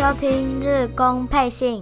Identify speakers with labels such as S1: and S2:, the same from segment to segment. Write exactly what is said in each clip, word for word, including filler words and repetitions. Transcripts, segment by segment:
S1: 收听日工配信。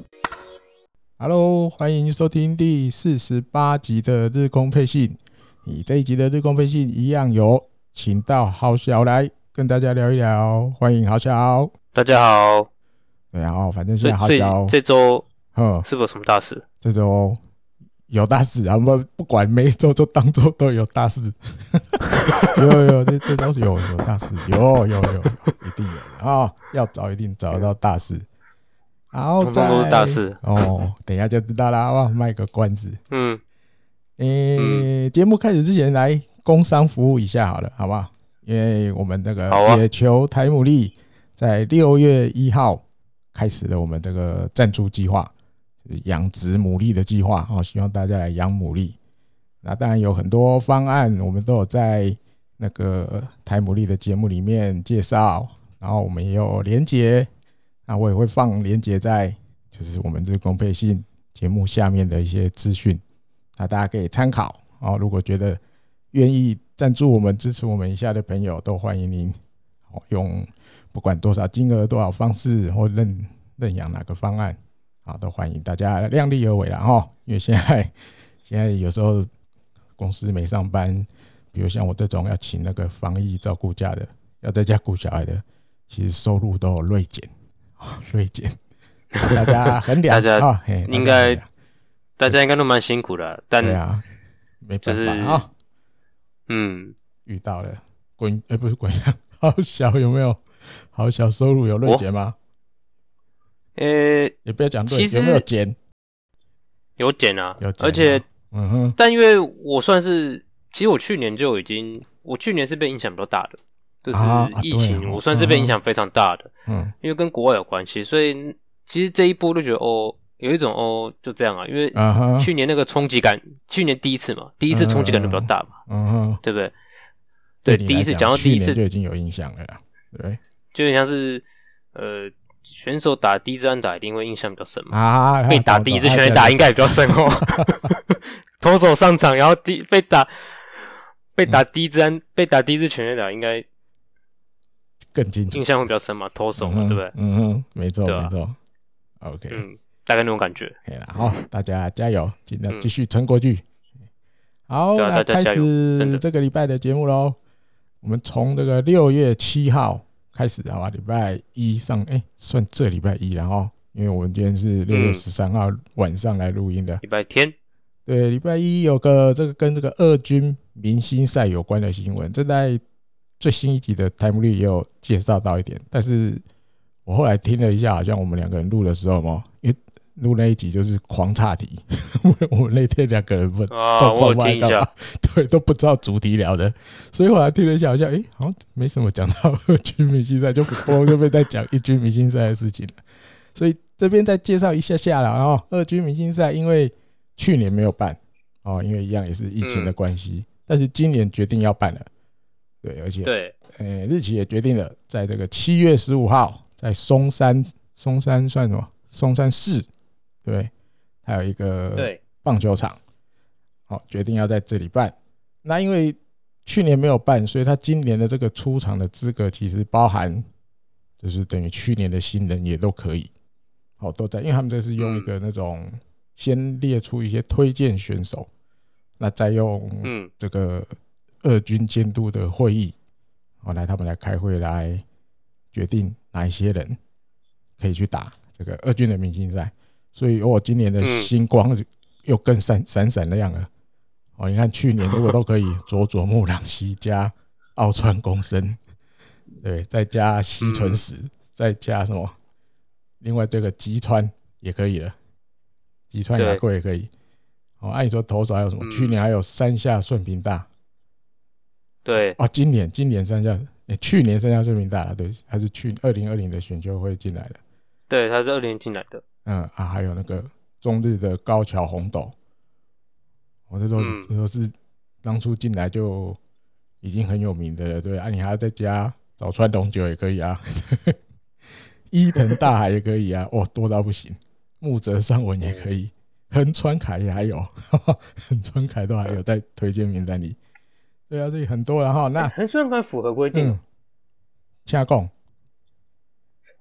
S2: Hello， 欢迎收听第四十八集的日工配信。你这一集的日工配信一样有请到豪小来跟大家聊一聊，欢迎豪小。
S3: 大家好。
S2: 对啊，反正现在豪小
S3: 这周是否有什么大事？
S2: 这周有大事啊，我们不管每一周就当周都有大事。有有有，这这周是有有大事，有有有有，一定有的啊、哦！要找一定找得到大事。然后再
S3: 通通都是大事
S2: 哦，等一下就知道啦，哇，卖个关子。
S3: 嗯，
S2: 诶、欸，节、嗯、目开始之前来工商服务一下好了，好不好？因为我们这个野球台牡蛎在六月一号开始了我们这个赞助计划，就是养殖牡蛎的计划哦，希望大家来养牡蛎。那当然有很多方案，我们都有在那个台牡蛎的节目里面介绍，然后我们也有连结，那我也会放连结在就是我们日工配信节目下面的一些资讯，那大家可以参考哦。如果觉得愿意赞助我们、支持我们一下的朋友，都欢迎您用不管多少金额、多少方式或认认养哪个方案，啊，都欢迎大家量力而为啦哈。因为现在现在有时候公司没上班，比如像我这种要请那个防疫照顾假的，要在家顾小孩的，其实收入都有锐减，锐减。大家衡量，
S3: 大家应该、哦、大家应该都蛮辛苦的，但
S2: 对啊，没办法啊、就是哦。
S3: 嗯，
S2: 遇到了滚，哎、欸，不是滚样，好小有没有？好小收入有锐减吗？
S3: 呃、欸，
S2: 也不要讲对，有没有减？
S3: 有减啊，
S2: 有减，
S3: 而且，
S2: 嗯哼，
S3: 但因为我算是，其实我去年就已经，我去年是被影响比较大的，就是疫情，我算是被影响非常大的，
S2: 嗯，
S3: 因为跟国外有关系，所以其实这一波就觉得哦，有一种哦，就这样啊，因为去年那个冲击感，去年第一次嘛，第一次冲击感就比较大嘛，
S2: 嗯哼，
S3: 对不对？对，第一次讲到第一次
S2: 就已经有影响了啦，对，
S3: 就很像是呃。选手打第一支安打一定会印象比较深嘛？
S2: 啊，
S3: 被打第一支全垒打应该也比较深哦。投手上场，然后第被打被打第一支安、嗯、被打第一支全垒打应该
S2: 更清楚，
S3: 印象会比较深嘛？投手嘛，
S2: 嗯、
S3: 对不对？
S2: 嗯嗯，没错、啊、没错。OK，
S3: 嗯，大概那种感觉。
S2: 可以了，好，大家加油，尽量继续撑过去。嗯、好，
S3: 啊、
S2: 那开始这个礼拜的节目喽。我们从这个六月七号。开始好吧，礼拜一上，哎、欸，算这礼拜一了哈，因为我们今天是六月十三号晚上来录音的。
S3: 礼、嗯、拜天，
S2: 对，礼拜一有个这个跟这个二军明星赛有关的新闻，这在最新一集的台牡蛎也有介绍到一点，但是我后来听了一下，好像我们两个人录的时候嘛，因为录那一集就是狂岔题，我们那天两个人不状况外干嘛，对，都不知道主题聊的，所以后来听了一下，好像哎、欸，好像没什么讲到二军明星赛，就不就被在讲一军明星赛的事情了。所以这边再介绍一下下了，然后二军明星赛因为去年没有办哦，因为一样也是疫情的关系、嗯，但是今年决定要办了，对，而且
S3: 对，
S2: 呃、欸，日期也决定了，在这个七月十五号，在松山松山算什么？松山市。对，还有一个棒球场，好，决定要在这里办。那因为去年没有办，所以他今年的这个出场的资格其实包含，就是等于去年的新人也都可以，好，都在，因为他们这是用一个那种先列出一些推荐选手，那再用这个二军监督的会议，好，来他们来开会来决定哪一些人可以去打这个二军的明星赛。所以我、哦、今年的星光又更闪闪闪亮了。哦，你看去年如果都可以佐佐木朗希加奥川公生，对，再加西纯史、嗯，再加什么？另外这个吉川也可以了，吉川雅贵也可以。哦，按、啊、你说投手还有什么、嗯？去年还有山下顺平大。
S3: 对。
S2: 哦，今年今年山下，欸、去年山下顺平大了，对，他是去二零二零的选秀会进来的。
S3: 对，他是二零进来的。
S2: 嗯啊，还有那个中日的高桥宏斗，我这都这都是当初进来就已经很有名的了，对啊，你还要再加早川龙九也可以啊，伊藤大海也可以啊，哦，多到不行，木泽尚文也可以，横川凯也还有，横川凯都还有在推荐名单里，对啊，这里很多了哈。那
S3: 横川凯符合规定，
S2: 嗯，掐供。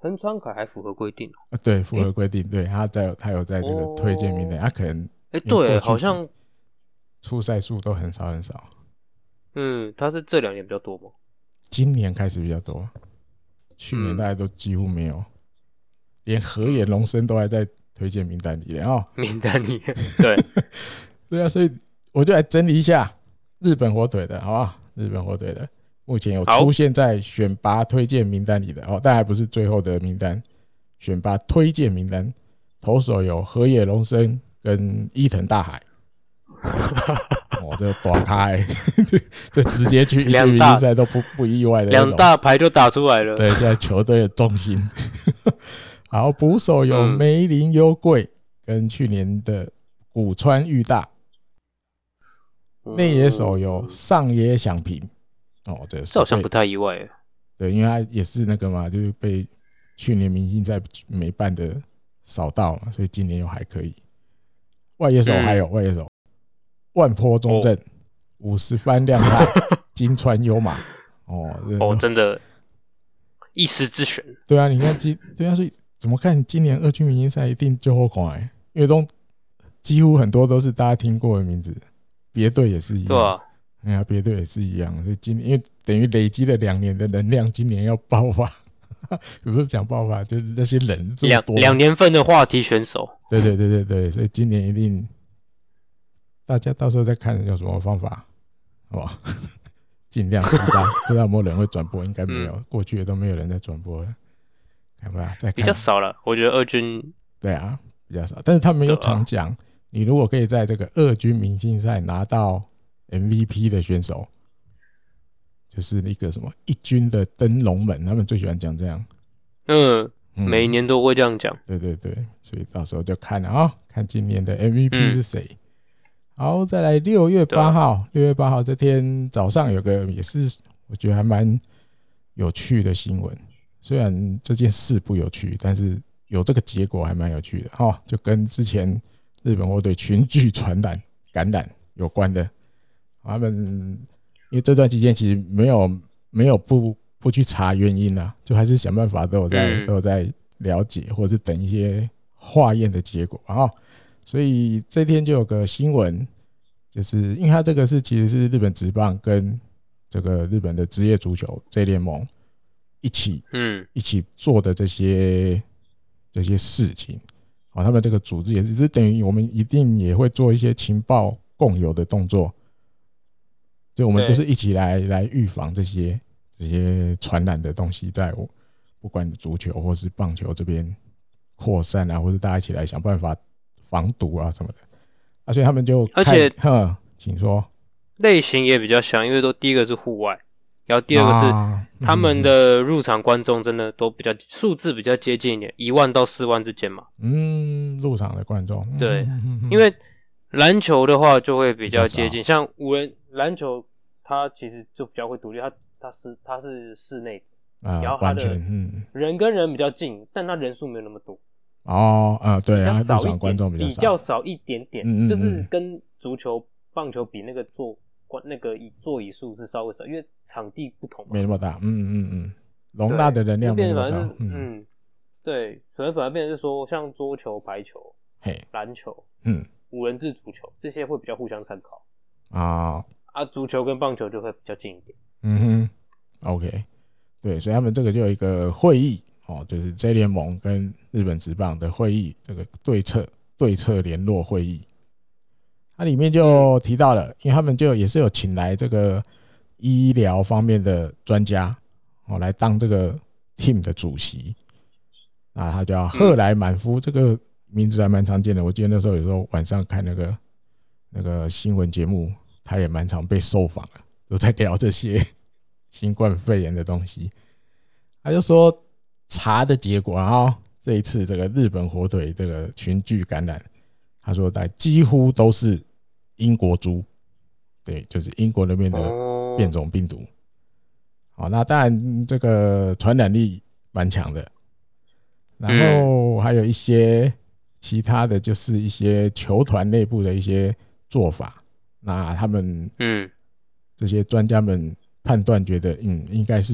S3: 藤川凯还符合规定、
S2: 啊、对，符合规定，欸、对，他在他有在这个推荐名单，他、哦啊、可能
S3: 哎、欸，对，好像
S2: 出赛数都很少很少。
S3: 嗯，他是这两年比较多吗？
S2: 今年开始比较多，去年大家都几乎没有，嗯、连河野龙生都还在推荐名单里哦。
S3: 名单里，对，
S2: 对啊，所以我就来整理一下日本火腿的，好不好？日本火腿的目前有出现在选拔推荐名单里的哦，但还不是最后的名单，选拔推荐名单。投手有河野龙生跟伊藤大海。哦，这大开，这直接去一局明星赛都不不意外的，
S3: 两大牌就打出来了。
S2: 对，现在球队的重心。好，捕手有梅林优贵跟去年的古川裕大，内野手有上野响平。哦，这
S3: 这好像不太意外。
S2: 对，因为他也是那个嘛，就是被去年明星赛没办的扫到嘛，所以今年又还可以。外野手还有、嗯、外野手。万坡中正、五十番亮太、金川优马，哦，
S3: 哦，真的，一时之选。
S2: 对啊，你看今对啊，所以怎么看今年二军明星赛一定就好看哎，因为都几乎很多都是大家听过的名字，别队也是一样，对啊，哎呀，别队也是一样，所以今年因为等于累积了两年的能量，今年要爆发，有没有讲爆发？就是那些人这么多，
S3: 两两年份的话题选手，
S2: 对对对对对，所以今年一定。大家到时候再看有什么方法，好不好？尽量知道，不知道有没有人会转播，应该没有，嗯、过去也都没有人在转播了，看吧，再看
S3: 比较少了。我觉得二军
S2: 对啊比较少，但是他们有常讲，啊、你如果可以在这个二军明星赛拿到 M V P 的选手，就是一个什么一军的登龙门，他们最喜欢讲这样。
S3: 嗯，嗯每一年都会这样讲。
S2: 对对对，所以到时候就看了啊、哦，看今年的 M V P 是谁。嗯好，再来六月八号，六月八号这天早上有个也是我觉得还蛮有趣的新闻，虽然这件事不有趣，但是有这个结果还蛮有趣的哦，就跟之前日本火腿群聚传染感染有关的。他们因为这段期间其实没有没有不不去查原因啊，就还是想办法都有在、嗯、都有在了解，或者是等一些化验的结果啊。所以这天就有个新闻，就是因为它这个是其实是日本职棒跟这个日本的职业足球 J 联盟一起嗯一起做的这些这些事情，好，他们这个组织也是等于我们一定也会做一些情报共有的动作，就我们就是一起来来预防这些这些传染的东西在我不管足球或是棒球这边扩散啊，或是大家一起来想办法。防毒啊什么的，啊，所以他们就
S3: 而且，
S2: 哼，请说，
S3: 类型也比较像，因为都第一个是户外，然后第二个是、啊嗯、他们的入场观众真的都比较数字比较接近一点，一万到四万之间嘛。
S2: 嗯，入场的观众，
S3: 对，
S2: 嗯嗯嗯、
S3: 因为篮球的话就会比较接近，像五人篮球，它其实就比较会独立，它它是它是室内的，
S2: 啊、
S3: 然后它的人跟人比较近，嗯、但它人数没有那么多。
S2: 哦，啊、呃，对，
S3: 比较少一点，
S2: 观众比较少，
S3: 比较少一点点，
S2: 嗯嗯嗯
S3: 就是跟足球、棒球比，那个座那个座椅数是稍微少，因为场地不同嘛，
S2: 没那么大，嗯嗯嗯，容纳的人量没那么大，
S3: 嗯, 嗯，对，可能反而变成是说，像桌球、排球、篮球，嗯，五人制足球这些会比较互相参考啊，啊，足球跟棒球就会比较近一点，
S2: 嗯哼 ，OK， 对，所以他们这个就有一个会议。哦，就是 J 联盟跟日本职棒的会议，这个对策对策联络会议，它里面就提到了，因为他们就也是有请来这个医疗方面的专家，哦，来当这个 team 的主席，那他叫赫莱满夫，这个名字还蛮常见的，我记得那时候有时候晚上看那个那个新闻节目，他也蛮常被受访的，都在聊这些新冠肺炎的东西，他就说。查的结果，然后这一次这个日本火腿这个群聚感染，他说在几乎都是英国猪，对，就是英国那边的变种病毒。好，那当然这个传染力蛮强的，然后还有一些其他的就是一些球团内部的一些做法，那他们嗯这些专家们判断觉得嗯应该是有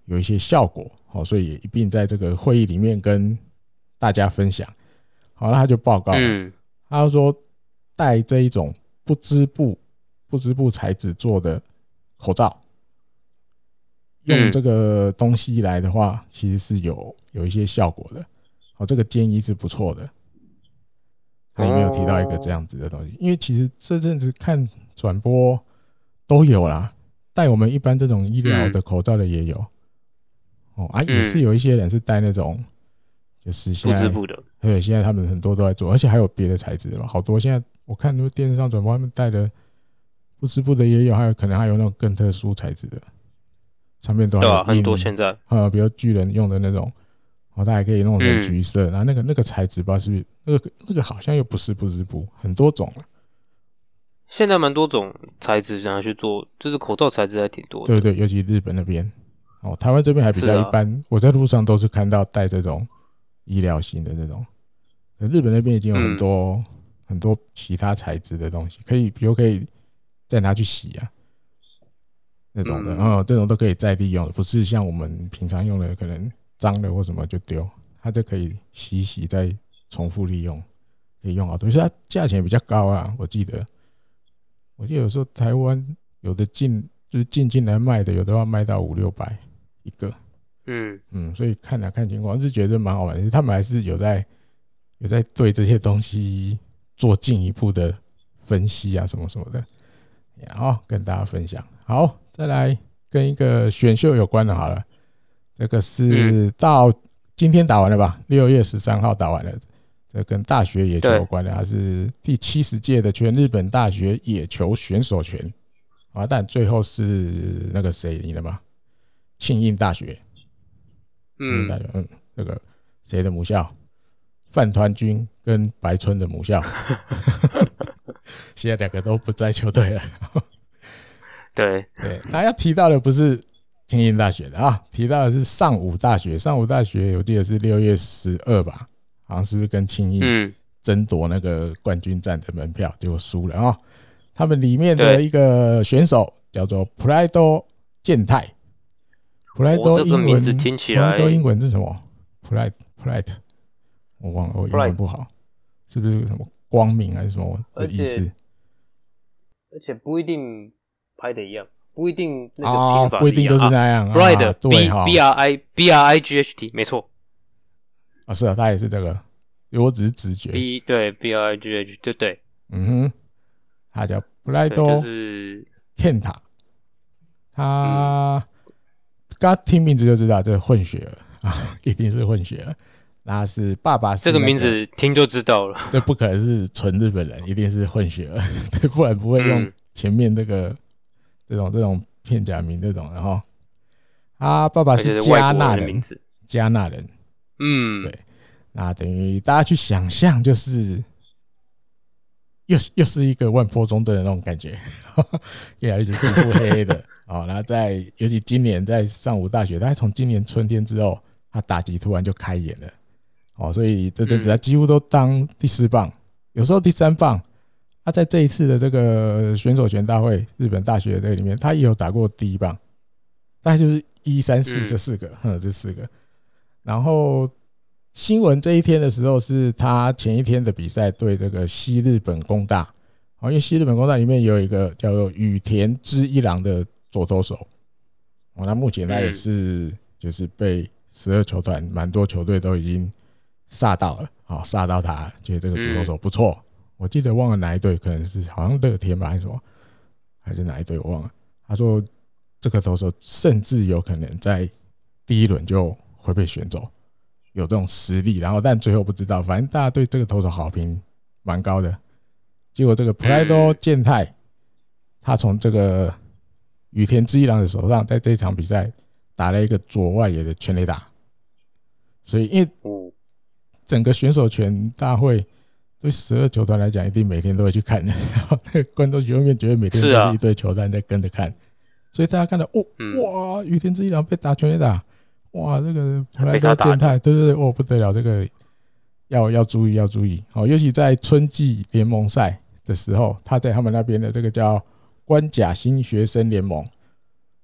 S2: 有一些效果，好，所以也一并在这个会议里面跟大家分享。好，那他就报告了，嗯、他说戴这一种不织布不织布材质做的口罩，用这个东西来的话，其实是有有一些效果的。好，这个建议是不错的。他有没有提到一个这样子的东西？因为其实这阵子看转播都有啦，戴我们一般这种医疗的口罩的也有。哦啊，也是有一些人是戴那种，就是现在
S3: 不织布的，
S2: 对，现在他们很多都在做，而且还有别的材质的吧，好多。现在我看电视上转播，他们戴的不织布的也有，还有可能还有那种更特殊材质的，上面都还有、
S3: 啊、很多现在，
S2: 呃，比如巨人用的那种，哦，它还可以弄成橘色，然后、嗯、那个那个材质吧，是不是那个那个好像又不是不织布，很多种了。
S3: 现在蛮多种材质拿去做，就是口罩材质还挺多的。
S2: 对对，尤其日本那边。哦，台湾这边还比较一般、啊，我在路上都是看到带这种医疗型的这种。日本那边已经有很多、嗯、很多其他材质的东西，可以，比如可以再拿去洗啊，那种的，嗯，哦、这种都可以再利用的，不是像我们平常用的可能脏了或什么就丢，它就可以洗一洗再重复利用，可以用好多。所以它价钱也比较高啊，我记得，我记得有时候台湾有的进就是进进来卖的，有的要卖到五六百。一个，嗯嗯，所以看来、啊、看情况，是觉得蛮好玩的。他们还是有在有在对这些东西做进一步的分析啊，什么什么的，然后跟大家分享。好，再来跟一个选秀有关的，好了，这个是到今天打完了吧？六月十三号打完了，这跟大学野球有关的，它是第七十届的全日本大学野球选手权啊，但最后是那个谁赢了吗？庆应大学，嗯，大学，嗯，那个谁的母校？饭团君跟白村的母校，现在两个都不在球队了。
S3: 对
S2: 对，那要提到的不是庆应大学的啊，提到的是上武大学。上武大学我记得是六月十二吧，好像是不是跟庆应争夺那个冠军战的门票，结果输了啊。他们里面的一个选手叫做普莱多健太。普莱多英文、哦、听起来，普莱多英文是什么 ？Polite Polite， 我忘了，我英文不好，是不是什么光明还是什么的意思？
S3: 而且不一定拍的一样，不一定那个拼法一样、
S2: 哦、不一定都是那样。
S3: 啊、Bright、
S2: 啊、
S3: B B R I B R I G H T， 没错。
S2: 啊，是啊，他也是这个，因为我只是直觉。
S3: B 对 B R I G H， 对对，
S2: 嗯哼，他叫普莱多健太，他。嗯刚听名字就知道，这混血儿啊，一定是混血儿。那是爸爸是、那
S3: 個、这个名字听就知道了，
S2: 这不可能是纯日本人，一定是混血儿，对，不然不会用前面这个、嗯、这种这种片假名这种。然后他爸爸是加纳人，加纳人，嗯，对，那等于大家去想象，就是又又是一个万坡中正的那种感觉，越来越皮肤黑黑的。哦，然后在尤其今年在上武大学，大概从今年春天之后，他打击突然就开眼了，哦，所以这阵子他几乎都当第四棒，有时候第三棒。他在这一次的这个选手权大会，日本大学的这个里面，他也有打过第一棒，大概就是一三四这四个，嗯，这四个。然后新闻这一天的时候，是他前一天的比赛对这个西日本工大，因为西日本工大里面有一个叫做羽田之一郎的左投手，哦，那目前他也是就是被十二球团蛮多球队都已经煞到了，哦，煞到他，觉得这个左投手不错。我记得忘了哪一队，可能是好像乐天吧，还是什么，还是哪一队我忘了。他说这个投手甚至有可能在第一轮就会被选走，有这种实力。然后但最后不知道，反正大家对这个投手好评蛮高的。结果这个普莱多健太，他从这个羽田之一郎的手上，在这场比赛打了一个左外野的全垒打，所以因为整个选手权大会对十二球团来讲，一定每天都会去看的，然后那个观众席后面觉得每天都是一堆球探在跟着看，所以大家看到哦，哇，羽田之一郎被打全垒打，哇，这个普莱多健太，对对对，哦不得了，这个要要注意要注意，哦，尤其在春季联盟赛的时候，他在他们那边的这个叫关甲新学生联盟，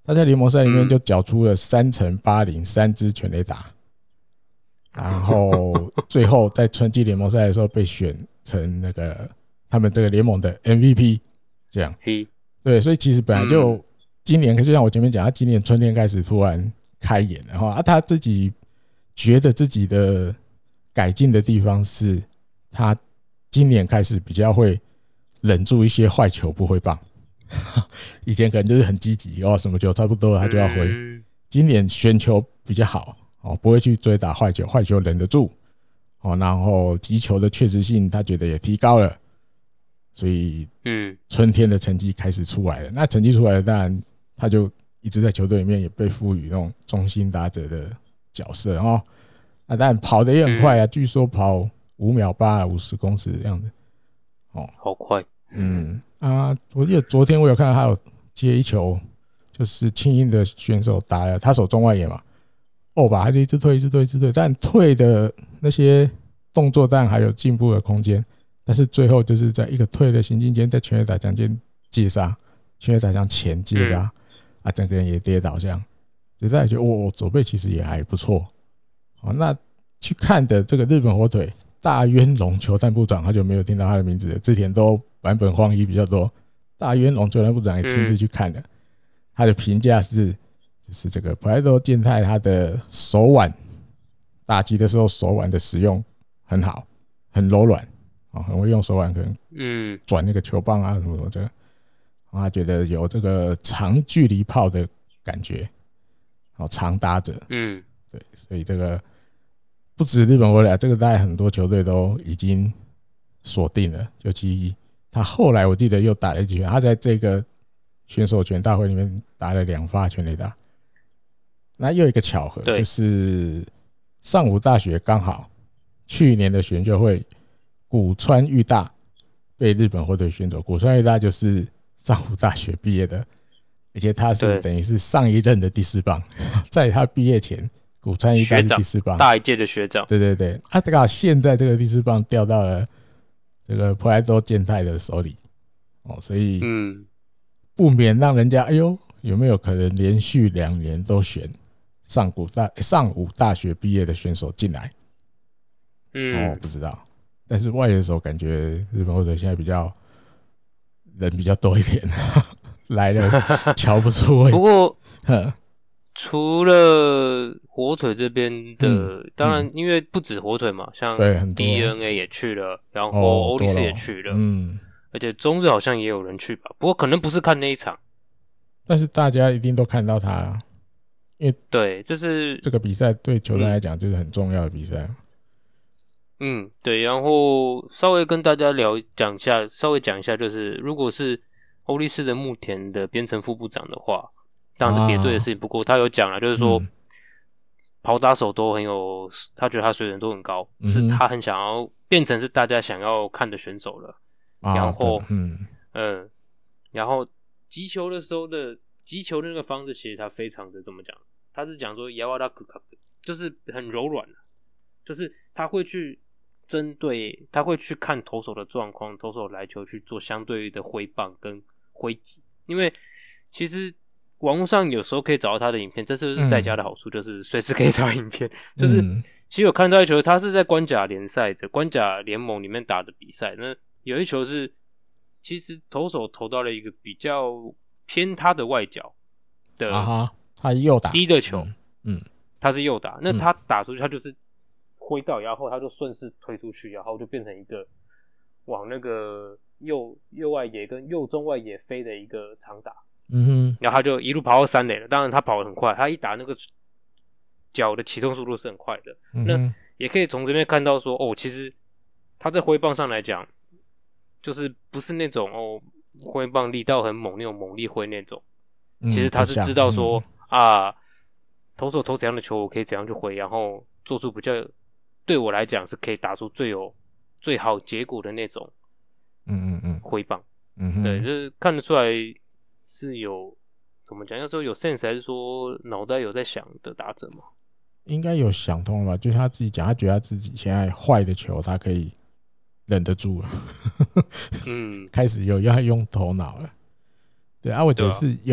S2: 他在联盟赛里面就缴出了三乘八零三支全垒打，然后最后在春季联盟赛的时候被选成那个他们这个联盟的 M V P， 这样。对，所以其实本来就今年，就像我前面讲，他今年春天开始突然开眼了哈，啊，他自己觉得自己的改进的地方是，他今年开始比较会忍住一些坏球不挥棒。以前可能就是很积极哦，什么球差不多他就要挥。今年选球比较好哦，不会去追打坏球，坏球忍得住哦。然后击球的确实性，他觉得也提高了，所以嗯，春天的成绩开始出来了。那成绩出来了，当然他就一直在球队里面也被赋予那种中心打者的角色哦。那当然跑得也很快啊，据说跑五秒八，五十公尺这样子哦，
S3: 好快。
S2: 嗯啊，我记得昨天我有看到他有接一球，就是青鹰的选手打了他手中外野嘛，哦吧，他就一直退一直退一直退，但退的那些动作当然还有进步的空间，但是最后就是在一个退的行进间，在全垒打墙间接杀，全垒打墙前接杀、嗯、啊，整个人也跌倒这样，所以大家觉得哦，左背其实也还不错。哦，那去看的这个日本火腿大渊龙球探部长，好久没有听到他的名字了，之前都版本荒一比较多。大渊龙球探部长也亲自去看了，他的评价是，就是这个普莱多健太他的手腕打击的时候手腕的使用很好，很柔软，很会用手腕，可能转那个球棒啊什么什么的，他觉得有这个长距离炮的感觉，长打者，嗯，对，所以这个不止日本火腿，这个大概很多球队都已经锁定了，尤其他后来我记得又打了几拳，他在这个选手权大会里面打了两发全垒打。那又有一个巧合，就是上武大学刚好去年的选秀会，古川裕大被日本火腿选走。古川裕大就是上武大学毕业的，而且他是等于是上一任的第四棒，在他毕业前，古川裕大是第四棒，
S3: 大一届的学长。
S2: 对对对，啊，刚好现在这个第四棒调到了这个普莱多健太的手里，哦，所以嗯，不免让人家哎呦，有没有可能连续两年都选上古大上武大学毕业的选手进来？嗯，哦，不知道。但是外野手感觉日本火腿现在比较人比较多一点，来了瞧不出位置。
S3: 不过，除了火腿这边的，嗯、当然因为不止火腿嘛，像 D N A 也去了，然后欧力士也去了，嗯，而且中日好像也有人去吧，不过可能不是看那一场，
S2: 但是大家一定都看到他、啊，因为
S3: 对，就是
S2: 这个比赛对球队来讲就是很重要的比赛。
S3: 嗯，对，然后稍微跟大家聊讲一下，稍微讲一下，就是如果是欧力士的牧田的编程副部长的话。当然是别队的事情，不过他有讲了，就是说、嗯、跑打手都很有，他觉得他水准都很高、嗯，是他很想要变成是大家想要看的选手了。啊、然后，嗯嗯，然后击球的时候的击球的那个方式，其实他非常的怎么讲？他是讲说柔らかく，就是很柔软，就是他会去针对，他会去看投手的状况，投手来球去做相对的挥棒跟挥击，因为其实。网络上有时候可以找到他的影片，这就是在家的好处，就是随时可以找到影片。嗯、就是其实有看到一球，他是在关甲联赛的关甲联盟里面打的比赛。那有一球是，其实投手投到了一个比较偏他的外角的，
S2: 啊哈，他右打
S3: 低的球，
S2: 嗯，
S3: 他是右打，那他打出去，他就是挥到，然后他就顺势推出去，然后就变成一个往那个右右外野跟右中外野飞的一个长打。嗯哼，然后他就一路跑到三垒了。当然他跑得很快，他一打那个脚的启动速度是很快的。嗯、那也可以从这边看到说，哦，其实他在挥棒上来讲，就是不是那种哦挥棒力道很猛那种猛力挥那种。嗯、其实他是知道说、嗯、啊，投手投怎样的球，我可以怎样去挥，然后做出比较对我来讲是可以打出最有最好结果的那种。嗯嗯嗯，挥棒。嗯哼，对，就是看得出来。是有怎么讲？要说有 sense 还是说脑袋有在想的打者吗？
S2: 应该有想通了吧？就是他自己讲，他觉得他自己现在坏的球，他可以忍得住了。嗯，开始有要用头脑了。对啊，我觉得是有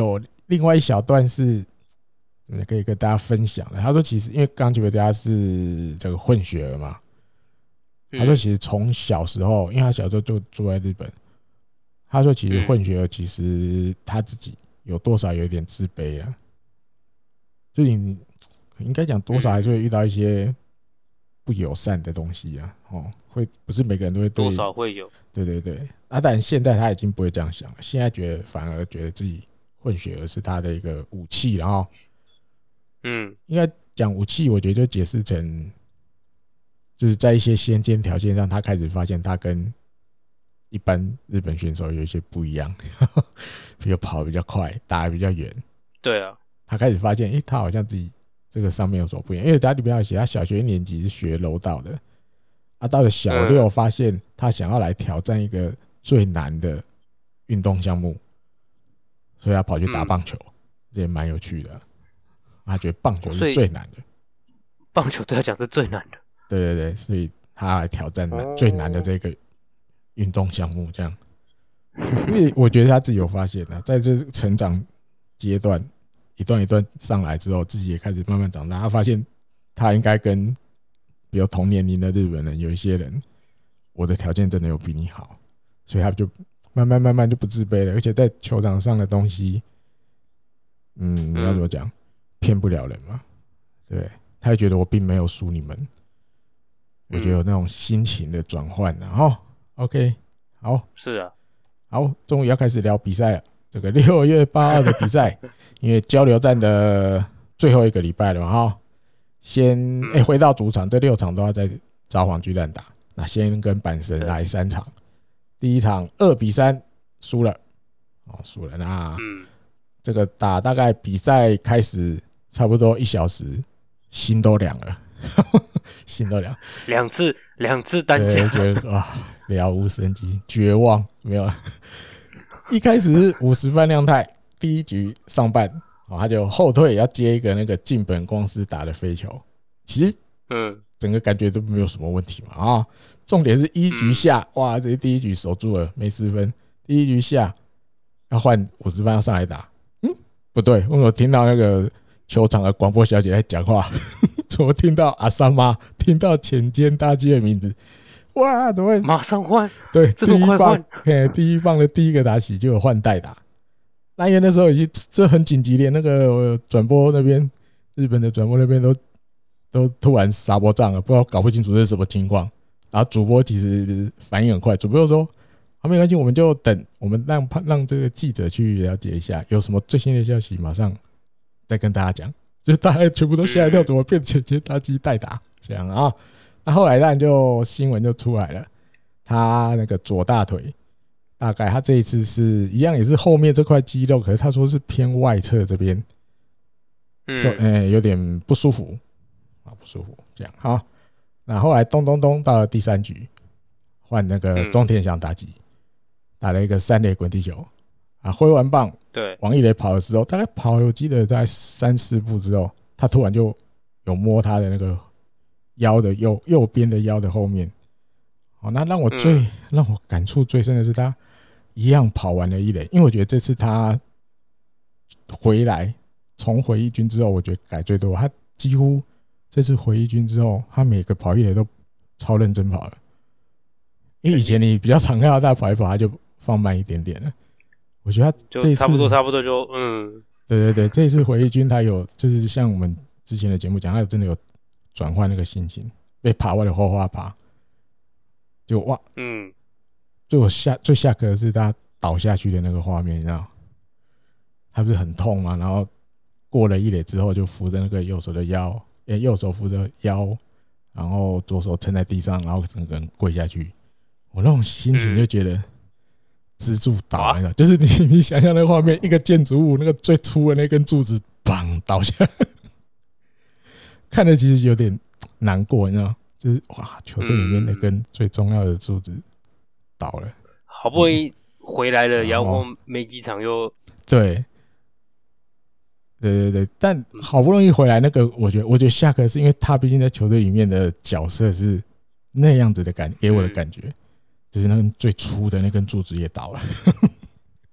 S2: 另外一小段是可以跟大家分享的。他说，其实因为刚吉维德亚是这个混血儿嘛，他说其实从小时候，因为他小时候就住在日本，他说其实混血儿其实他自己有多少有点自卑啊，就你应该讲多少还是会遇到一些不友善的东西啊，哦，会不是每个人都会对，
S3: 多少会有，
S2: 对对对，啊，但现在他已经不会这样想了，现在觉得反而觉得自己混血儿是他的一个武器，然后，嗯，应该讲武器，我觉得就解释成，就是在一些先天条件上，他开始发现他跟一般日本选手有一些不一样，比如跑得比较快，打得比较远，
S3: 对啊，
S2: 他开始发现，哎、欸，他好像自己这个上面有所不一样，因为他里面有写，他小学一年级是学柔道的。啊，到了小六，发现他想要来挑战一个最难的运动项目，所以他跑去打棒球，嗯、这也蛮有趣的。他觉得棒球是最难的，
S3: 棒球对他讲是最难的。
S2: 对对对，所以他来挑战最难的这个运动项目，这样。因为我觉得他自己有发现啊，在这成长阶段一段一段上来之后，自己也开始慢慢长大，他发现他应该跟比如同年龄的日本人，有一些人，我的条件真的有比你好，所以他就慢慢慢慢就不自卑了，而且在球场上的东西，嗯，你要怎么讲，骗不了人嘛，对，他会觉得我并没有输你们，我觉得有那种心情的转换然后 OK， 好，
S3: 是啊，
S2: 好，终于要开始聊比赛了，这个六月八号的比赛，因为交流战的最后一个礼拜了嘛，哈。先哎、欸，回到主场，这六场都要在札幌巨蛋打。那先跟阪神来三场，第一场二比三输了，哦，输了。那这个打大概比赛开始差不多一小时，心都凉了，心都凉。
S3: 两次两次单
S2: 脚，觉得啊了无生机，绝望，没有。一开始是五十番亮太，第一局上半。哦，他就后退要接一个那个近本光司打的飞球，其实嗯，整个感觉都没有什么问题嘛啊。重点是一局下，哇，这第一局守住了，没失分。第一局下要换五十番要上来打，嗯，不对，我有听到那个球场的广播小姐在讲话，怎么听到阿桑妈，听到浅间大基的名字，哇，怎么
S3: 马上换？
S2: 对，第一棒，嘿，第一棒的第一个打起就有换代打。那因为那时候已经这很紧急，连那个转播那边日本的转播那边都都突然撒波仗了，不知道搞不清楚这是什么情况。然后主播其实反应很快，主播就说：“好，没关系，我们就等，我们让让这个记者去了解一下，有什么最新的消息，马上再跟大家讲。”就大家全部都吓一跳，怎么变浅间大基代打这样啊？那后来当然就新闻就出来了，他那个左大腿。大概他这一次是一样，也是后面这块肌肉，可是他说是偏外侧这边，嗯、欸，有点不舒服啊，不舒服。这样好，那后来咚咚咚到了第三局，换那个中田翔打击，打了一个三垒滚地球啊，挥完棒，
S3: 对，
S2: 往一垒跑的时候，大概跑了我记得在三四步之后，他突然就有摸他的那个腰的右右边的腰的后面。哦，那让我最、嗯、让我感触最深的是他一样跑完了一垒，因为我觉得这次他回来重回一军之后，我觉得改最多。他几乎这次回一军之后，他每个跑一垒都超认真跑了。因为以前你比较常看到他跑一跑，他就放慢一点点了。我觉得他这一次
S3: 就差不多差不多就嗯，
S2: 对对对，这一次回一军他有就是像我们之前的节目讲，他有真的有转换那个心情，被爬完的后花爬。就哇，嗯，最我下最下课的是他倒下去的那个画面，你知道，他不是很痛吗？然后过了一垒之后，就扶着那个右手的腰，欸、右手扶着腰，然后左手撑在地上，然后整个人跪下去。我那种心情就觉得支柱倒了，嗯、就是你你想象那个画面，一个建筑物那个最粗的那根柱子，砰倒下，看着其实有点难过，你知道。就是哇，球队里面那根最重要的柱子倒了，
S3: 好不容易回来了，嗯、然后没几场又
S2: 对，对对对，但好不容易回来，那个我觉得，我觉得下课是因为他毕竟在球队里面的角色是那样子的感，给我的感觉，嗯、就是那根最粗的那根柱子也倒了，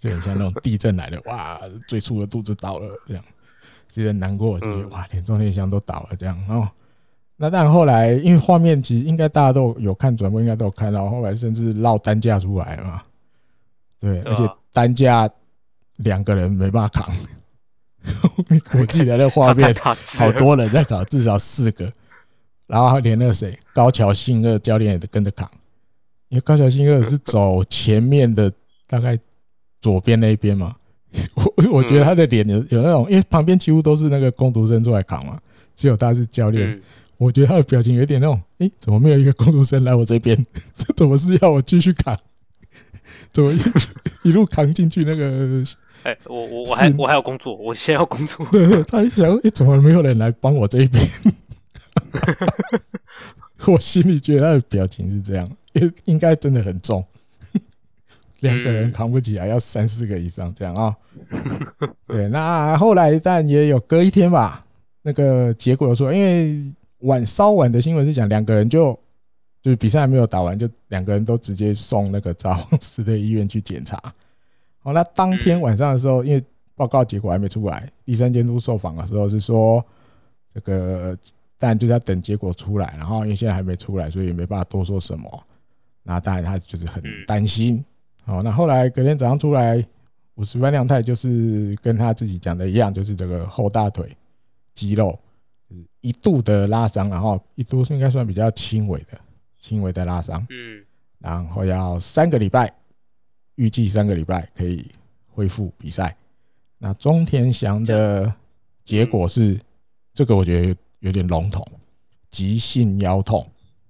S2: 就很像那种地震来了，哇，最初的肚子倒了这样，觉得难过，就觉得哇，连中田翔都倒了这样哦。那当然后来，因为画面其实应该大家都有看转播，应该都有看到，后来甚至绕担架出来了嘛，对，而且担架两个人没办法扛。我记得那画面好多人在扛，至少四个，然后连那个谁高桥幸二教练也跟着扛，因为高桥幸二是走前面的大概左边那一边嘛，我我觉得他的脸有有那种，因为旁边几乎都是那个工读生出来扛嘛，只有他是教练，我觉得他的表情有点那种，哎、欸，怎么没有一个工读生来我这边？这怎么是要我继续扛？怎么 一, 一路扛进去那个？
S3: 哎、欸，我我我还我还要工作，我现在要工作。
S2: 对对，他想，哎、欸，怎么没有人来帮我这一边？我心里觉得他的表情是这样，应应该真的很重，两个人扛不起来，要三四个以上这样啊、喔。对，那后来但也有隔一天吧，那个结果有说，因为晚稍晚的新闻是讲两个人就就是比赛还没有打完，就两个人都直接送那个札幌市的医院去检查。好，那当天晚上的时候，因为报告结果还没出来，第三监督受访的时候是说，这个当然就是要等结果出来，然后因为现在还没出来，所以也没办法多说什么。那当然他就是很担心。好，那后来隔天早上出来，五十番亮太就是跟他自己讲的一样，就是这个后大腿肌肉一度的拉伤，然后一度是应该算比较轻微的、轻微的拉伤。嗯，然后要三个礼拜。预计三个礼拜可以恢复比赛。那中田翔的结果是，这个我觉得有点笼统，急性腰痛。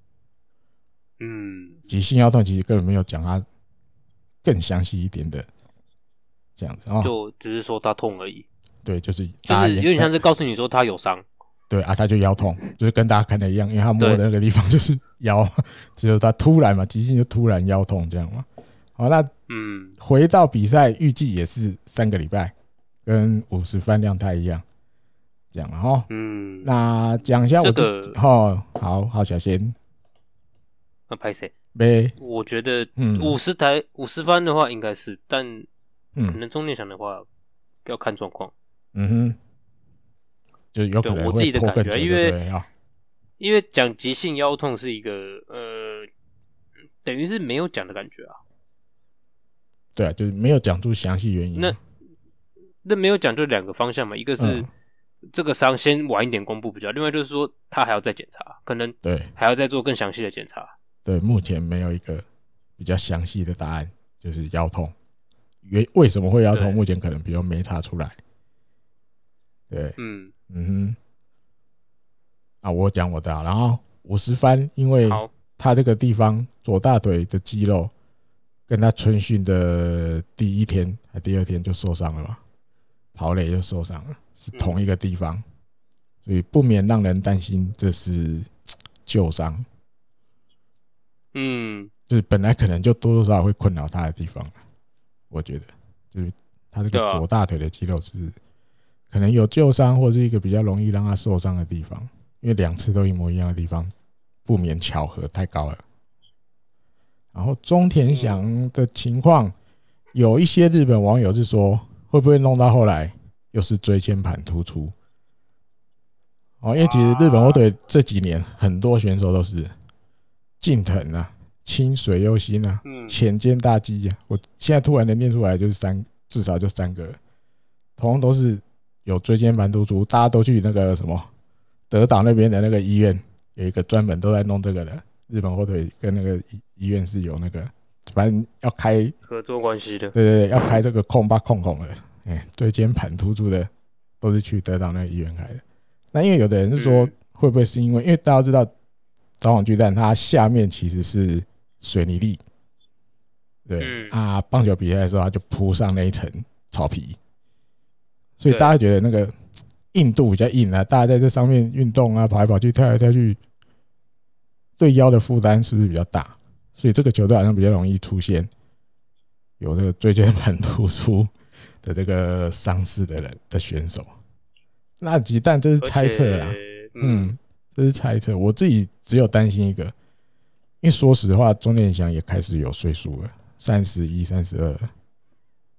S2: 嗯，急性腰痛其实根本没有讲他更详细一点的这样子啊，
S3: 就只是说他痛而已。
S2: 对，就是
S3: 就是有点像是告诉你说他有伤。
S2: 对啊，他就腰痛，就是跟大家看的一样，因为他摸的那个地方就是腰，只有他突然嘛，急性就突然腰痛这样嘛。好，那嗯，回到比赛预计也是三个礼拜，跟五十番亮太一样，这样了哈。嗯，那讲一下我这个哦，好好小心。
S3: 那拍谁？
S2: 呗，
S3: 我觉得五十台五十番的话应该是，但可能中田翔的话要看状况。嗯哼，
S2: 就有可能会拖更久，
S3: 因为因为讲急性腰痛是一个呃，等于是没有讲的感觉啊。
S2: 对啊，就是没有讲出详细原因。
S3: 那那没有讲就两个方向嘛，一个是这个伤先晚一点公布比较，另外就是说他还要再检查，可能对还要再做更详细的检查。
S2: 对，目前没有一个比较详细的答案，就是腰痛。为为什么会腰痛？目前可能比较没查出来。对，嗯嗯哼。啊，我讲我的、啊，然后五十番，因为他这个地方左大腿的肌肉。跟他春训的第一天还第二天就受伤了嘛，跑垒就受伤了，是同一个地方，所以不免让人担心这是旧伤。嗯，就是本来可能就多多少少会困扰他的地方，我觉得就是他这个左大腿的肌肉是可能有旧伤，或是一个比较容易让他受伤的地方，因为两次都一模一样的地方，不免巧合太高了。然后中田翔的情况，有一些日本网友是说，会不会弄到后来又是椎间盘突出？哦，因为其实日本火腿这几年很多选手都是近藤啊、清水优心啊、浅间大基啊，我现在突然能念出来就是三，至少就三个，同样都是有椎间盘突出，大家都去那个什么德岛那边的那个医院，有一个专门都在弄这个的。日本火腿跟那个医院是有那个，反正要开
S3: 合作关系的，
S2: 对对对，要开这个控八控控的，哎，椎间盘突出的都是去德岛那个医院开的。那因为有的人是说，会不会是因为，因为大家知道早晚巨蛋它下面其实是水泥地，对啊，棒球比赛的时候它就铺上那一层草皮，所以大家觉得那个硬度比较硬啊，大家在这上面运动啊，跑来跑去，跳来跳去。对腰的负担是不是比较大？所以这个球队好像比较容易出现有这个椎间盘突出的这个伤势的人的选手。那鸡蛋这是猜测啦，嗯，这是猜测。我自己只有担心一个，因为说实话，中田翔也开始有岁数了，三十一、三十二了。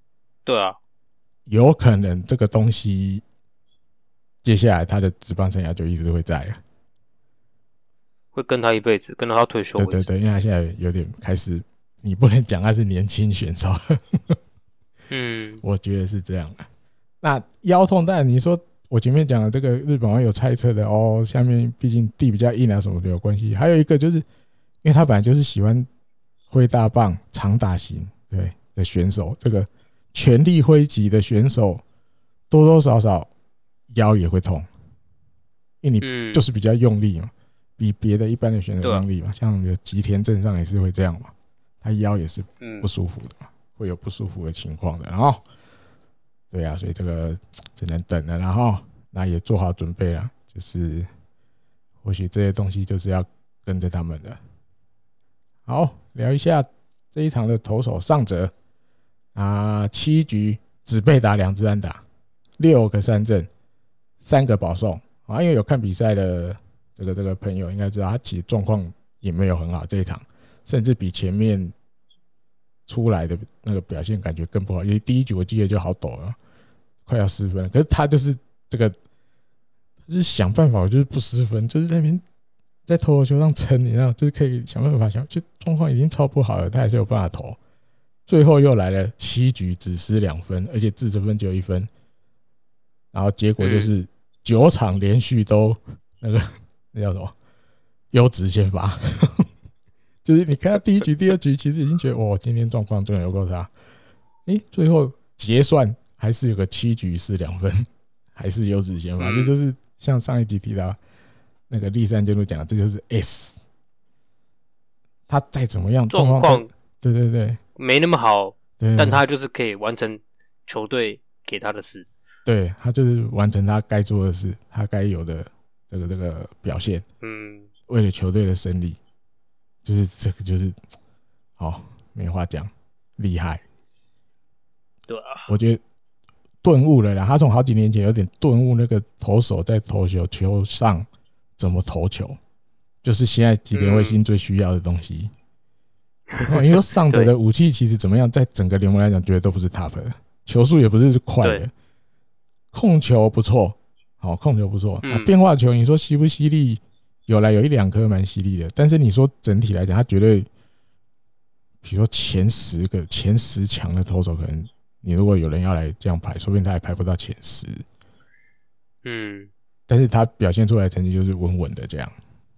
S3: 对啊，
S2: 有可能这个东西接下来他的职棒生涯就一直会在了，
S3: 会跟他一辈子，跟到他退休为止。
S2: 对对对，因为他现在有点开始，你不能讲他是年轻选手。
S3: 嗯，
S2: 我觉得是这样的。那腰痛，但你说我前面讲的这个日本网友猜测的哦，下面毕竟地比较硬啊，什么都有关系。还有一个就是，因为他本来就是喜欢挥大棒、长打型对的选手，这个全力挥击的选手，多多少少腰也会痛，因为你就是比较用力嘛，比别的一般的选手用力嘛。像吉田正尚也是会这样嘛，他腰也是不舒服的嘛，会有不舒服的情况的。然后，对啊，所以这个只能等了。然后，那也做好准备了，就是或许这些东西就是要跟着他们的。好，聊一下这一场的投手上泽啊，七局只被打两支安打，六个三振，三个保送啊。因为有看比赛的这个这个朋友应该知道，他其实状况也没有很好，这一场甚至比前面出来的那个表现感觉更不好。因为第一局我记得就好抖了，快要失分了。可是他就是这个，就是想办法，就是不失分，就是在那边在投球球上撑，你知道，就是可以想办法想，就状况已经超不好了，他还是有办法投。最后又来了七局只失两分，而且自责分只有一分，然后结果就是九场连续都那个那叫什么优质先发，就是你看到第一局、第二局，其实已经觉得哇，今天状况真的有够差。哎，最后结算还是有个七局失两分，还是优质先发，这就是像上一集提到那个立山监督讲的，这就是 S。他再怎么样状况，对对对。
S3: 没那么好，但他就是可以完成球队给他的事。
S2: 对，他就是完成他该做的事，他该有的这个这个表现。嗯，为了球队的胜利，就是这个就是好，没话讲，厉害。
S3: 对啊，
S2: 我觉得顿悟了啦。他从好几年前有点顿悟，那个投手在投球球上怎么投球，就是现在吉田卫星最需要的东西。因为说上泽的武器其实怎么样，在整个联盟来讲，绝对都不是 top 的，球速也不是快的，控球不错，好控球不错。嗯啊、变化球你说犀不犀利？有来有一两颗蛮犀利的，但是你说整体来讲，他绝对，比如说前十个、前十强的投手，可能你如果有人要来这样排，说不定他也排不到前十。嗯，但是他表现出来的成绩就是稳稳的这样。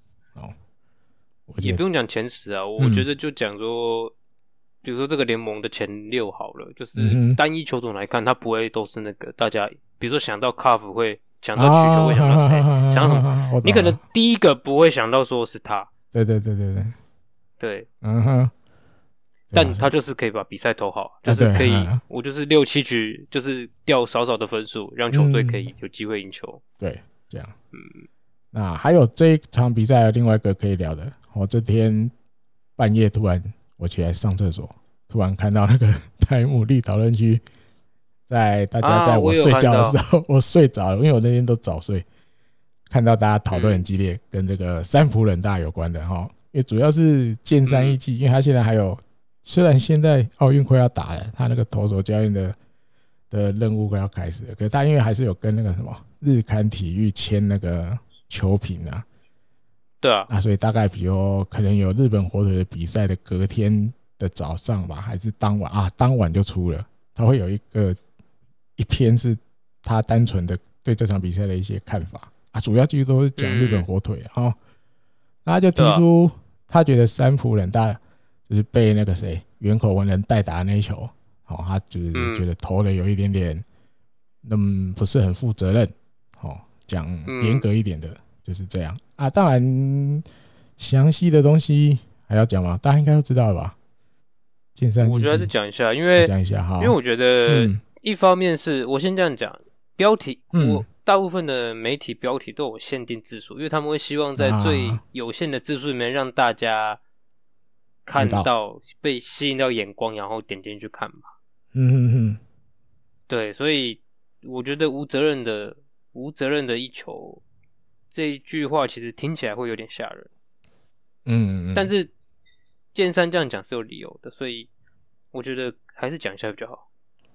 S3: 也不用讲前十啊，我觉得就讲说，比如说这个联盟的前六好了，就是单一球种来看，他不会都是那个大家，比如说想到 Cuff 会想到曲球会想到谁，想到什么，你可能第一个不会想到说是他。
S2: 对对对对对，
S3: 对，
S2: 嗯哼，
S3: 但他就是可以把比赛投好，就是可以，我就是六七局就是掉少少的分数，让球队可以有机会赢球。
S2: 对，这样，嗯。那还有这一场比赛，有另外一个可以聊的。我这天半夜突然我起来上厕所，突然看到那个台姆利讨论区，在大家在我睡觉的时候，啊、我, 我睡着了，因为我那天都早睡，看到大家讨论很激烈，跟这个三浦稔大有关的哈。因为主要是剑山一季，因为他现在还有，虽然现在奥运快要打了，他那个投手教练的的任务快要开始了，可是他因为还是有跟那个什么日刊体育签那个球评啊，
S3: 对啊，
S2: 啊，所以大概比如可能有日本火腿的比赛的隔天的早上吧，还是当晚啊，当晚就出了，他会有一个一篇是他单纯的对这场比赛的一些看法啊，主要其实都是讲日本火腿啊、嗯哦，那他就提出他觉得三浦稔大就是被那个谁远口文人代打那一球，哦，他就是觉得投的有一点点，嗯，不是很负责任，哦。讲严格一点的，就是这样啊。当然，详细的东西还要讲吗？大家应该都知道了吧？剑山，
S3: 我觉得还是讲一下，因为
S2: 讲一下哈。
S3: 因为我觉得，一方面是我先这样讲，标题，嗯、我大部分的媒体标题都有限定字数，因为他们会希望在最有限的字数里面让大家看到、被吸引到眼光，然后点进去看嘛。嗯哼哼，对，所以我觉得无责任的。无责任的一球，这一句话其实听起来会有点吓人。嗯, 嗯, 嗯但是剑山这样讲是有理由的，所以我觉得还是讲一下比较好。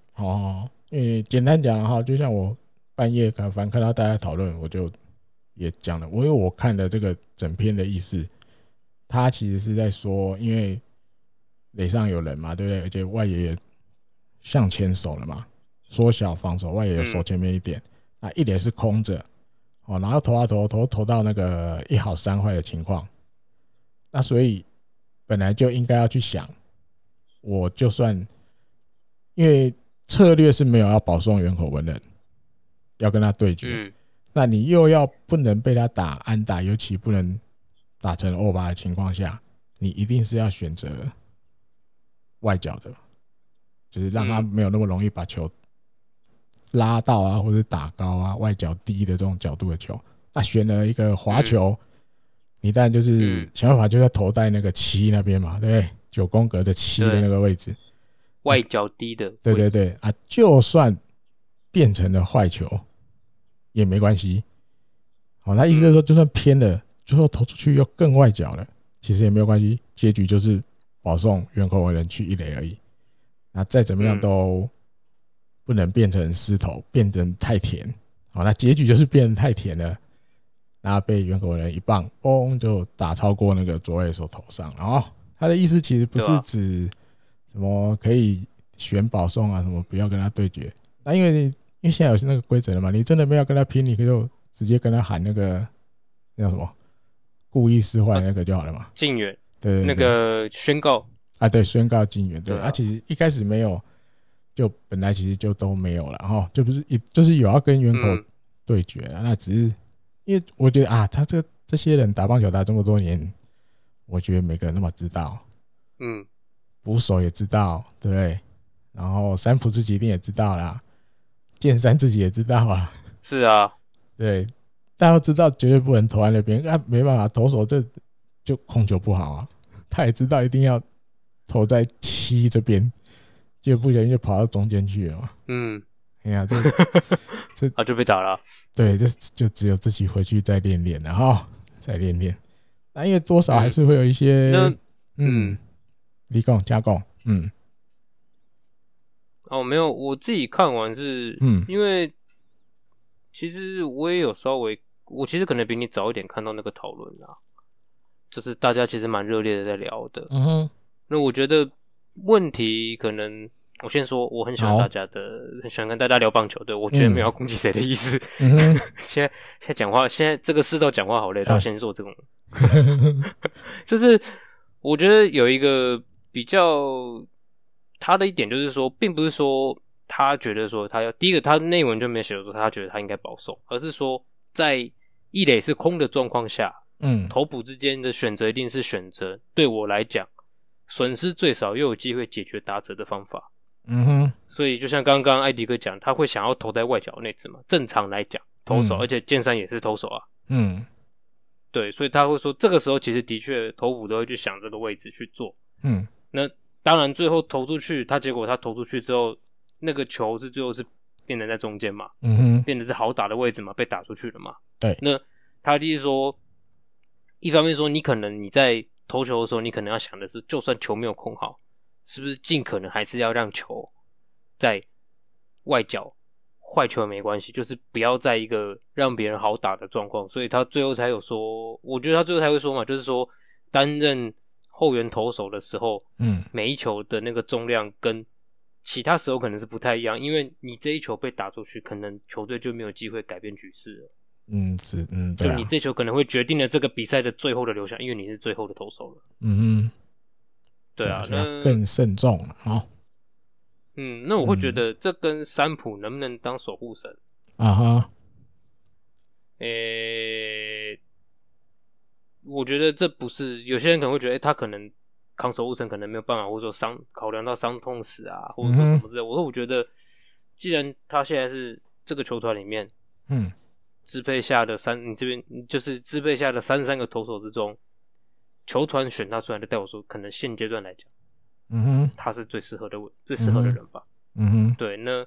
S2: 哦，因为简单讲哈，就像我半夜反正看到大家讨论，我就也讲了，我因为我看了这个整篇的意思，他其实是在说，因为垒上有人嘛，对不对？而且外野也向前守了嘛，缩小防守，外野有守前面一点，那、嗯、一垒是空着，哦，然后投啊投投投到那个一好三坏的情况，那所以本来就应该要去想，我就算因为策略是没有要保送远口文人，要跟他对决，嗯、那你又要不能被他打安打，尤其不能打成欧巴的情况下，你一定是要选择外角的，就是让他没有那么容易把球拉到啊，或者打高啊，外角低的这种角度的球。那选了一个滑球，嗯、你当然就是想办法就在头带那个七那边嘛，对不对？九宫格的七的那个位置，
S3: 外角低的位置，
S2: 对对对啊，就算变成了坏球也没关系。好，他意思就是说，就算偏了，最后投出去又更外角了，其实也没有关系，结局就是保送远口文人去一垒而已。那再怎么样都不能变成失投，变成太甜。好，那结局就是变成太甜了，然后被远口文人一棒，嘣就打超过那个左垒手头上。然后他的意思其实不是指什么可以选保送啊，什么不要跟他对决。那因为因为现在有那个规则了嘛，你真的没有跟他拼，你就直接跟他喊那个那叫什么故意失坏那个就好了嘛。
S3: 禁援，
S2: 对，
S3: 那个宣告
S2: 啊，对，宣告禁援，对，他、啊、其实一开始没有，就本来其实就都没有了哈，就不是就是有要跟远口对决、嗯、那只是因为我觉得啊，他这这些人打棒球打这么多年，我觉得每个人都嘛知道，嗯，捕手也知道，对不对？然后三浦自己一定也知道啦，剑山自己也知道啊，
S3: 是啊，
S2: 对，大家都知道绝对不能投在那边，那、啊、没办法，投手这就控球不好啊，他也知道一定要投在七这边，结果不小心就跑到中间去了嘛。嗯，哎呀，这这
S3: 啊就被打了。
S2: 对，就就只有自己回去再练练了哈，再练练。那因为多少还是会有一些，嗯，嗯离供加供，嗯。
S3: 哦，没有，我自己看完是，嗯，因为其实我也有稍微，我其实可能比你早一点看到那个讨论啊，就是大家其实蛮热烈的在聊的。嗯哼，那我觉得问题可能，我先说，我很喜欢大家的，很喜欢跟大家聊棒球，对，我觉得没有要攻击谁的意思。嗯、现在现在讲话，现在这个世道讲话好累，到先做这种，就是我觉得有一个比较。他的一点就是说，并不是说他觉得说他要第一个，他内文就没写说他觉得他应该保送，而是说在一垒是空的状况下，嗯，投捕之间的选择一定是选择对我来讲损失最少又有机会解决打者的方法。嗯哼，所以就像刚刚艾迪哥讲，他会想要投在外角内置嘛，正常来讲投手、嗯，而且剑山也是投手啊，嗯，对，所以他会说这个时候其实的确投捕都会去想这个位置去做，嗯，那。当然最后投出去，他结果他投出去之后，那个球是最后是变成在中间嘛，嗯哼，变成是好打的位置嘛，被打出去了嘛。
S2: 对，
S3: 那他的意思说，一方面说你可能你在投球的时候，你可能要想的是，就算球没有控好，是不是尽可能还是要让球在外角坏球也没关系，就是不要在一个让别人好打的状况。所以他最后才有说，我觉得他最后才会说嘛，就是说担任后援投手的时候，嗯，每一球的那个重量跟其他时候可能是不太一样，因为你这一球被打出去，可能球队就没有机会改变局势了。
S2: 嗯，是，嗯，对啊，
S3: 就你这球可能会决定了这个比赛的最后的流向，因为你是最后的投手了。
S2: 嗯哼，
S3: 对啊，那
S2: 更慎重了，好。
S3: 嗯，那我会觉得这跟山浦能不能当守护神
S2: 啊哈，
S3: 诶、欸。我觉得这不是有些人可能会觉得、欸、他可能扛守护神可能没有办法，或者说伤考量到伤痛史啊，或者说什么之类、嗯、我说我觉得既然他现在是这个球团里面嗯支配下的三你这边就是支配下的三十三个投手之中，球团选他出来的，代表说可能现阶段来讲嗯哼他是最适合的最适合的人吧。嗯哼，对，那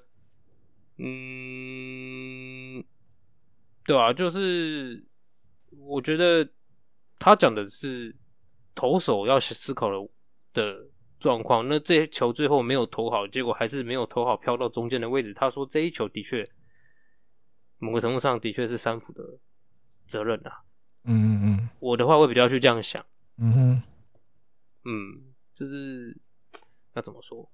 S3: 嗯对啊，就是我觉得他讲的是投手要思考的的状况，那这球最后没有投好，结果还是没有投好，飘到中间的位置。他说这一球的确，某个程度上的确是三浦的责任啊。
S2: 嗯嗯嗯，
S3: 我的话会比较去这样想。
S2: 嗯哼，
S3: 嗯，就是要怎么说？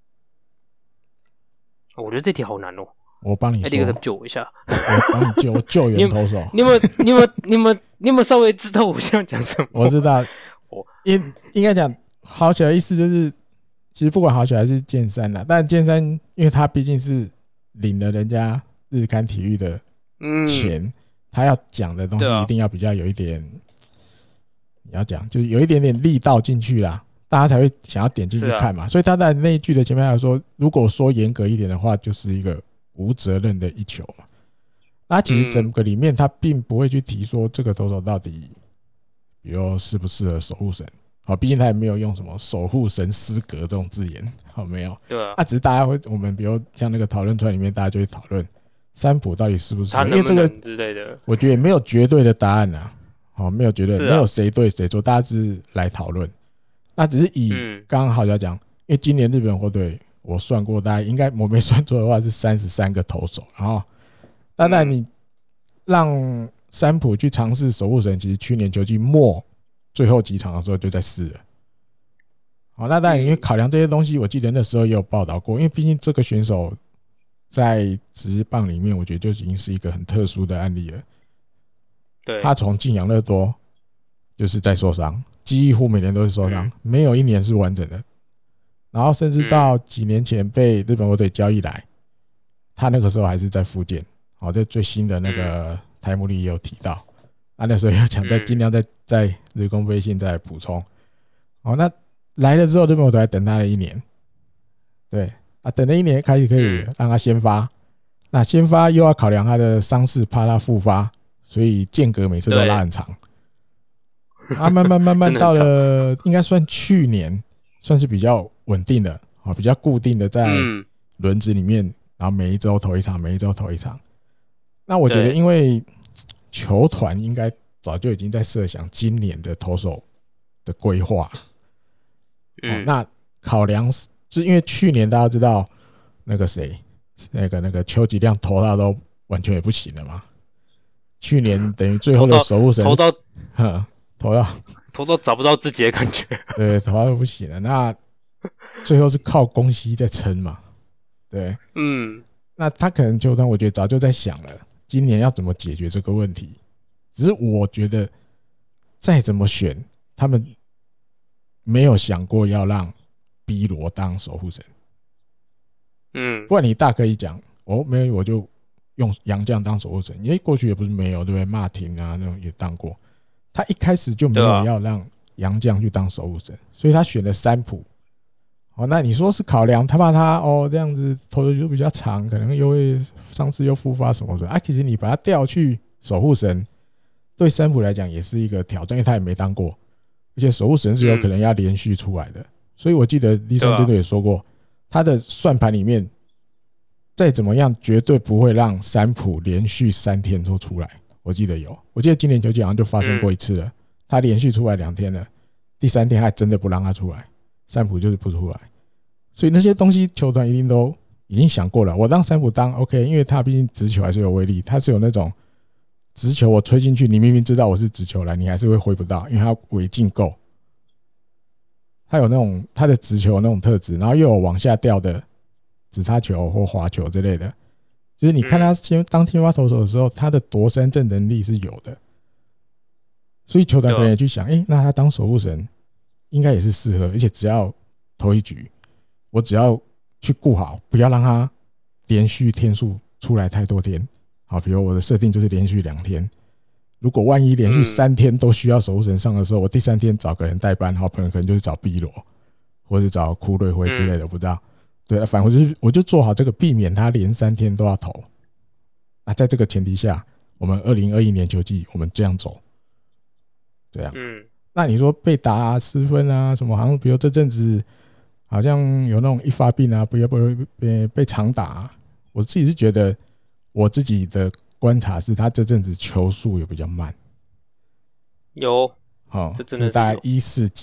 S3: 我觉得这题好难哦。
S2: 我帮你说，
S3: 哎，你可救我一下。
S2: 我帮你救救援投手。
S3: 你有没有？你有没有？你有没有？你有没有稍微知道我想讲什么？
S2: 我知道，我应应该讲好起来的意思就是，其实不管好起来还是剑山啦，但剑山因为他毕竟是领了人家日刊体育的钱，嗯、他要讲的东西一定要比较有一点，啊、你要讲就是有一点点力道进去啦，大家才会想要点进去看嘛。啊、所以他在那一句的前面还有说，如果说严格一点的话，就是一个无责任的一球嘛。那其实整个里面他并不会去提说这个投手到底，比如适不适合守护神，好，毕竟他也没有用什么守护神失格这种字眼，好没有？
S3: 对啊。
S2: 啊，只是大家会，我们比如像那个讨论串里面，大家就会讨论三浦到底适不适合，
S3: 因为
S2: 这个
S3: 之类的，
S2: 我觉得也没有绝对的答案啊，好，没有绝对，没有谁对谁错，大家只是来讨论。那只是以刚刚好要讲，因为今年日本火腿我算过，大概应该我没算错的话是三十三个投手，然后。当然，你让三浦去尝试守护神，其实去年球季末最后几场的时候就在试了。好，那当然，因为考量这些东西，我记得那时候也有报道过，因为毕竟这个选手在职棒里面，我觉得就已经是一个很特殊的案例了。
S3: 对，
S2: 他从进养乐多就是在受伤，几乎每年都是受伤，没有一年是完整的。然后甚至到几年前被日本火腿交易来，他那个时候还是在复健。好，这最新的那个台目里也有提到，啊，那时候要讲再尽量再在日工微信再补充。好，那来了之后，日本火腿还等他了一年，对啊，等了一年开始可以让他先发，那先发又要考量他的伤势，怕他复发，所以间隔每次都拉很长。啊，慢慢慢慢到了应该算去年，算是比较稳定的，好，比较固定的在轮子里面，然后每一周投一场，每一周投一场。那我觉得，因为球团应该早就已经在设想今年的投手的规划，嗯，那考量就是因为去年大家知道那个谁，那个那个邱吉亮投到都完全也不行了嘛，去年等于最后的守护神
S3: 投到
S2: 投到
S3: 投到找不到自己的感觉，
S2: 对，投到都不行了，那最后是靠宫西在撑嘛，对，
S3: 嗯，
S2: 那他可能球团我觉得早就在想了。今年要怎么解决这个问题？只是我觉得再怎么选，他们没有想过要让 B 罗当守护神。
S3: 嗯，
S2: 不然你大可以讲，哦，没有我就用洋将当守护神，因为过去也不是没有，对不对？马廷啊那种也当过。他一开始就没有要让洋将去当守护神，所以他选了三浦。哦，那你说是考量他怕他哦这样子投的就比较长，可能又会上次又复发什么的啊？其实你把他调去守护神，对三浦来讲也是一个挑战，因为他也没当过，而且守护神是有可能要连续出来的。嗯、所以我记得立山真的也说过，他的算盘里面再怎么样绝对不会让三浦连续三天都出来。我记得有，我记得今年球季好像就发生过一次了，嗯、他连续出来两天了，第三天还真的不让他出来。三浦就是不出来，所以那些东西球团一定都已经想过了。我让三浦当 OK， 因为他毕竟直球还是有威力，他是有那种直球我吹进去，你明明知道我是直球来，你还是会挥不到，因为他尾劲够，他有那种他的直球那种特质，然后又有往下掉的直插球或滑球之类的，就是你看他先当先发投手的时候，他的夺三振能力是有的，所以球团可能也去想，哎、欸，那他当守护神。应该也是适合，而且只要投一局，我只要去顾好，不要让他连续天数出来太多天。好，比如我的设定就是连续两天，如果万一连续三天都需要守护神上的时候，我第三天找个人代班，好，可能可能就是找 B 罗，或者找库瑞辉之类的，不知道。对，反正就是我就做好这个，避免他连三天都要投。那在这个前提下，我们二零二一年球季我们这样走，这样。嗯。那你说被打啊、失分啊什么，好像比如这阵子好像有那种一发病啊，不要不被被长打、啊。我自己是觉得，我自己的观察是他这阵子球速也比较慢。
S3: 有，
S2: 哦，就大概一四几，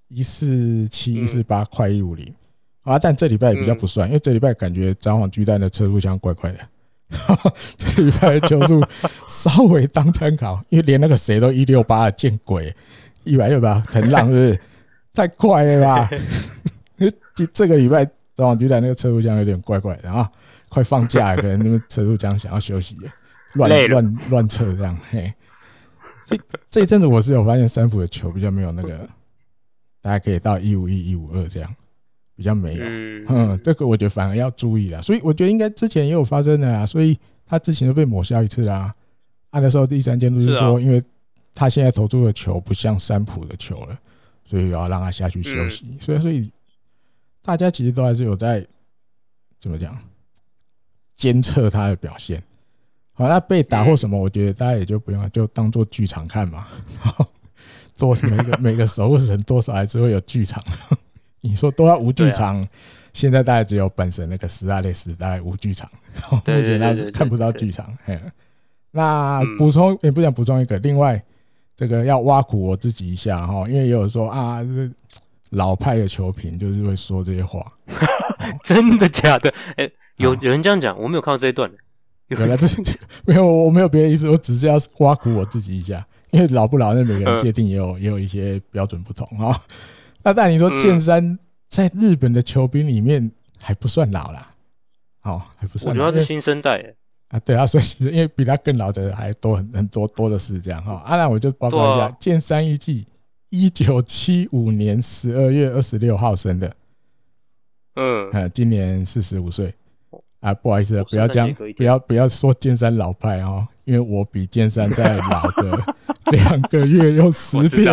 S2: 一四七、一四八，快一五零啊！但这礼拜也比较不算，嗯、因为这礼拜感觉札幌巨蛋的车速枪怪怪的。这礼拜的球速稍微当参考，因为连那个谁都一六八的见鬼，一百六八藤浪是不是太快了吧？这个礼拜札幌巨蛋那个车速枪有点怪怪的啊，快放假了，可能那个车速枪想要休息了，乱乱乱测这样。嘿，所以这一阵子我是有发现三浦的球比较没有那个，大家可以到一五一、一五二这样。比较没有，嗯，嗯，这个我觉得反而要注意啦。所以我觉得应该之前也有发生的啦，所以他之前就被抹消一次啦。按的时候第三监督是说，因为他现在投出的球不像三浦的球了，所以要让他下去休息。所以，所以大家其实都还是有在怎么讲监测他的表现。好，那被打或什么，我觉得大家也就不用就当做剧场看嘛。多每个每个守护神多少还是会有剧场。你说都要无剧场，啊、现在大概只有本身那个斯阿列斯大概无剧场，目前他看不到剧场。那补充也、嗯欸、不想补充一个，另外这个要挖苦我自己一下哈，因为也有说啊，老派的球评就是会说这些话，
S3: 真的假的？哎、欸，有有人这样讲，我没有看到这一段。
S2: 原来不是没有，我没有别的意思，我只是要挖苦我自己一下，因为老不老那每个人界定也有、嗯、也有一些标准不同哈。那但你说剑山在日本的球兵里面还不算老啦，哦，还不算老。
S3: 我觉得他是新生代耶
S2: 啊，对啊，所以因为比他更老的还多很很多多的是这样哈。啊，那我就报告一下，剑山一季一九七五年十二月二十六号生的，
S3: 嗯，
S2: 呃，今年四十五岁啊，不好意思，不要这样，不要不要说剑山老派哦，因为我比剑山再老个两个月又十天。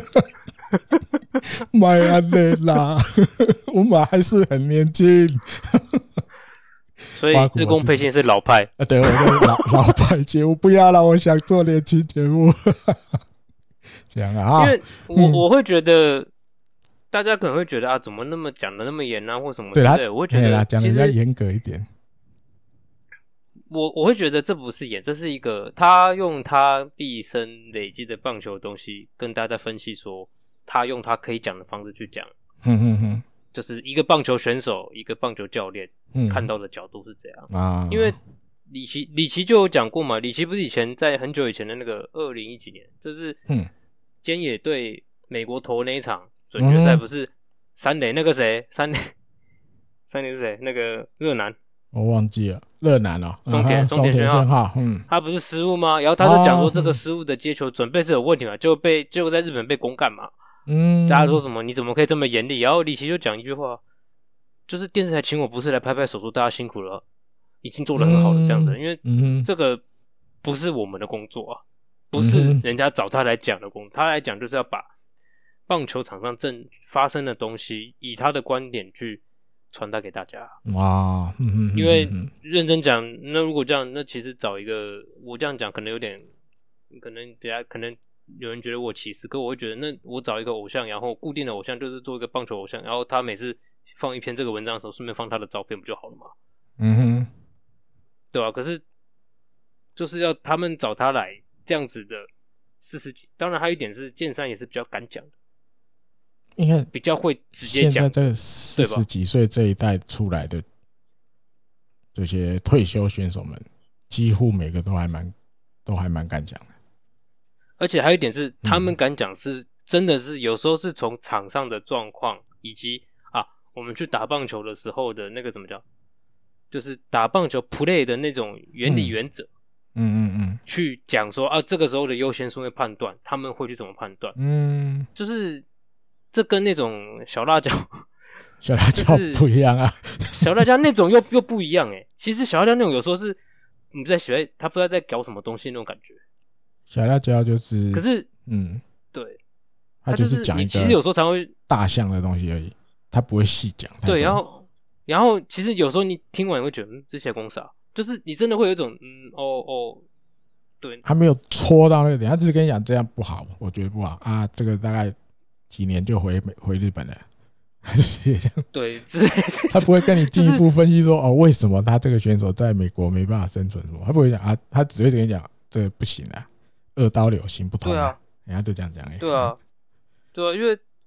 S2: 买安内啦，我们还是很年轻，
S3: 所以日工配信是老派
S2: 啊，对，我是老老派节目，不要了，我想做年轻节目，这样啊，
S3: 因为我、嗯、我会觉得，大家可能会觉得啊，怎么那么讲的那么严啊，或什么之类的，对，我会觉得
S2: 讲的比较严格一点。
S3: 我我会觉得这不是演，这是一个他用他毕生累积的棒球的东西跟大家分析说。他用他可以讲的方式去讲，
S2: 嗯嗯嗯，
S3: 就是一个棒球选手，一个棒球教练、嗯、看到的角度是这样
S2: 啊。
S3: 因为李奇李奇就有讲过嘛，李奇不是以前在很久以前的那个二零一几年，就是菅野对美国投那一场准决赛，不是三垒那个谁，三垒三垒是谁？那个热男，
S2: 我忘记了，热男哦，
S3: 松田松田宣浩，
S2: 嗯，
S3: 他不是失误吗？然后他就讲说这个失误的接球准备是有问题嘛，就被结果在日本被公干嘛。
S2: 嗯，
S3: 大家说什么？你怎么可以这么严厉？然后李奇就讲一句话，就是电视台请我不是来拍拍手说大家辛苦了，已经做得很好了这样子，因为这个不是我们的工作啊，不是人家找他来讲的工作，他来讲就是要把棒球场上正发生的东西，以他的观点去传达给大家。
S2: 哇，嗯、
S3: 因为认真讲，那如果这样，那其实找一个我这样讲可能有点，可能等下可能。有人觉得我歧视，可我会觉得，那我找一个偶像，然后固定的偶像就是做一个棒球偶像，然后他每次放一篇这个文章的时候，顺便放他的照片，不就好了吗？
S2: 嗯哼，
S3: 对吧、啊？可是就是要他们找他来这样子的四十几，当然还有一点是剑山也是比较敢讲的，
S2: 应该
S3: 比较会直接讲。
S2: 现在这四十几岁这一代出来的这些退休选手们，几乎每个都还蛮都还蛮敢讲的。
S3: 而且还有一点是，他们敢讲是真的是有时候是从场上的状况，以及啊，我们去打棒球的时候的那个怎么讲，就是打棒球 play 的那种原理原则，
S2: 嗯嗯嗯，
S3: 去讲说啊，这个时候的优先顺位判断，他们会去怎么判断？
S2: 嗯，
S3: 就是这跟那种小辣椒，
S2: 小辣椒不一样啊，
S3: 小辣椒那种又又不一样哎、欸。其实小辣椒那种有时候是你在学，他不知道在搞什么东西那种感觉。
S2: 小辣椒就是，
S3: 可是，
S2: 嗯，
S3: 对，
S2: 他就是讲一个，
S3: 其实有时候常会
S2: 大象的东西而已，他不会细讲。
S3: 对，然后，然后其实有时候你听完你会觉得，嗯，这些公司啊，就是你真的会有一种，嗯，哦哦，对，
S2: 他没有戳到那个点，他只是跟你讲这样不好，我觉得不好啊，这个大概几年就回回日本了，就是这样。
S3: 对，之类的，
S2: 他不会跟你进一步分析说，哦，为什么他这个选手在美国没办法生存，什么，他不会讲啊，他只会跟你讲，这个不行啊。二刀流行不通、啊，
S3: 对啊，
S2: 人家就这样讲哎。
S3: 对啊，对啊，因为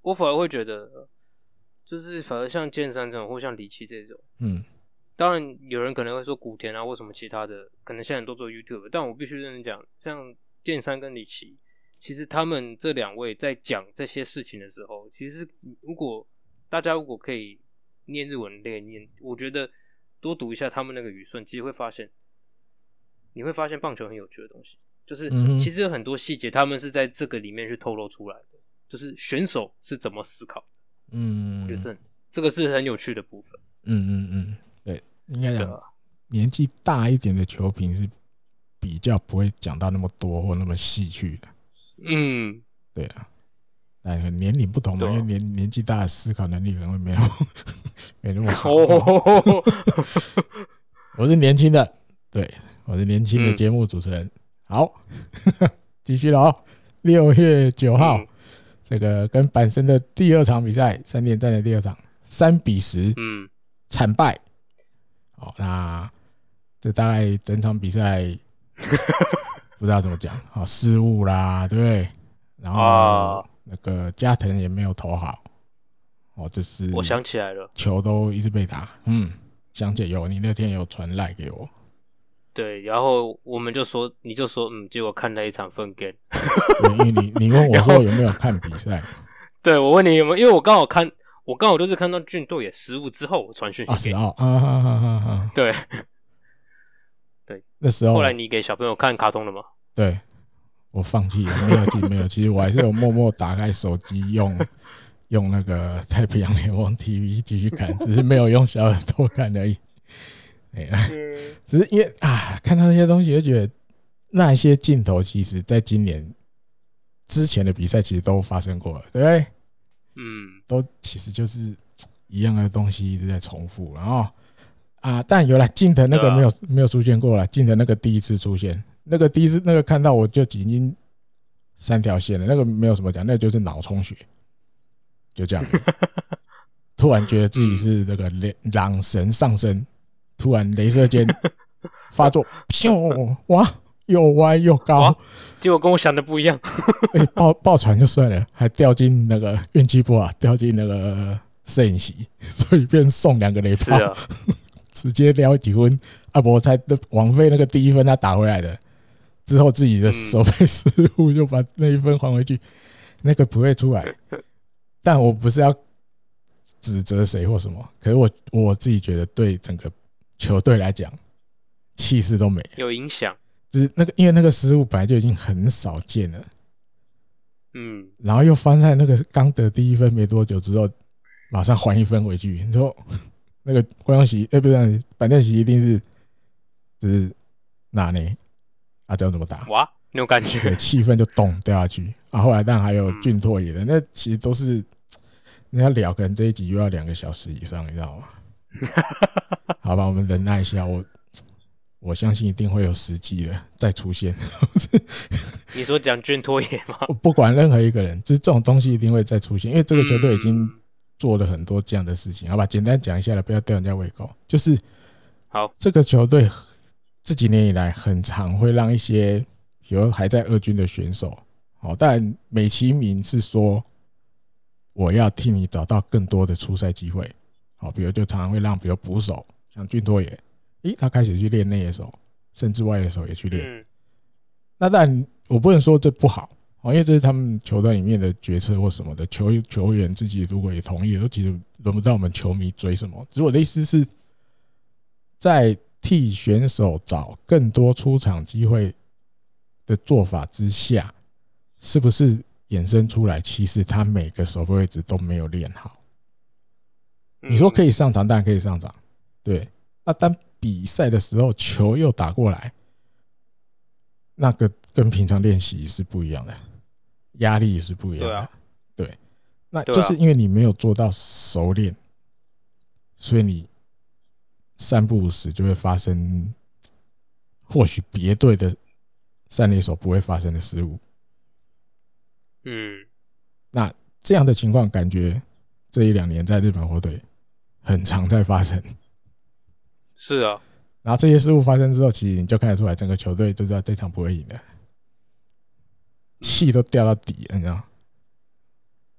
S3: 我反而会觉得，就是反而像剑山这种，或像李琦这种，嗯，当然有人可能会说古田啊，或什么其他的，可能现在很多做 YouTube， 但我必须认真讲，像剑山跟李琦，其实他们这两位在讲这些事情的时候，其实如果大家如果可以念日文类念，我觉得多读一下他们那个语顺，其实会发现，你会发现棒球很有趣的东西，就是其实有很多细节，他们是在这个里面去透露出来的，就是选手是怎么思考的，嗯，就是这个是很有趣的部分，
S2: 嗯嗯嗯，对，应该讲年纪大一点的球评是比较不会讲到那么多或那么细去的，嗯，对啊。但年龄不同嘛，因为年年纪大的思考能力可能会没那么没那么好。哦、我是年轻的，对，我是年轻的节目主持人。嗯、好，继续了哦。六月九号，嗯、这个跟阪神的第二场比赛，三连战的第二场，三比十，嗯，惨败。好，那这大概整场比赛不知道怎么讲，好失误啦，对不对？然后。啊那个加藤也没有投好，哦，就是
S3: 我想起来了，
S2: 球都一直被打，嗯，想起来有，你那天有传赖给我，
S3: 对，然后我们就说，你就说，嗯，结果看了一场分 game，
S2: 对，因为你你问我说有没有看比赛，
S3: 对我问你有没有，因为我刚好看，我刚好就是看到俊斗也失误之后，我传讯息给你，
S2: 啊，啊啊啊啊啊，
S3: 对，对，
S2: 那时候
S3: 后来你给小朋友看卡通了吗？
S2: 对。我放弃了，没有进，没有。其实我还是有默默打开手机用用那个太平洋联盟 T V 继续看，只是没有用小耳朵看而已。只是因为啊，看到那些东西就觉得那些镜头，其实在今年之前的比赛其实都发生过了，对不对？嗯，都其实就是一样的东西一直在重复，然后啊，但有了近藤那个没有没有出现过了，近藤那个第一次出现。那个第一次那个看到我就已经三条线了，那个没有什么讲，那个就是脑充血，就这样。突然觉得自己是那个狼神上身，突然雷射箭发作，咻，哇，又歪又高，
S3: 结果跟我想的不一样。
S2: 欸、爆爆船就算了，还掉进那个运气不好，掉进那个摄影席，所以变送两个雷炮，啊、直接撩几分。啊不，我猜王菲那个第一分他打回来的。之后自己的手背失误，就把那一分还回去，那个不会出来。但我不是要指责谁或什么，可是我我自己觉得对整个球队来讲，气势都没
S3: 有影响。
S2: 就是那个，因为那个失误本来就已经很少见了，嗯，然后又翻在那个刚得第一分没多久之后，马上还一分回去。你说那个官方席，哎、欸，不是板凳席一定是就是哪呢？啊，这样怎么打？
S3: 哇，那种感觉，
S2: 气氛就咚掉下去。啊，后来当然还有俊拓也的，那其实都是人家聊，可能这一集又要两个小时以上，你知道吗？好吧，我们忍耐一下，我我相信一定会有时机的再出现。
S3: 你说讲俊拓也吗？
S2: 不管任何一个人，就是这种东西一定会再出现，因为这个球队已经做了很多这样的事情。好吧，简单讲一下了，不要吊人家胃口。就是
S3: 好，
S2: 这个球队。这几年以来，很常会让一些比如还在二军的选手，好，但美其名是说我要替你找到更多的出赛机会，好，比如就常常会让比如捕手像俊拓也，诶，他开始去练内野手，甚至外野手也去练。嗯、那当然我不能说这不好，因为这是他们球队里面的决策或什么的，球球员自己如果也同意，都其实轮不到我们球迷追什么。只是我的意思是，在替选手找更多出场机会的做法之下，是不是衍生出来其实他每个守备位置都没有练好？你说可以上场，当然可以上场，对。那当比赛的时候球又打过来，那个跟平常练习是不一样的，压力也是不一样的，对。那就是因为你没有做到熟练，所以你三不五时就会发生或许别队的三垒手不会发生的失误。嗯，那这样的情况感觉这一两年在日本火腿很常在发生。
S3: 是啊，
S2: 然后这些失误发生之后，其实你就看得出来整个球队就知道这场不会赢的，气都掉到底了，你知道吗？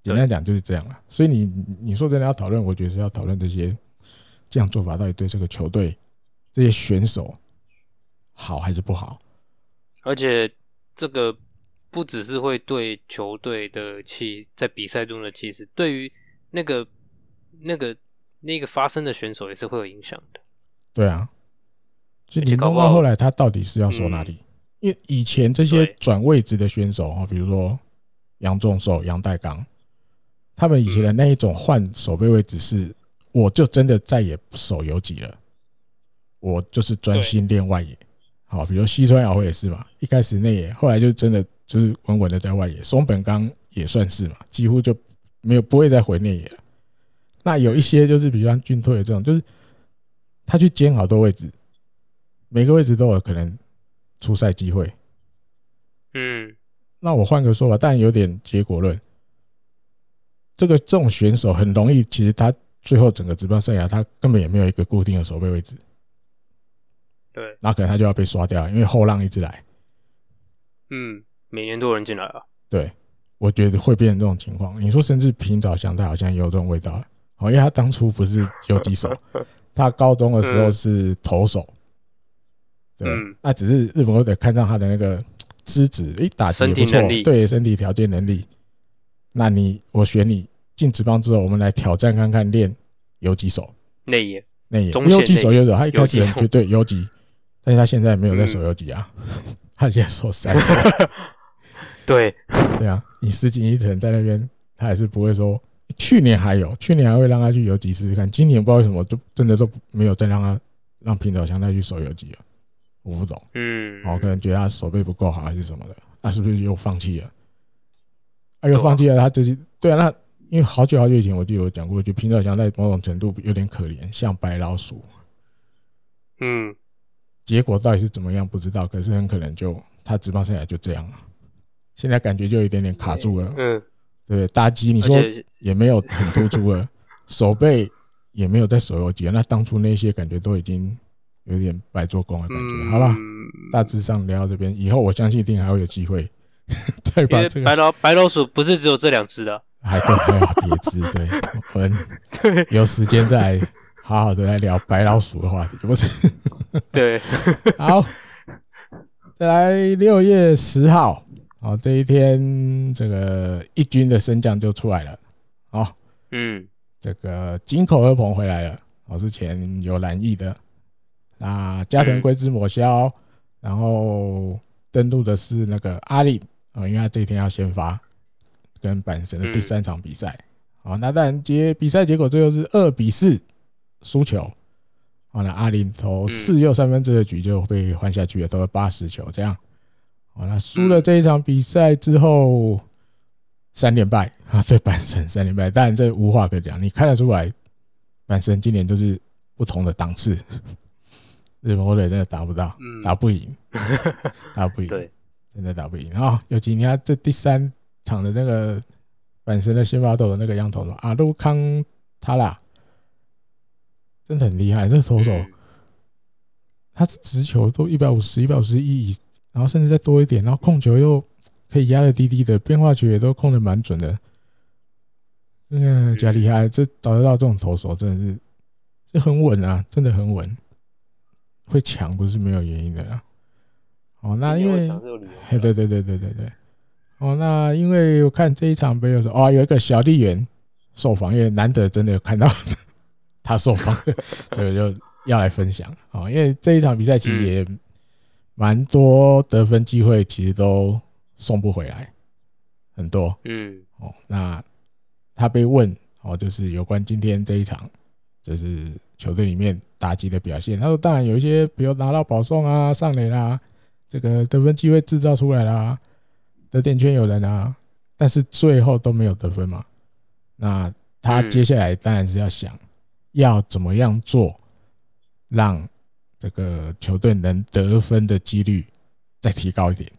S2: 简单讲就是这样了。所以你你说真的要讨论，我觉得是要讨论这些这样做法到底对这个球队这些选手好还是不好。
S3: 而且这个不只是会对球队的气在比赛中的气势，对于那个那个那个发生的选手也是会有影响的。
S2: 对啊，就你弄到后来他到底是要守哪里？嗯、因为以前这些转位置的选手，比如说杨仲寿、杨代刚，他们以前的那一种换守备位置是，我就真的再也不守游击了，我就是专心练外野。好，比如西川遥辉也是嘛，一开始内野，后来就真的就是稳稳的在外野。松本刚也算是嘛，几乎就没有不会再回内野了。那有一些就是比如像俊退的这种，就是他去兼好多位置，每个位置都有可能出赛机会。
S3: 嗯，
S2: 那我换个说法，但有点结果论。这个这种选手很容易，其实他最后整个职棒生涯，他根本也没有一个固定的守备位置。
S3: 对，
S2: 那可能他就要被刷掉了，因为后浪一直来。
S3: 嗯，每年都有人进来啊。
S2: 对，我觉得会变成这种情况。你说甚至平沼翔太好像也有这种味道了，因为他当初不是游击手，他高中的时候是投手。对，嗯、那只是日本队看上他的那个资质，诶，打击也不错，对身体条件能力。那你我选你进职棒之后，我们来挑战看看练游击手。
S3: 内野，
S2: 内野，游击手游手，他一开始很绝对游击。但是他现在没有在守游击啊，嗯、他现在守三。
S3: 对
S2: 对啊，你石井一成在那边，他也是不会说。去年还有，去年还会让他去游击试试看，今年不知道为什么就真的都没有再让他让平沼翔太去守游击了，我不懂。
S3: 嗯，
S2: 我、哦、可能觉得他手背不够好还是什么的，那、啊、是不是又放弃了？啊，又放弃了，他这些对啊，那因为好久好久以前我就有讲过，就平沼翔太某种程度有点可怜，像白老鼠。
S3: 嗯。
S2: 结果到底是怎么样不知道，可是很可能就他职棒生涯就这样了。现在感觉就有一点点卡住了，嗯，对，打击你说也没有很突出了，手背也没有在守游击，那当初那些感觉都已经有点白做工的感觉，嗯、好吧？大致上聊到这边，以后我相信一定还会有机会再把这个
S3: 白老白老鼠不是只有这两只的，
S2: 还对，还有别只，对，我们有时间再好好的来聊白老鼠的话题，不是？
S3: 对，
S2: 好，再来六月十号，好，这一天这个一军的升降就出来了，好，
S3: 嗯，
S2: 这个井口和朋回来了，哦，之前有蓝翼的，那加藤圭之抹消，然后登陆的是那个阿里，哦，因为他这一天要先发跟阪神的第三场比赛，好，那当然结比赛结果最后是二比四输球。好，那阿林投四又三分之二局就被换下去了，投了八十球这样。好，那输了这一场比赛之后，三连败啊，对阪神三连败，当然这无话可讲，你看得出来，阪神今年就是不同的档次，日本火腿真的打不到，打不赢，打不赢，
S3: 对，
S2: 真的打不赢啊！尤其你看这第三场的那个阪神的先发投的那个洋投手阿鲁康塔拉。真的很厉害，这个投手，他直球都一百五十、一百五十一，然后甚至再多一点，然后控球又可以压得低低的，变化球也都控得蛮准的，嗯，加厉害，这找得到这种投手真的是，这很稳啊，真的很稳，会强不是没有原因的啦。哦，那因为，对对对对对对对，哦，那因为我看这一场杯的时候，哦，有一个小笠原受访，因为难得真的有看到。他受访，所以就要来分享啊！因为这一场比赛其实也蛮多得分机会，其实都送不回来，很多。嗯，哦，那他被问哦，就是有关今天这一场，就是球队里面打击的表现。他说，当然有一些，比如拿到保送啊、上垒啦，这个得分机会制造出来啦，得点圈有人啊，但是最后都没有得分嘛。那他接下来当然是要想。要怎么样做，让这个球队能得分的几率再提高一点？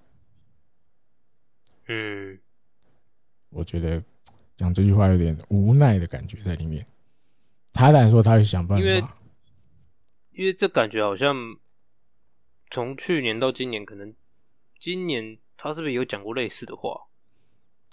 S3: 嗯，
S2: 我觉得讲这句话有点无奈的感觉在里面。他当然说他会想办法，
S3: 因为因为这感觉好像从去年到今年，可能今年他是不是有讲过类似的话？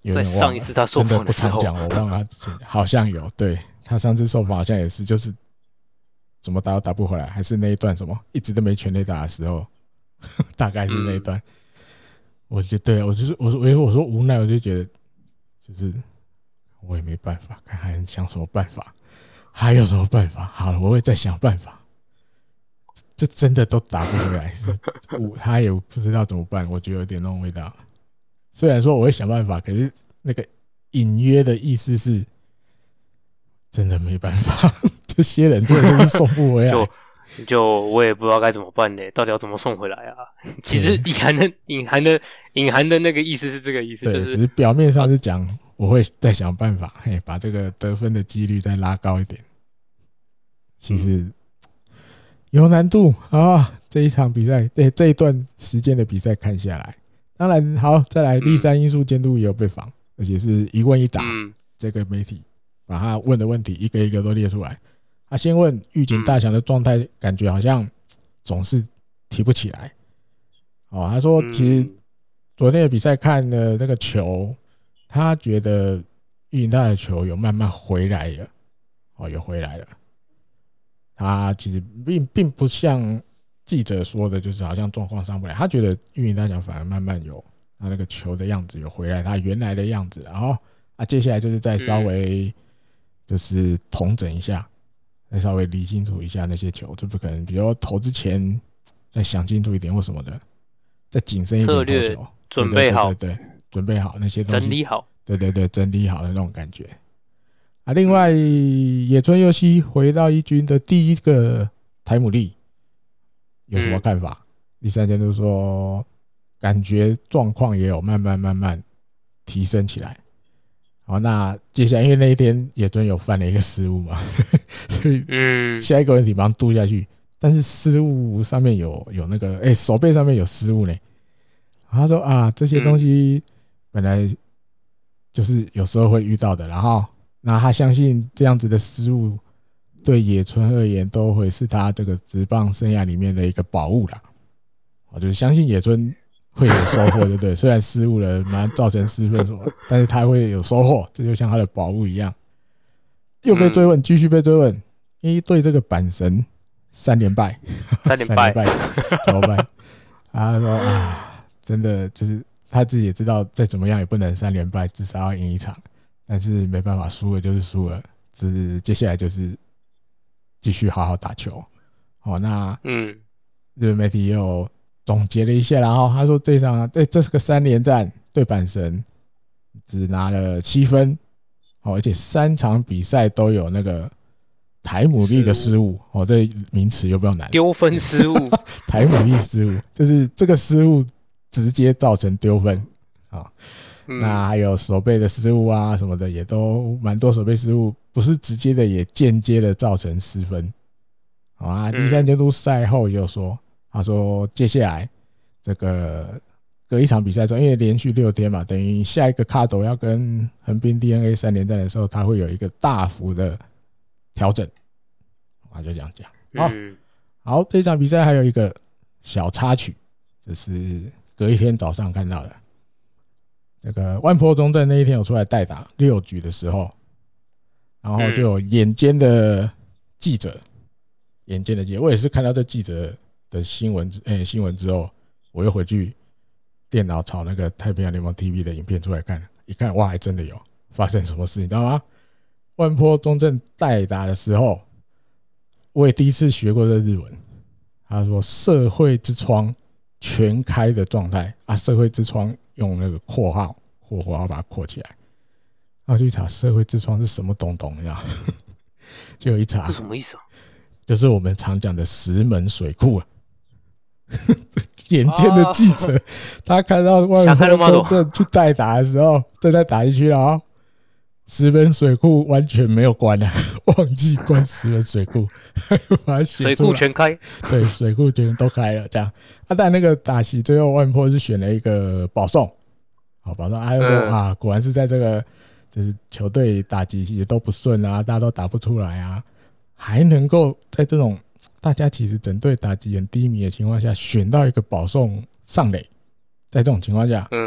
S2: 有点忘了，
S3: 上一次他受访
S2: 的时候，真的不常讲，我忘了，好像有，对他上次受访好像也是，就是怎么打都打不回来，还是那一段什么一直都没全垒打的时候，大概是那一段。嗯、我觉得对我就是我说我说无奈，我就觉得就是我也没办法，看还能想什么办法，还有什么办法？好了，我会再想办法。这真的都打不回来，他也不知道怎么办，我觉得有点那种味道。虽然说我会想办法，可是那个隐约的意思是，真的没办法，这些人真的是送不回来。
S3: 就就我也不知道该怎么办呢，到底要怎么送回来啊？其实隐含的、隐含的、隐含的那个意思是这个意思，
S2: 对，
S3: 就是
S2: 只是表面上是讲我会再想办法，嘿，把这个得分的几率再拉高一点。其实。嗯有难度啊！这一场比赛，对这一段时间的比赛看下来，当然好，再来第三因素监督也有被访，而且是一问一答。嗯、这个媒体把他问的问题一个一个都列出来。他先问玉井大翔的状态，感觉好像总是提不起来。哦，他说其实昨天的比赛看了这个球，他觉得玉井大的球有慢慢回来了，哦，有回来了。他其实并并不像记者说的，就是好像状况上不来。他觉得玉井大翔反而慢慢有他那个球的样子有回来，他原来的样子。然后啊，接下来就是再稍微就是统整一下，再稍微理清楚一下那些球，就不可能，比如投之前再想清楚一点或什么的，再谨慎一点投球，
S3: 准备好，
S2: 对对对，准备好那些东西，
S3: 整理好，
S2: 对对对，整理好的那种感觉。啊，另外，野村佑希回到一军的第一个台姆利有什么看法？嗯、第三监督说，感觉状况也有慢慢慢慢提升起来。好，那接下来因为那一天野村有犯了一个失误嘛，所以下一个问题马上渡下去。但是失误上面有有那个，哎、欸，手背上面有失误呢。他说啊，这些东西本来就是有时候会遇到的，然后。那他相信这样子的失误对野村而言都会是他这个职棒生涯里面的一个宝物啦。我就是相信野村会有收获，对不对？虽然失误了，马上造成失分什么，但是他会有收获，这就像他的宝物一样。又被追问，继续被追问，因为对这个阪神三连败，
S3: 三连败
S2: 怎么办？他说啊，真的就是他自己也知道，再怎么样也不能三连败，至少要赢一场。但是没办法，输了就是输了，只接下来就是继续好好打球。好，那嗯，日本媒体也有总结了一下，然后他说这场对这是个三连战，对阪神只拿了七分，哦，而且三场比赛都有那个台姆利的失误，哦，这名词又比较难，
S3: 丢分失误，
S2: 台姆利失误，就是这个失误直接造成丢分啊。那还有手背的失误啊什么的，也都蛮多手背失误，不是直接的，也间接的造成失分。好啊，第三监督赛后也有说，他说接下来这个隔一场比赛中，因为连续六天嘛，等于下一个卡斗要跟横滨 D N A 三连战的时候，他会有一个大幅的调整。啊，就这样讲。好，好，这场比赛还有一个小插曲，这是隔一天早上看到的。那个万波中正那一天有出来代打六局的时候，然后就有眼尖的记者，眼尖的记者，我也是看到这记者的新闻，欸、新闻之后，我又回去电脑找那个太平洋联盟 T V 的影片出来看，一看哇，还真的有发生什么事，你知道吗？万波中正代打的时候，我也第一次学过这日文，他说社会之窗全开的状态啊，社会之窗。用那个括号，括号把它括起来，然后去查社会之窗是什么东东，你知道？就有一查，
S3: 这什么意思啊？
S2: 就是我们常讲的石门水库啊。眼尖的记者，他看到万波中正去代打的时候，正在打进去了啊，石门水库完全没有关啊，忘记关石门水库，把它写出来。
S3: 水库全开，
S2: 对，水库全都开了，这样。啊，但那个打席最后万波是选了一个保送，好保送，他就说、嗯、啊，果然是在这个就是球队打击也都不顺啊，大家都打不出来啊，还能够在这种大家其实整队打击很低迷的情况下，选到一个保送上垒，在这种情况下，嗯，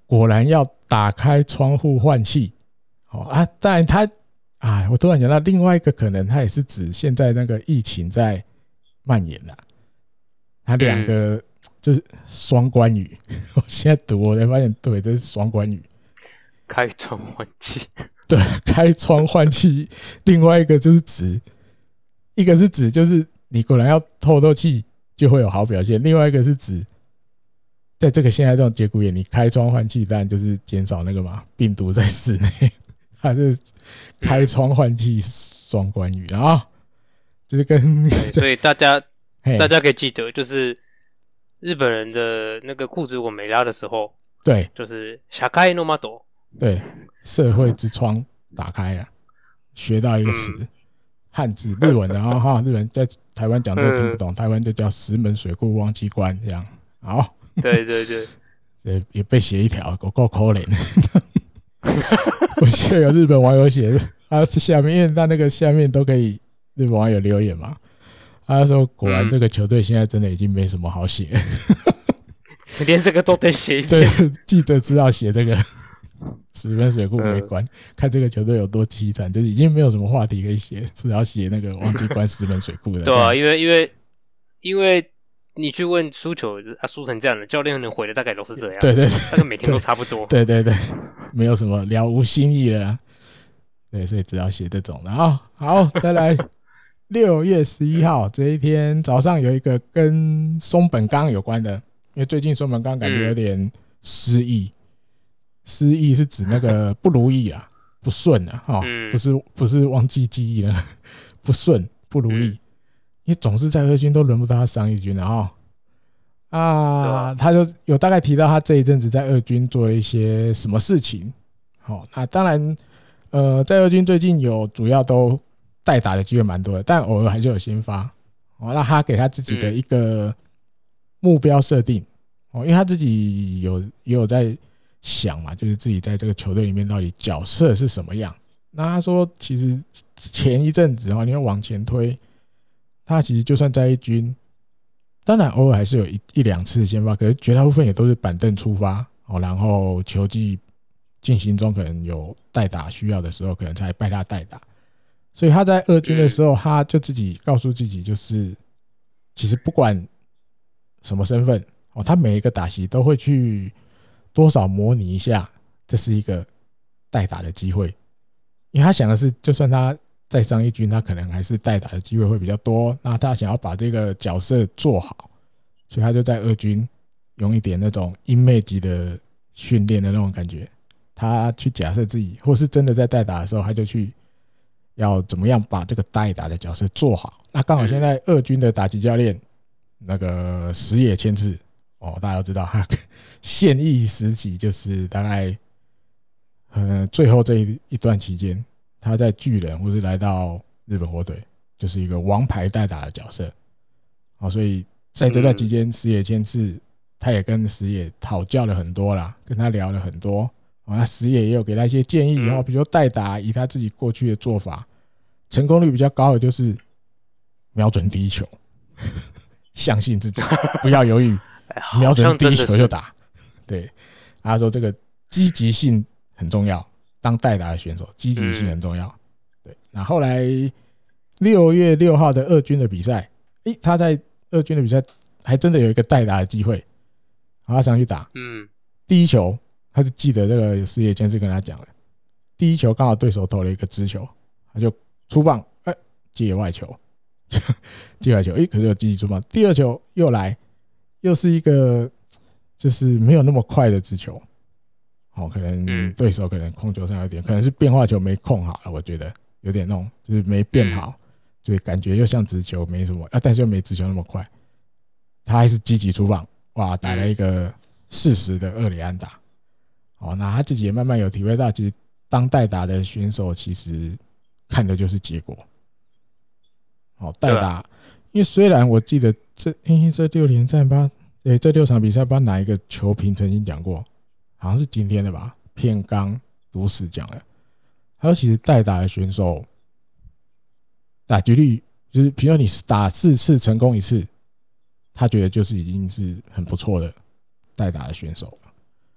S2: 果然要打开窗户换气。哦啊，当然他啊，我突然想到另外一个可能，他也是指现在那个疫情在蔓延啦。他两个就是双关语，我现在读我才发现，对，这是双关语。
S3: 开窗换气，
S2: 对，开窗换气。另外一个就是指，一个是指就是你果然要透透气就会有好表现，另外一个是指。在这个现在这种节骨眼，你开窗换气，当然就是减少那个嘛病毒在室内，它是开窗换气双关语啊，就是跟
S3: 所以大家大家可以记得，就是日本人的那个裤子我没拉的时候，
S2: 对，
S3: 就是社会の窓，
S2: 对，社会之窗打开啊，学到一个词，嗯、汉字日文的啊哈，日文在台湾讲这个听不懂，嗯、台湾就叫石门水库忘机关这样，好。
S3: 对对对，
S2: 也也被写一条，够够可怜。我记得有日本网友写，他下面，因为他那个下面都可以日本网友留言嘛，他说果然这个球队现在真的已经没什么好写，
S3: 嗯、连这个都得写。
S2: 对，记者知道写这个石门水库没关，嗯、看这个球队有多凄惨，就是已经没有什么话题可以写，只要写那个忘记关石门水库的。
S3: 对啊，因为因为因为。你去问输球啊，输成这样的教练能回的大概都是这样，
S2: 对对对，
S3: 大概每天都差不多，
S2: 对对对，没有什么了无新意了、啊，对，所以只要写这种的啊。好，再来六月十一号这一天早上有一个跟松本刚有关的，因为最近松本刚感觉有点失意，嗯、失意是指那个不如意啊，不顺啊，哦，嗯、不是不是忘记记忆了，不顺不如意。嗯因为总是在二军都轮不到他上一军了哈啊，他就有大概提到他这一阵子在二军做了一些什么事情。好，那当然，呃，在二军最近有主要都代打的机会蛮多的，但偶尔还是有先发。哦，那他给他自己的一个目标设定哦，因为他自己有也有在想嘛，就是自己在这个球队里面到底角色是什么样。那他说，其实前一阵子哦，你要往前推。他其实就算在一军，当然偶尔还是有一一两次先发，可是绝大部分也都是板凳出发，然后球季进行中可能有代打需要的时候，可能才拜他代打。所以他在二军的时候，他就自己告诉自己，就是其实不管什么身份，他每一个打席都会去多少模拟一下，这是一个代打的机会，因为他想的是，就算他再上一军，他可能还是代打的机会会比较多。那他想要把这个角色做好，所以他就在二军用一点那种英妹级的训练的那种感觉。他去假设自己，或是真的在代打的时候，他就去要怎么样把这个代打的角色做好。那刚好现在二军的打击教练那个石野千次哦，大家都知道他现役时期就是大概呃最后这一一段期间。他在巨人或是来到日本火腿，就是一个王牌代打的角色，所以在这段期间，石野千次他也跟石野讨教了很多啦，跟他聊了很多。那石野也有给他一些建议，然后比如说代打，以他自己过去的做法，成功率比较高的就是瞄准第一球，相信自己，不要犹豫，瞄准第一球就打。对，他说这个积极性很重要。当代打的选手，积极性很重要。对，那后来六月六号的二军的比赛，诶，他在二军的比赛还真的有一个代打的机会，然后他上去打。嗯，第一球他就记得这个石野千次跟他讲了，第一球刚好对手投了一个直球，他就出棒，哎，接外球，接外球，诶，可是有积极出棒。第二球又来，又是一个就是没有那么快的直球。好，可能对手可能控球上有点，可能是变化球没控好了，我觉得有点那种就是没变好，所以感觉又像直球没什么，啊，但是又没直球那么快，他还是积极出棒，哇，打了一个适时的二垒安打。哦，那他自己也慢慢有体会到，其实当代打的选手其实看的就是结果。好，代打，因为虽然我记得这因为这六连战吧，对，这六场比赛，不知道哪一个球评曾经讲过。好像是今天的吧，片冈读史讲了。还有其实代打的选手打击率，就是比如你打四次成功一次，他觉得就是已经是很不错的代打的选手了。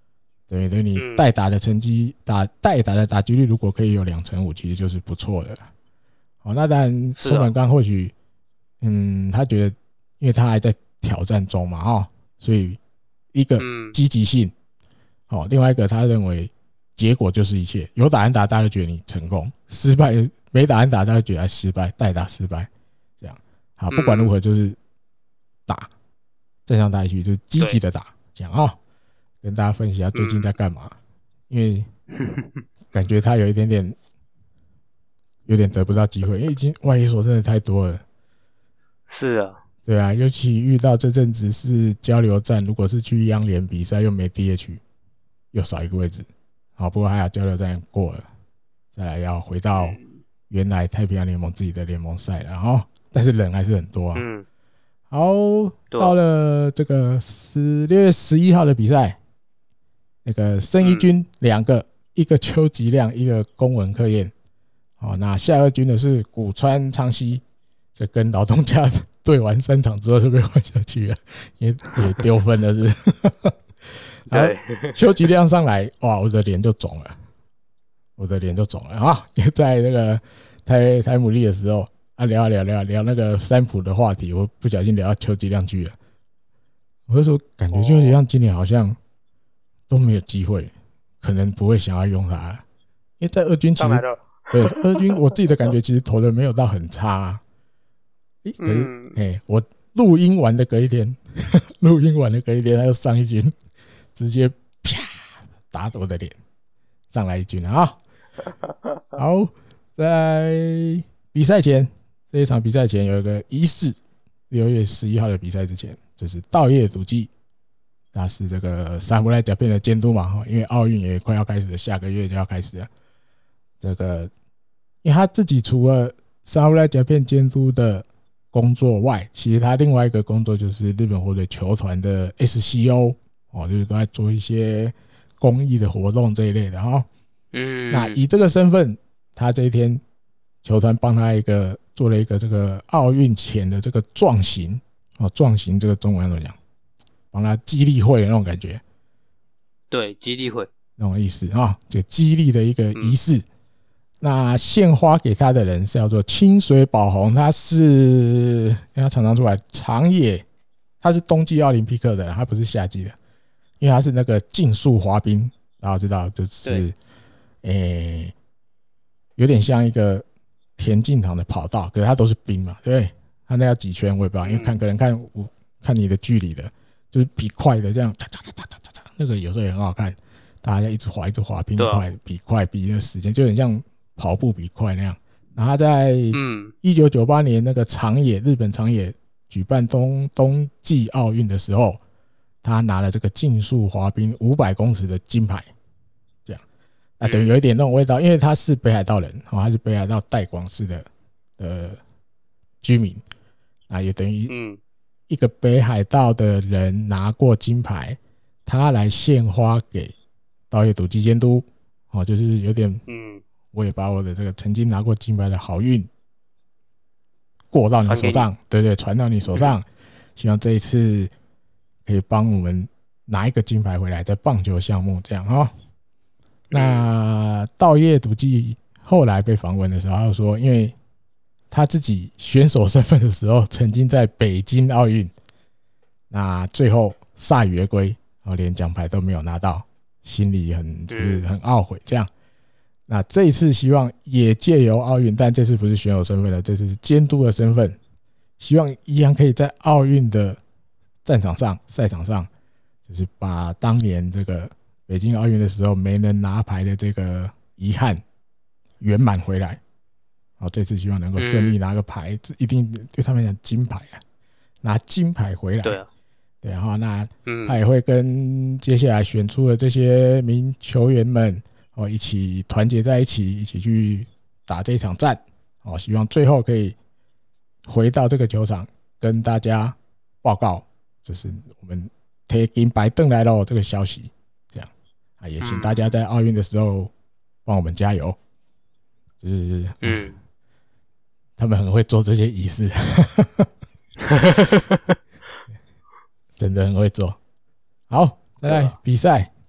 S2: 等于对你代打的成绩打代打的打击率如果可以有两成五，其实就是不错的。好，那当然松本刚或许，嗯，他觉得因为他还在挑战中嘛，哦，所以一个积极性，哦，另外一个他认为结果就是一切，有打安打大家就觉得你成功，失败没打安打大家就觉得失败，代打失败，这样。好，不管如何就是打，站上打击区就是积极的打，这样啊。跟大家分析一下最近在干嘛，因为感觉他有一点点有点得不到机会，因为已经外野手真的太多了。
S3: 是啊，
S2: 对啊，尤其遇到这阵子是交流战，如果是去央联比赛又没 D H， 又少一个位置。好，不过还好交流战过了，再来要回到原来太平洋联盟自己的联盟赛了哈，但是人还是很多啊。
S3: 嗯，
S2: 好，到了这个六月十一号的比赛。那个生一军两个，嗯、一个邱吉亮，一个宫文克彦。哦，那下二军的是古川昌熙，这跟劳动家对完三场之后就被换下去了，也也丢分了，是不是？然后邱吉亮上来，哇，我的脸就肿了，我的脸就肿了啊！也在那个台台牡蛎的时候啊，聊聊聊聊那个三浦的话题，我不小心聊到邱吉亮去了，我就说感觉邱吉亮今年好像。都没有机会，可能不会想要用他，因为在二军其实对二军我自己的感觉其实投的没有到很差、啊，欸、可是哎、欸，我录音完的隔一天，录音完的隔一天他又上一军，直接啪打我的脸，上来一军啊！好，在比赛前这一场比赛前有一个仪式，六月十一号的比赛之前，就是稻叶笃纪。他是这个萨姆莱甲片的监督嘛，因为奥运也快要开始了，下个月就要开始了。这个，因为他自己除了萨姆莱甲片监督的工作外，其实他另外一个工作就是日本火腿球团的 S C O 哦，就是都在做一些公益的活动这一类的哈。嗯，那以这个身份，他这一天球团帮他一个做了一个这个奥运前的这个壮行哦，壮行这个中文要怎么讲？帮他激励会的那种感觉，
S3: 对，激励会
S2: 那种意思啊，这激励的一个仪式。嗯、那献花给他的人是叫做清水保宏，他是因为他常常出来长野，他是冬季奥林匹克的，他不是夏季的，因为他是那个竞速滑冰，大家知道就是诶、欸，有点像一个田径场的跑道，可是他都是冰嘛，对不对？他那要几圈我也不知道，因为看可能看看你的距离的。就是比快的这样，那个有时候也很好看，大家一直滑一直滑，冰快比快比那个时间就很像跑步比快那样。然后他在一九九八年那个长野日本长野举办冬冬季奥运的时候，他拿了这个竞速滑冰五百公尺的金牌，这样那等于有一点那种味道，因为他是北海道人，他是北海道代广市的的居民，那也等于嗯。一个北海道的人拿过金牌，他来献花给稻叶笃纪监督，哦，就是有点，嗯，我也把我的这个曾经拿过金牌的好运过到你手上，对对，传到你手上，希望这一次可以帮我们拿一个金牌回来，在棒球项目这样哈、哦。那稻叶笃纪后来被访问的时候，他就说，因为他自己选手身份的时候，曾经在北京奥运，那最后铩羽而归，连奖牌都没有拿到，心里很就是很懊悔这样。那这一次希望也借由奥运，但这次不是选手身份了，这次是监督的身份，希望一样可以在奥运的战场上、赛场上，就是把当年这个北京奥运的时候没能拿牌的这个遗憾圆满回来。好，这次希望能够顺利拿个牌，嗯、一定对他们讲金牌啊，拿金牌回来。对啊，对啊，那他也会跟接下来选出的这些名球员们哦一起团结在一起，一起去打这场战。哦，希望最后可以回到这个球场，跟大家报告，就是我们提金牌回来了这个消息。这样啊，也请大家在奥运的时候帮我们加油。就是嗯。他们很会做这些仪式，真的很会做。好，再来比赛，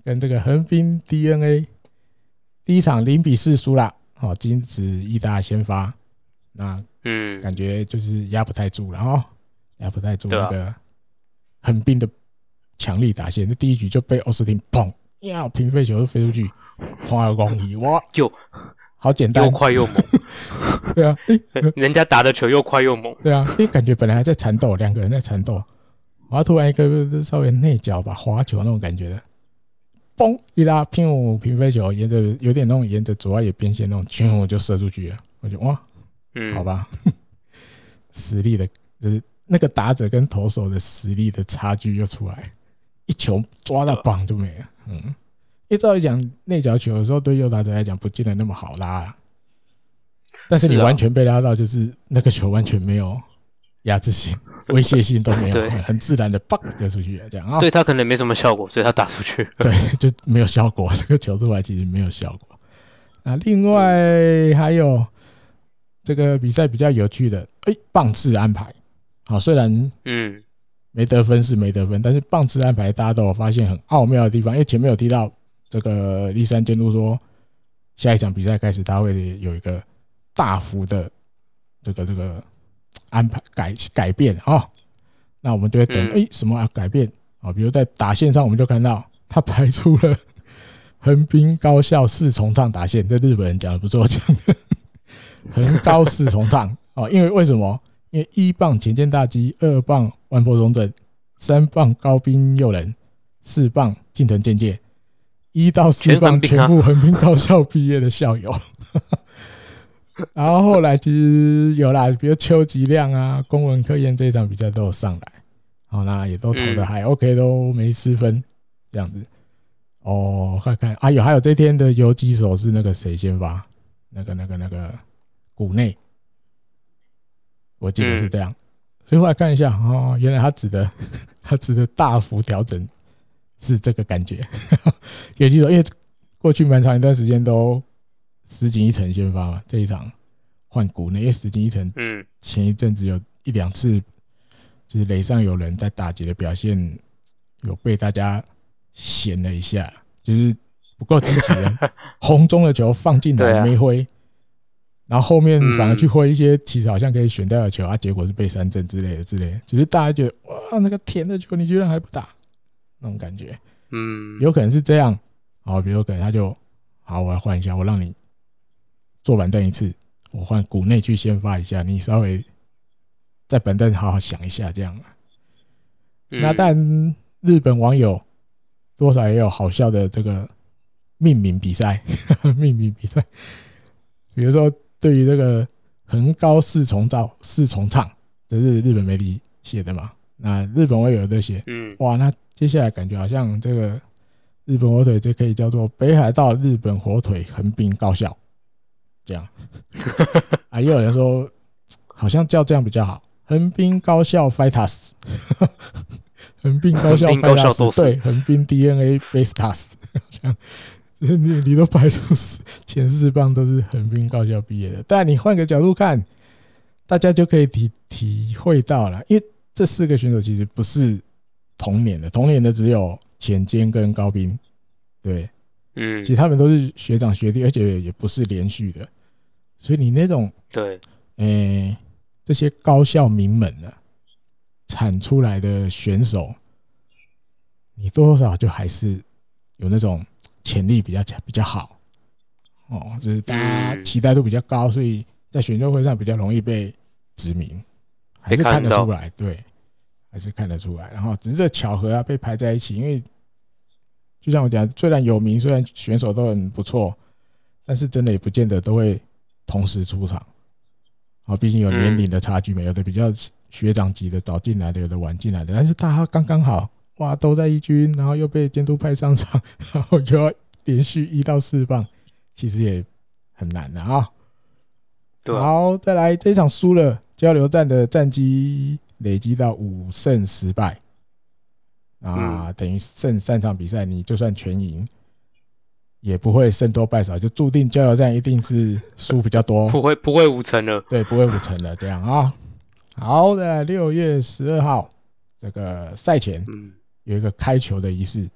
S2: 跟这个横滨 D N A 第一场零比四输啦，哦，金子一大先发，那嗯，感觉就是压不太住了哦，压不太住那个横滨的强力打线，那第一局就被欧斯汀砰呀平飞球就飞出去，花了公里哇，
S3: 又
S2: 好简单，
S3: 又快又猛，
S2: 对啊，欸，
S3: 人家打的球又快又猛，
S2: 对啊，因为感觉本来还在缠斗，两个人在缠斗，然后突然一个稍微内角吧滑球那种感觉的，嘣一拉平平飞球，沿着有点那种沿着左外野边线那种，全就射出去了，我就哇，嗯，好吧，实力的就是那个打者跟投手的实力的差距又出来，一球抓到棒就没了，嗯，因为照理讲内角球有时候对右打者来讲不见得那么好拉啦，但是你完全被拉到，就是那个球完全没有压制性、威胁性都没有，很自然的棒就出去了，这样啊。
S3: 对他可能没什么效果，所以他打出去。
S2: 对，就没有效果，这个球出来其实没有效果。那另外还有这个比赛比较有趣的，哎，棒次安排。好，虽然嗯没得分是没得分，但是棒次安排大家都有发现很奥妙的地方，因为前面有提到这个立山监督说，下一场比赛开始他会有一个大幅的这个这个安排改改变啊、哦，那我们就会等，哎、嗯欸，什么啊改变啊？比如在打线上，我们就看到他排出了横滨高校四重唱打线，这日本人讲的不是我讲的，横高四重唱哦，因为为什么？因为一棒前见大基，二棒万波中正，三棒高滨佑人，四棒近藤健介，一到四棒全部横滨高校毕业的校友。然后后来其实有啦，比如邱吉亮啊、公文科研这一场比赛都有上来，好，那也都投的还 OK，、嗯、都没失分这样子。哦，看看啊，有还有这天的游击手是那个谁先发？那个、那个、那个谷内，我记得是这样。嗯、所以后来看一下，哦，原来他指的他指的大幅调整是这个感觉。游击手因为过去蛮长一段时间都石井一成先发嘛，这一场换谷内，因为石井一成前一阵子有一两次就是垒上有人在打击的表现有被大家嫌了一下，就是不够积极的，红中的球放进来没挥，然后后面反而去挥一些其实好像可以选掉的球，啊，结果是被三振之类的之类的，就是大家觉得哇，那个甜的球你居然还不打，那种感觉，嗯，有可能是这样，好，比如可能他就好，我来换一下，我让你坐板凳一次，我换谷内去先发一下，你稍微在板凳好好想一下，这样。嗯、那当然，日本网友多少也有好笑的这个命名比赛，命名比赛，比如说对于这个横高四重照、四重唱，这是日本媒体写的嘛？那日本网友有在写，嗯，哇，那接下来感觉好像这个日本火腿这可以叫做北海道日本火腿横滨高校。这样啊，也有人说好像叫这样比较好，横滨高校 Fighters， 横滨高校 Fighters， 对，横滨 D N A Beastars， 这样你你都排除前四棒都是横滨高校毕业的，但你换个角度看，大家就可以体体会到了，因为这四个选手其实不是同年的，同年的只有浅间跟高滨，对，嗯，其实他们都是学长学弟，而且也不是连续的。所以你那种
S3: 对，
S2: 诶、欸，这些高校名门呢、啊，产出来的选手，你多多少少就还是有那种潜力比较比较好，哦，就是大家期待度比较高，所以在选秀会上比较容易被指名，还是看得出来，对，还是看得出来。然后只是这巧合啊，被排在一起，因为就像我讲，虽然有名，虽然选手都很不错，但是真的也不见得都会同时出场，好，毕竟有年龄的差距嘛，有的比较学长级的早进来的，有的晚进来的，但是大家刚刚好，哇，都在一军，然后又被监督派上场，然后又要连续一到四棒，其实也很难的啊。好，再来这一场输了，交流战的战绩累积到五胜十败，啊，等于剩三场比赛，你就算全赢。也不会胜多败少，就注定交流战一定是输比较多，
S3: 不会不会五成了，
S2: 对，不会五成了这样啊。好，在六月十二号这个赛前有一个开球的仪式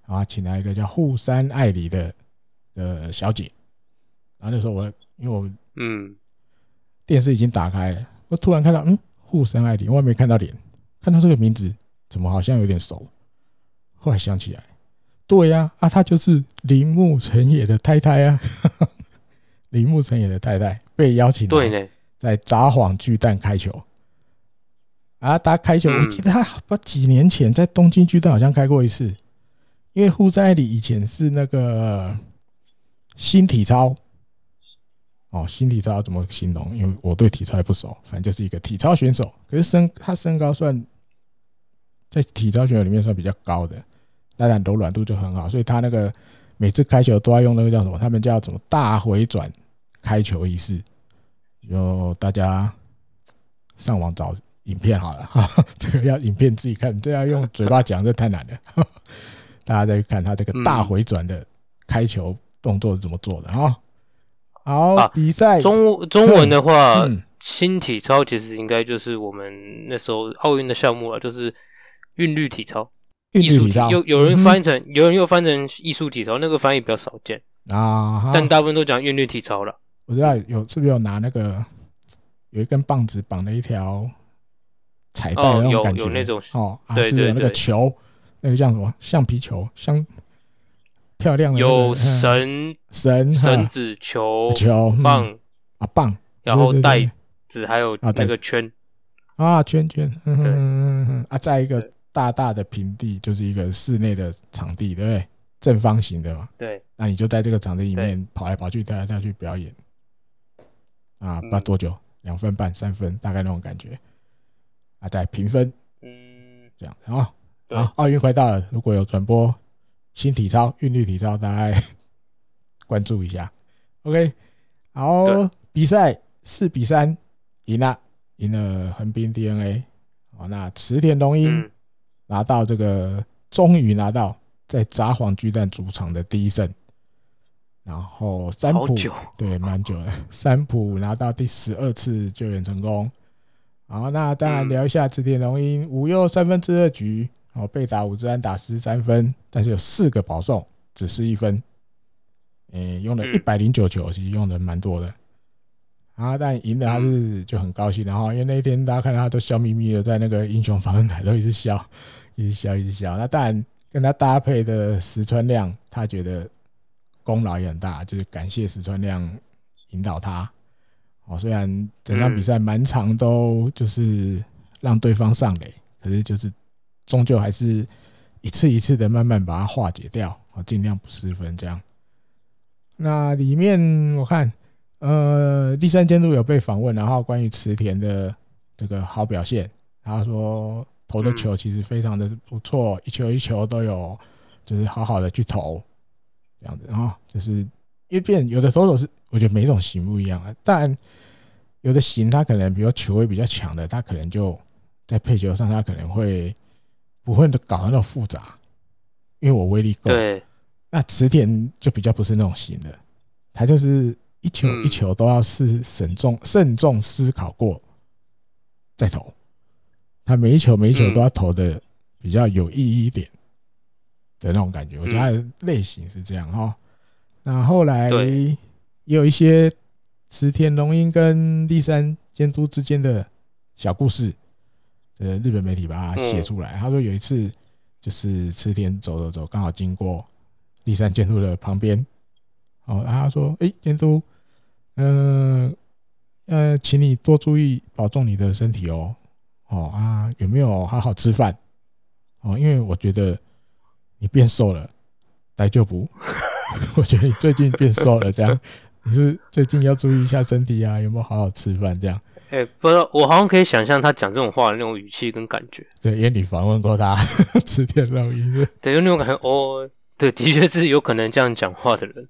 S2: 然后请来一个叫户山爱里的的小姐。然后那时候我因为我嗯电视已经打开了，我突然看到嗯户山爱里，我还没看到脸，看到这个名字怎么好像有点熟。后来想起来，对呀、啊，啊，她就是铃木成也的太太啊，铃木成也的太太被邀请来在札幌巨蛋开球。啊，打开球，我记得他不几年前在东京巨蛋好像开过一次，因为户山爱里以前是那个新体操，哦，新体操怎么形容？因为我对体操也不熟，反正就是一个体操选手。可是身他身高算在体操选手里面算比较高的，当然柔软度就很好，所以他那个每次开球都要用那个叫什么？他们叫什么大回转开球仪式，就大家上网找影片好了，这个要影片自己看，这要用嘴巴讲这太难了。大家再去看他这个大回转的开球动作是怎么做的啊？好，啊、比赛
S3: 中中文的话，嗯、新体操其实应该就是我们那时候奥运的项目了，就是韵律体操。
S2: 艺术体操
S3: 有有人翻成、嗯，有人又翻成艺术体操，那个翻译比较少见啊，但大部分都讲韵律体操了。
S2: 我知道有是不是有拿那个有一根棒子绑了一条彩带的那种感觉，
S3: 哦、有有那种
S2: 哦，啊，是不是有那个球，那个叫什么橡皮球，像漂亮的、那
S3: 个、有绳
S2: 绳
S3: 绳子球
S2: 球
S3: 棒、
S2: 嗯、啊棒，
S3: 然后带子还有那个圈
S2: 啊圈圈，嗯嗯嗯啊，在一个大大的平地，就是一个室内的场地，对不对？正方形的嘛，
S3: 对，
S2: 那你就在这个场地里面跑来跑去、跳来跳去表演啊，不知道多久，两分半、三分，大概那种感觉。啊，再评分，嗯，这样啊，好，奥运快到了，如果有转播新体操、韵律体操，大家关注一下。OK， 好，比赛四比三赢了，赢了横滨 D N A。好，那池田龙鹰拿到这个，终于拿到在札幌巨蛋主场的第一胜。然后三浦对蛮久了，三浦拿到第十二次救援成功。好，那当然聊一下池田龙鹰五又三分之二局，哦，被打五支安打失三分，但是有四个保送，只失一分，欸，用了一百零九球，其实用的蛮多的。啊，但赢了他是就很高兴，然后因为那一天大家看到他都笑眯眯的，在那个英雄访问台都一直笑，一直笑，一直笑。那当然跟他搭配的石川亮，他觉得功劳也很大，就是感谢石川亮引导他。哦，虽然整场比赛蛮长都就是让对方上垒，可是就是终究还是一次一次的慢慢把它化解掉，尽量不失分这样。那里面我看，呃，第三监督有被访问，然后关于池田的这个好表现，他说投的球其实非常的不错，一球一球都有，就是好好的去投这样子，然后就是因为变有的投手是。我觉得每一种型不一样啊，但有的型他可能比如球位比较强的，他可能就在配球上他可能会不会搞得那么复杂，因为我威力够。
S3: 对，
S2: 那池田就比较不是那种型的，他就是一球一球都要是慎重慎重思考过再投，他每一球每一球都要投的比较有意义一点的那种感觉，我觉得他的类型是这样哈。那后来也有一些池田龙鹰跟立山监督之间的小故事，呃，日本媒体把它写出来。他说有一次就是池田走走走，刚好经过立山监督的旁边，哦，他说：“哎、欸，监督，呃呃，请你多注意保重你的身体哦，哦啊，有没有好好吃饭？哦，因为我觉得你变瘦了，大丈夫？我觉得你最近变瘦了，这样。”你是最近要注意一下身体啊，有没有好好吃饭这样？
S3: 哎、欸，不知道，我好像可以想象他讲这种话的那种语气跟感觉。
S2: 对，因为你访问过他，池田龙鹰。
S3: 对，有那种感觉哦，对，的确是有可能这样讲话的人。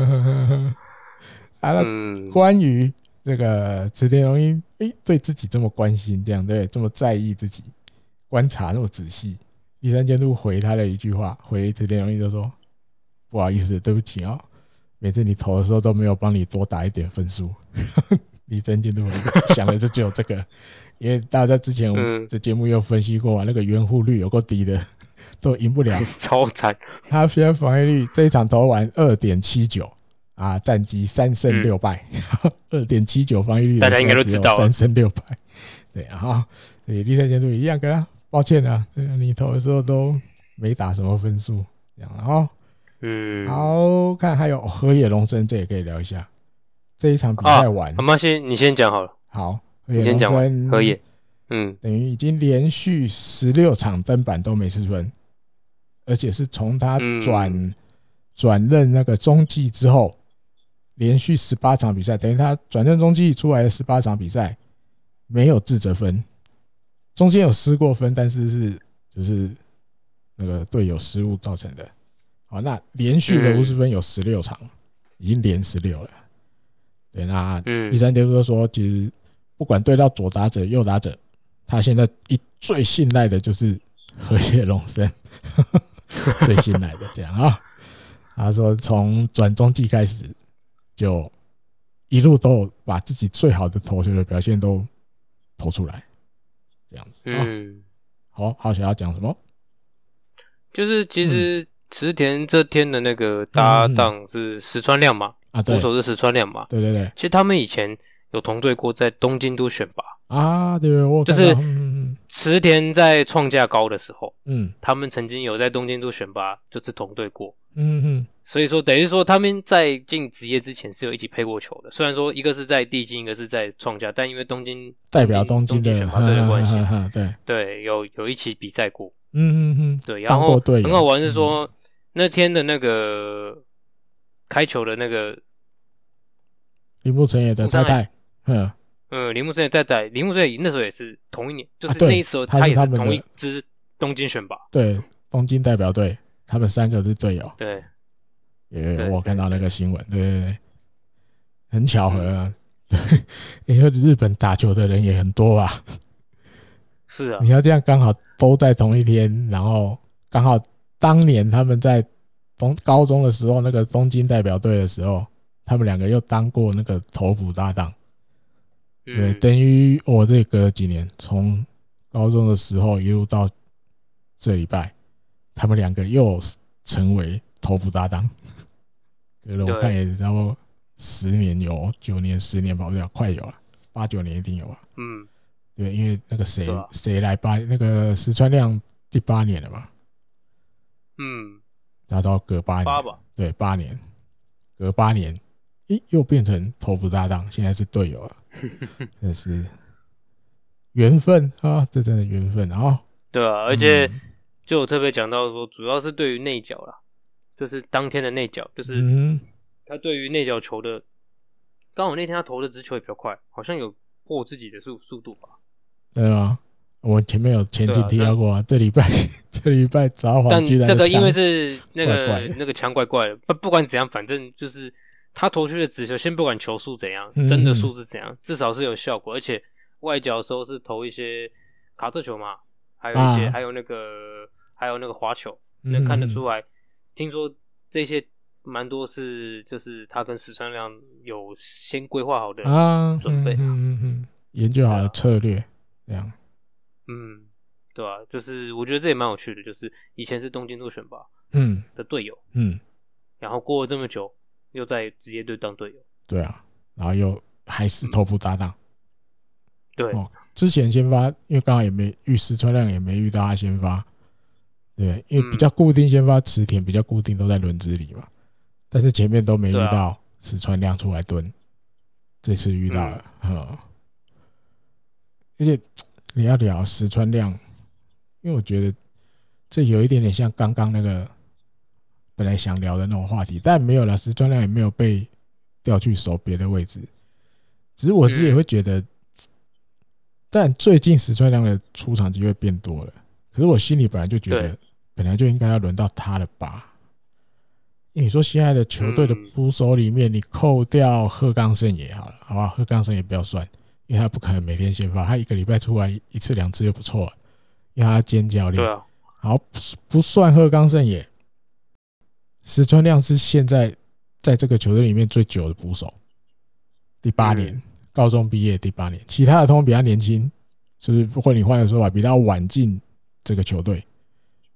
S2: 啊，那关于这个池田龙鹰，哎，对自己这么关心，这样对，这么在意自己，观察那么仔细，第三监督回他的一句话，回池田龙鹰就说：“不好意思，对不起哦。”每次你投的时候都没有帮你多打一点分数，李真监督想的就只有这个，因为大家之前我们的节目有分析过嘛，那个援护率有够低的， 都赢不了，
S3: 超惨。
S2: 他现在防御率这一场投完 二点七九 啊，战绩三胜六败，嗯、二点七九 防御率，
S3: 大家应该都知道，
S2: 三胜六败。对啊，对，第三监督也一样跟他抱歉啊，你投的时候都没打什么分数，这样啊。嗯，好看，还有河野龙生，这也可以聊一下。这一场比赛完，
S3: 好、啊，先你先讲好了。
S2: 好，
S3: 你先讲完。河野，嗯，
S2: 等于已经连续十六场登板都没失分，而且是从他转转、嗯、任那个中继之后，连续十八场比赛，等于他转任中继出来的十八场比赛没有自责分，中间有失过分，但是是就是那个队友失误造成的。好，那连续的无失分有十六场、嗯，已经连十六了。对，那第三监督说，其实不管对到左打者、右打者，他现在一最信赖的就是河野龙生，最信赖的这样啊。他说从转中继开始，就一路都有把自己最好的投球的表现都投出来，这样子。嗯，好，好想要讲什么？
S3: 就是其实池田这天的那个搭档是石川亮嘛。
S2: 啊，
S3: 捕手是石川亮嘛？
S2: 对对对，
S3: 其实他们以前有同队过，在东京都选拔
S2: 啊，对，我
S3: 就是池田在创价高的时候，
S2: 嗯，
S3: 他们曾经有在东京都选拔，就是同队过，
S2: 嗯嗯，
S3: 所以说等于说他们在进职业之前是有一起配过球的。虽然说一个是在地京，一个是在创价，但因为东京
S2: 代表东京的
S3: 选拔队的关系，
S2: 对
S3: 对，有有一起比赛过，
S2: 嗯嗯嗯，
S3: 对，然后很好玩是说、嗯、那天的那个开球的那个。
S2: 铃木诚也的太太，嗯
S3: 嗯，铃木诚也太太，铃木诚也那时候也是同一年，就是那时候他也是同一支东京选拔，
S2: 对，东京代表队，他们三个是队友，
S3: 对，
S2: 也我看到那个新闻，对对对，很巧合啊，对，因为日本打球的人也很多啊，
S3: 是啊，
S2: 你要这样刚好都在同一天，然后刚好当年他们在东高中的时候，那个东京代表队的时候。他们两个又当过那个投捕搭档，对，
S3: 嗯、
S2: 等于我这隔了几年，从高中的时候一路到这礼拜，他们两个又成为投捕搭档，隔了我看也差不多十年有，九年、十年跑不了，快有了，八九年一定有了。
S3: 嗯，
S2: 对，因为那个谁谁来八，那个石川亮第八年了嘛，
S3: 嗯，
S2: 达到隔八年，
S3: 八吧，
S2: 对，八年，隔八年。诶，又变成投捕搭档，现在是队友了，真是缘分啊！这真的缘分啊！
S3: 对啊，而且就我特别讲到说，主要是对于内角啦，就是当天的内角，就是他对于内角球的，刚好那天他投的直球也比较快，好像有破自己的速速度吧？
S2: 对啊，我前面有前几提到过啊，这礼拜这礼拜早晚居然
S3: 但这个因为是那个怪怪那个枪怪怪的，不不管怎样，反正就是。他投去的直球，先不管球速怎样，真的速是怎样，嗯、至少是有效果。而且外角的时候是投一些卡特球嘛，还有一些，啊、还有那个，还有那个滑球，能看得出来。嗯、听说这些蛮多是，就是他跟石川亮有先规划好的准备，啊，
S2: 嗯嗯嗯，研究好的策略，这样。
S3: 嗯，对吧，啊？就是我觉得这也蛮有趣的，就是以前是东京都选拔，
S2: 嗯
S3: 的队友，
S2: 嗯，
S3: 然后过了这么久。又在职业队当队友，
S2: 对啊，然后又还是投捕搭档，嗯、
S3: 对、
S2: 哦，之前先发，因为刚好也没遇石川亮，也没遇到他先发，对，因为比较固定先发池田比较固定都在轮子里嘛，但是前面都没遇到石川亮出来蹲，这次遇到了，嗯，嗯而且你要聊石川亮，因为我觉得这有一点点像刚刚那个。本来想聊的那种话题，但没有了。石川亮也没有被调去守别的位置，只是我自己也会觉得，嗯、但最近石川亮的出场机会变多了。可是我心里本来就觉得，本来就应该要轮到他了吧？因为你说现在的球队的捕手里面，你扣掉鹤冈胜也好了，好不好？鹤冈胜也不要算，因为他不可能每天先发，他一个礼拜出来一次两次就不错了，因为他兼教练。
S3: 对啊，
S2: 好，不算鹤冈胜也。石川亮是现在在这个球队里面最久的捕手，第八年，嗯、高中毕业第八年，其他的通比他年轻，就是或你换个说法，比他晚进这个球队，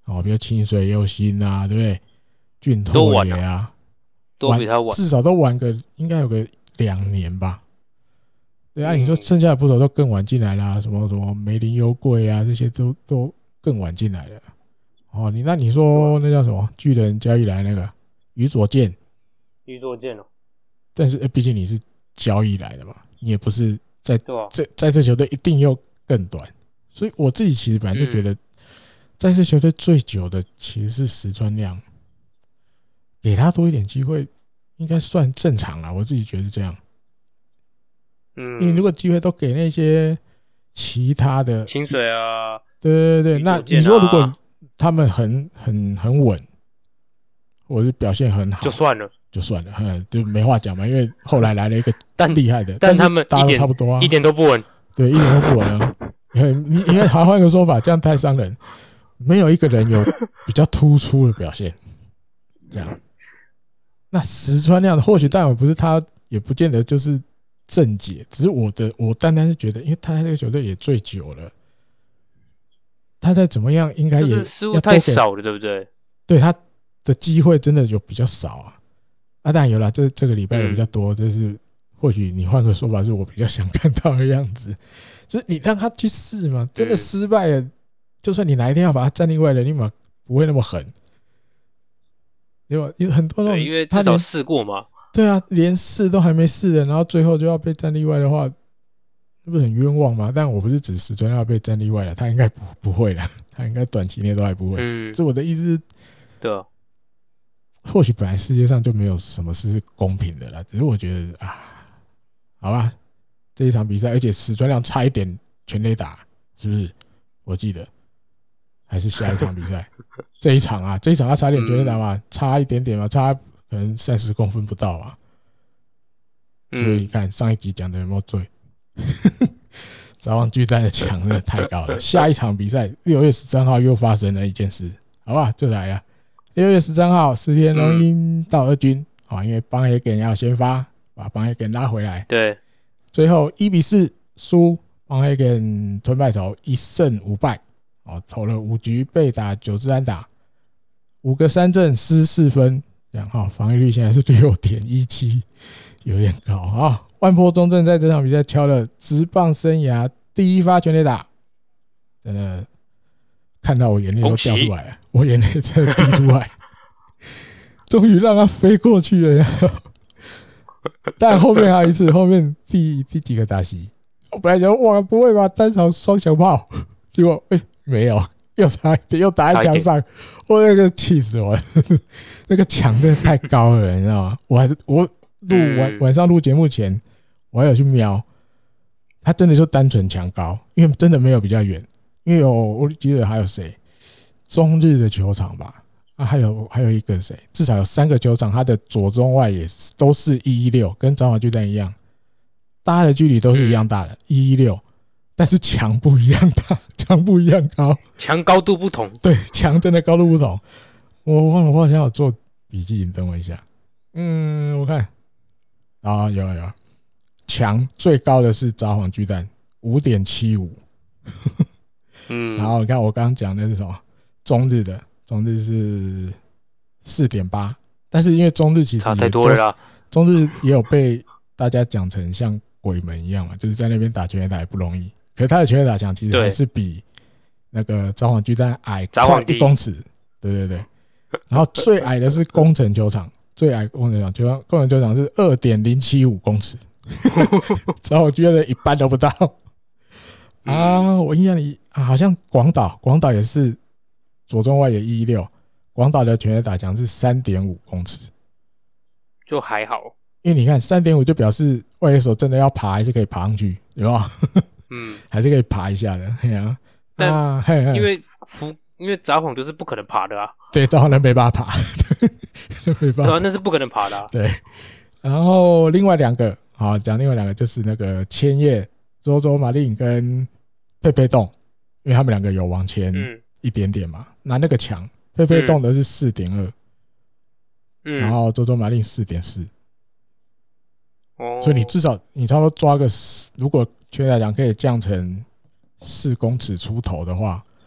S2: 哦，比如清水优心啊，对不对？俊拓也啊，
S3: 都比他晚，
S2: 至少都晚个应该有个两年吧。对啊，你说剩下的捕手都更晚进来啦，什么什么梅林优贵啊，这些都都更晚进来了。哦，你那你说那叫什么？巨人交易来那个宇佐健，
S3: 宇佐健哦。
S2: 但是毕竟你是交易来的嘛，你也不是在
S3: 啊、
S2: 在在这球队一定又更短，所以我自己其实本来就觉得，在这球队最久的其实是石川亮，给他多一点机会，应该算正常啦。我自己觉得是这样。
S3: 嗯，
S2: 因为如果机会都给那些其他的
S3: 清水啊，
S2: 对对对，那你说如果他们很很很稳，或者是表现很好，
S3: 就算了，
S2: 就算了，嗯，就没话讲嘛。因为后来来了一个厉害的，
S3: 但他们
S2: 大家都差不多啊，
S3: 一点都不稳，
S2: 对，一点都不稳啊。你应该还换个说法，这样太伤人。没有一个人有比较突出的表现，这样。那石川亮的或许，但我不是他，也不见得就是正解，只是我的我单单是觉得，因为他在这个球队也最久了，他再怎么样应该也
S3: 就是失误太少了，对不对？
S2: 对，他的机会真的有比较少啊。啊，当然有啦，这这个礼拜有比较多，这是或许你换个说法，是我比较想看到的样子。就是你让他去试嘛，真的失败了，就算你哪一天要把他站另外的，你嘛不会那么狠，对吧？有很多那种，
S3: 因为至少试过嘛。
S2: 对啊，连试都还没试的，然后最后就要被站例外的话，是不是很冤枉嘛？但我不是指石川要被站例外了，他应该不不会了，他应该短期内都还不会。嗯，这我的意思。
S3: 对啊，
S2: 或许本来世界上就没有什么事是公平的啦，只是我觉得啊，好吧，这一场比赛，而且石川亮差一点全垒打，是不是？我记得还是下一场比赛，这一场啊，这一场他差一点全垒打嘛，嗯、差一点点嘛，差可能三十公分不到啊。所以你看上一集讲的有没有对？早晚巨蛋的墙真的太高了。下一场比赛六月十三号又发生了一件事，好吧，就来了。六月十三号，石田龙鹰到二军，啊，因为邦黑根要先发，把邦黑根拉回来。
S3: 对，
S2: 最后一比四输，邦黑根吞败投，一胜五败，哦，投了五局，被打九支安打，五个三振失四分，这样哈，防御率现在是六点一七，有点高啊。万波中正在这场比赛敲了职棒生涯第一发全垒打，真的。看到我眼泪都掉出来了，我眼泪真的滴出来，终于让他飞过去了。但后面还有一次，后面第第几个打席，我本来想哇不会吧，单场双响炮，结果哎、欸、没有，又差一点，又打在墙上，我那个气死我了，那个墙真的太高了，你知道吗？我还我录晚晚上录节目前，我还有去瞄，他真的就单纯墙高，因为真的没有比较远。因为有我记得还有谁，中日的球场吧，啊，还有还有一个谁，至少有三个球场，它的左中外也是都是一一六，跟彰化巨蛋一样，大家的距离都是一样大的，一一六，但是墙不一样大，墙不一样高，
S3: 墙高度不同，
S2: 对，墙真的高度不同。我忘了，我好像有做笔记，你等我一下。嗯，我看啊，有有，墙最高的是札幌巨蛋，五点七五。
S3: 嗯，
S2: 然后你看我刚刚讲的是什么？中日的中日是 四点八， 但是因为中日其实
S3: 差太多了啦，
S2: 中日也有被大家讲成像鬼门一样嘛，就是在那边打全垒打也不容易。可是他的全垒打墙其实还是比那个札幌巨蛋矮快一公尺，对对对。然后最矮的是宫城球场，最矮宫城球场，就宫城球场是 二点零七五公尺，札幌巨蛋的一半都不到。啊，我印象里啊，好像广岛，广岛也是左中外野一一六，广岛的全垒打墙是 三点五公尺，
S3: 就还好。
S2: 因为你看 三点五 就表示外野手真的要爬还是可以爬上去，有没有？嗯，还是可以爬一下的，嘿啊。
S3: 但
S2: 啊
S3: 嘿嘿因为福，因为札幌就是不可能爬的啊。
S2: 对，札幌人没办法爬，没办法。
S3: 对啊，那是不可能爬的啊。
S2: 对，然后另外两个，好讲另外两个就是那个千叶。周周马令跟佩佩洞，因为他们两个有往前一点点嘛，嗯、那那个强佩佩洞的是 四点二，嗯，然后周周马令 四点四，哦，所以你至少你差不多抓个，如果全垒打墙可以降成四公尺出头的话，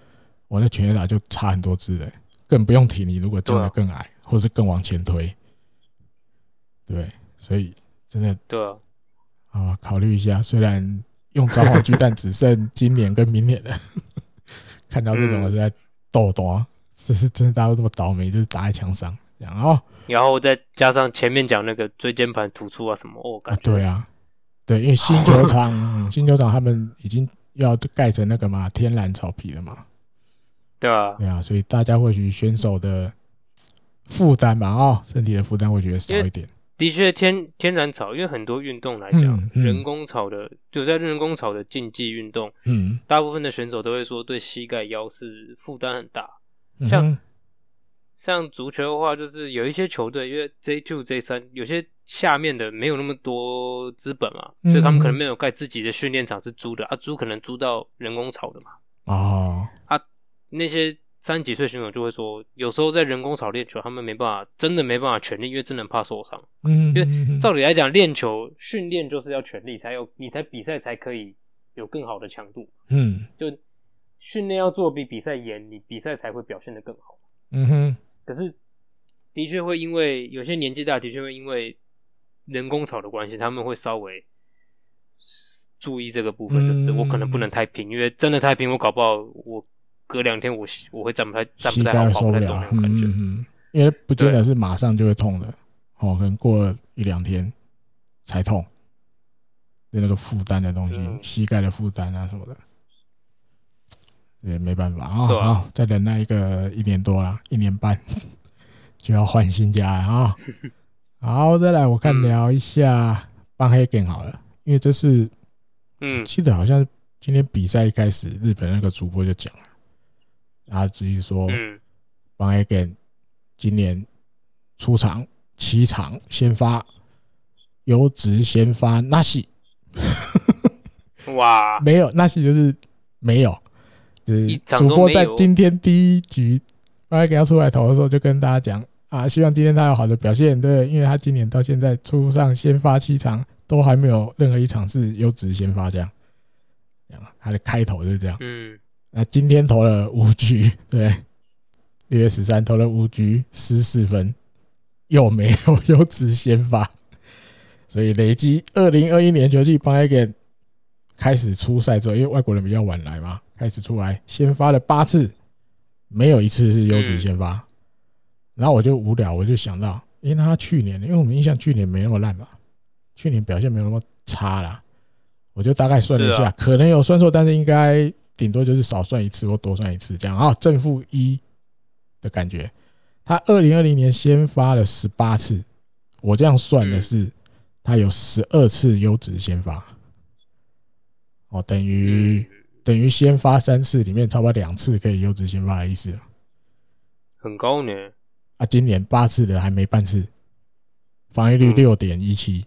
S2: 我那全垒打就差很多支了，更不用提你如果降得更矮，啊、或是更往前推，对，所以真的
S3: 对啊，
S2: 啊，考虑一下，虽然用札幌巨蛋只剩今年跟明年了，看到这种的是在逗短，这是真的大家都这么倒霉，就是打在墙上这样哦。
S3: 然后再加上前面讲那个椎间盘突出啊什么，哦，感
S2: 觉、啊、对啊，对，因为新球场、嗯，新球场他们已经要盖成那个嘛天然草皮了嘛，
S3: 对啊，
S2: 对啊，所以大家或许选手的负担吧，哦，身体的负担会觉得少一点。
S3: 的确，天天然草，因为很多运动来讲、嗯嗯，人工草的，就在人工草的竞技运动，嗯，大部分的选手都会说对膝盖、腰是负担很大，像。嗯像足球的话，就是有一些球队，因为 J 二 J 三 有些下面的没有那么多资本嘛，嗯、所以他们可能没有盖自己的训练场是租的啊，租可能租到人工草的嘛。哦，啊，那些三十几岁选手就会说，有时候在人工草练球，他们没办法，真的没办法全力，因为真的怕受伤。嗯，因为照理来讲，练球训练就是要全力，才有你才比赛才可以有更好的强度。嗯，就训练要做比比赛严，你比赛才会表现得更好。嗯哼。可是，的确会因为有些年纪大，的确会因为人工草的关系，他们会稍微注意这个部分，嗯、就是我可能不能太平，因为真的太平，我搞不好我隔两天我我会站不太站不太好，跑不太动那种感觉。嗯嗯，
S2: 因为不见得是马上就会痛的，哦，可能过了一两天才痛，就那个负担的东西，嗯、膝盖的负担啊什么的。也没办法啊、哦，好，再忍耐一个一年多啦，一年半就要换新家了啊、哦。好，再来我看聊一下棒黑game好了，因为这是，嗯，记得好像今天比赛一开始日本那个主播就讲了，他至于说，棒黑game今年出场七场先发，优质先发那西，
S3: 哇，
S2: 没有那西就是没有。就是主播在今天第一局棒黑给他出来投的时候，就跟大家讲啊，希望今天他有好的表现，对，因为他今年到现在出上先发七场，都还没有任何一场是优质先发这样。这样，他的开头就是这样。嗯，那今天投了五局，对，六月十三投了五局，失四分，又没有优质先发，所以累积二零二一年球季棒黑给开始出赛之后，因为外国人比较晚来嘛。开始出来，先发了八次，没有一次是优质先发、嗯。然后我就无聊，我就想到，因为他去年，因为我们印象去年没那么烂嘛，去年表现没有那么差啦，我就大概算了一下，啊、可能有算错，但是应该顶多就是少算一次或多算一次这样啊，正负一的感觉。他二零二零年先发了十八次，我这样算的是，他有十二次优质先发，哦，等于。等于先发三次，里面差不多两次可以优质先发的意思，
S3: 很高呢。
S2: 啊，今年八次的还没半次，防御率六点一七，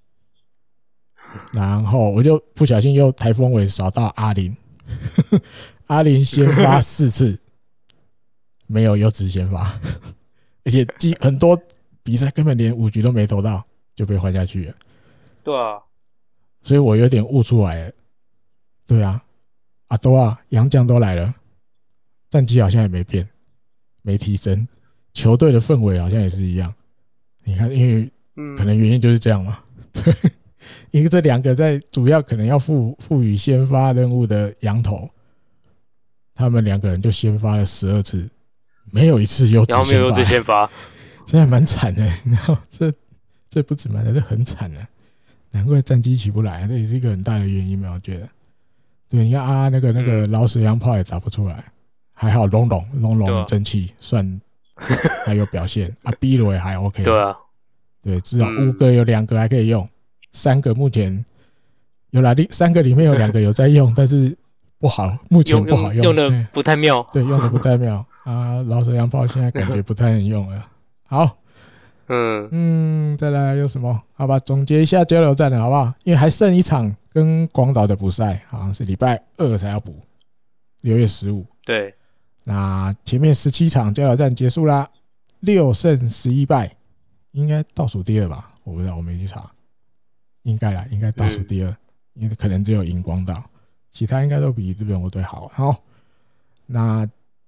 S2: 然后我就不小心又台风尾扫到阿林，阿林先发四次，没有优质先发，而且很多比赛根本连五局都没投到就被换下去了。
S3: 对啊，
S2: 所以我有点悟出来了。对啊。啊，都啊，洋将都来了，战绩好像也没变，没提升，球队的氛围好像也是一样。你看，因为可能原因就是这样嘛。对，因为这两个在主要可能要赋赋予先发任务的洋头，他们两个人就先发了十二次，没有一次优质先发，
S3: 然后没有优质先发，
S2: 真的蛮惨的。然后这这不止蛮的，这很惨的，难怪战绩起不来，这也是一个很大的原因嘛，我觉得。对，你看啊，那个那个老死洋炮也打不出来，还好龙龙龙龙争气，算还有表现啊 ，B 罗也还 OK。
S3: 对啊，
S2: 对，至少五个有两个还可以用，三个目前有啦，三个里面有两个有在用，但是不好，目前不好用，
S3: 用的不太妙。
S2: 对，用的不太妙啊，老死洋炮现在感觉不太能用了。好。嗯嗯，再来有什么？好吧，总结一下交流战了，好不好？因为还剩一场跟广岛的补赛，好像是礼拜二才要补，六月十五。
S3: 对，
S2: 那前面十七场交流战结束啦，六胜十一败，应该倒数第二吧？我不知道，我没去查，应该啦，应该倒数第二，嗯、因为可能只有赢广岛，其他应该都比日本国队好。好，那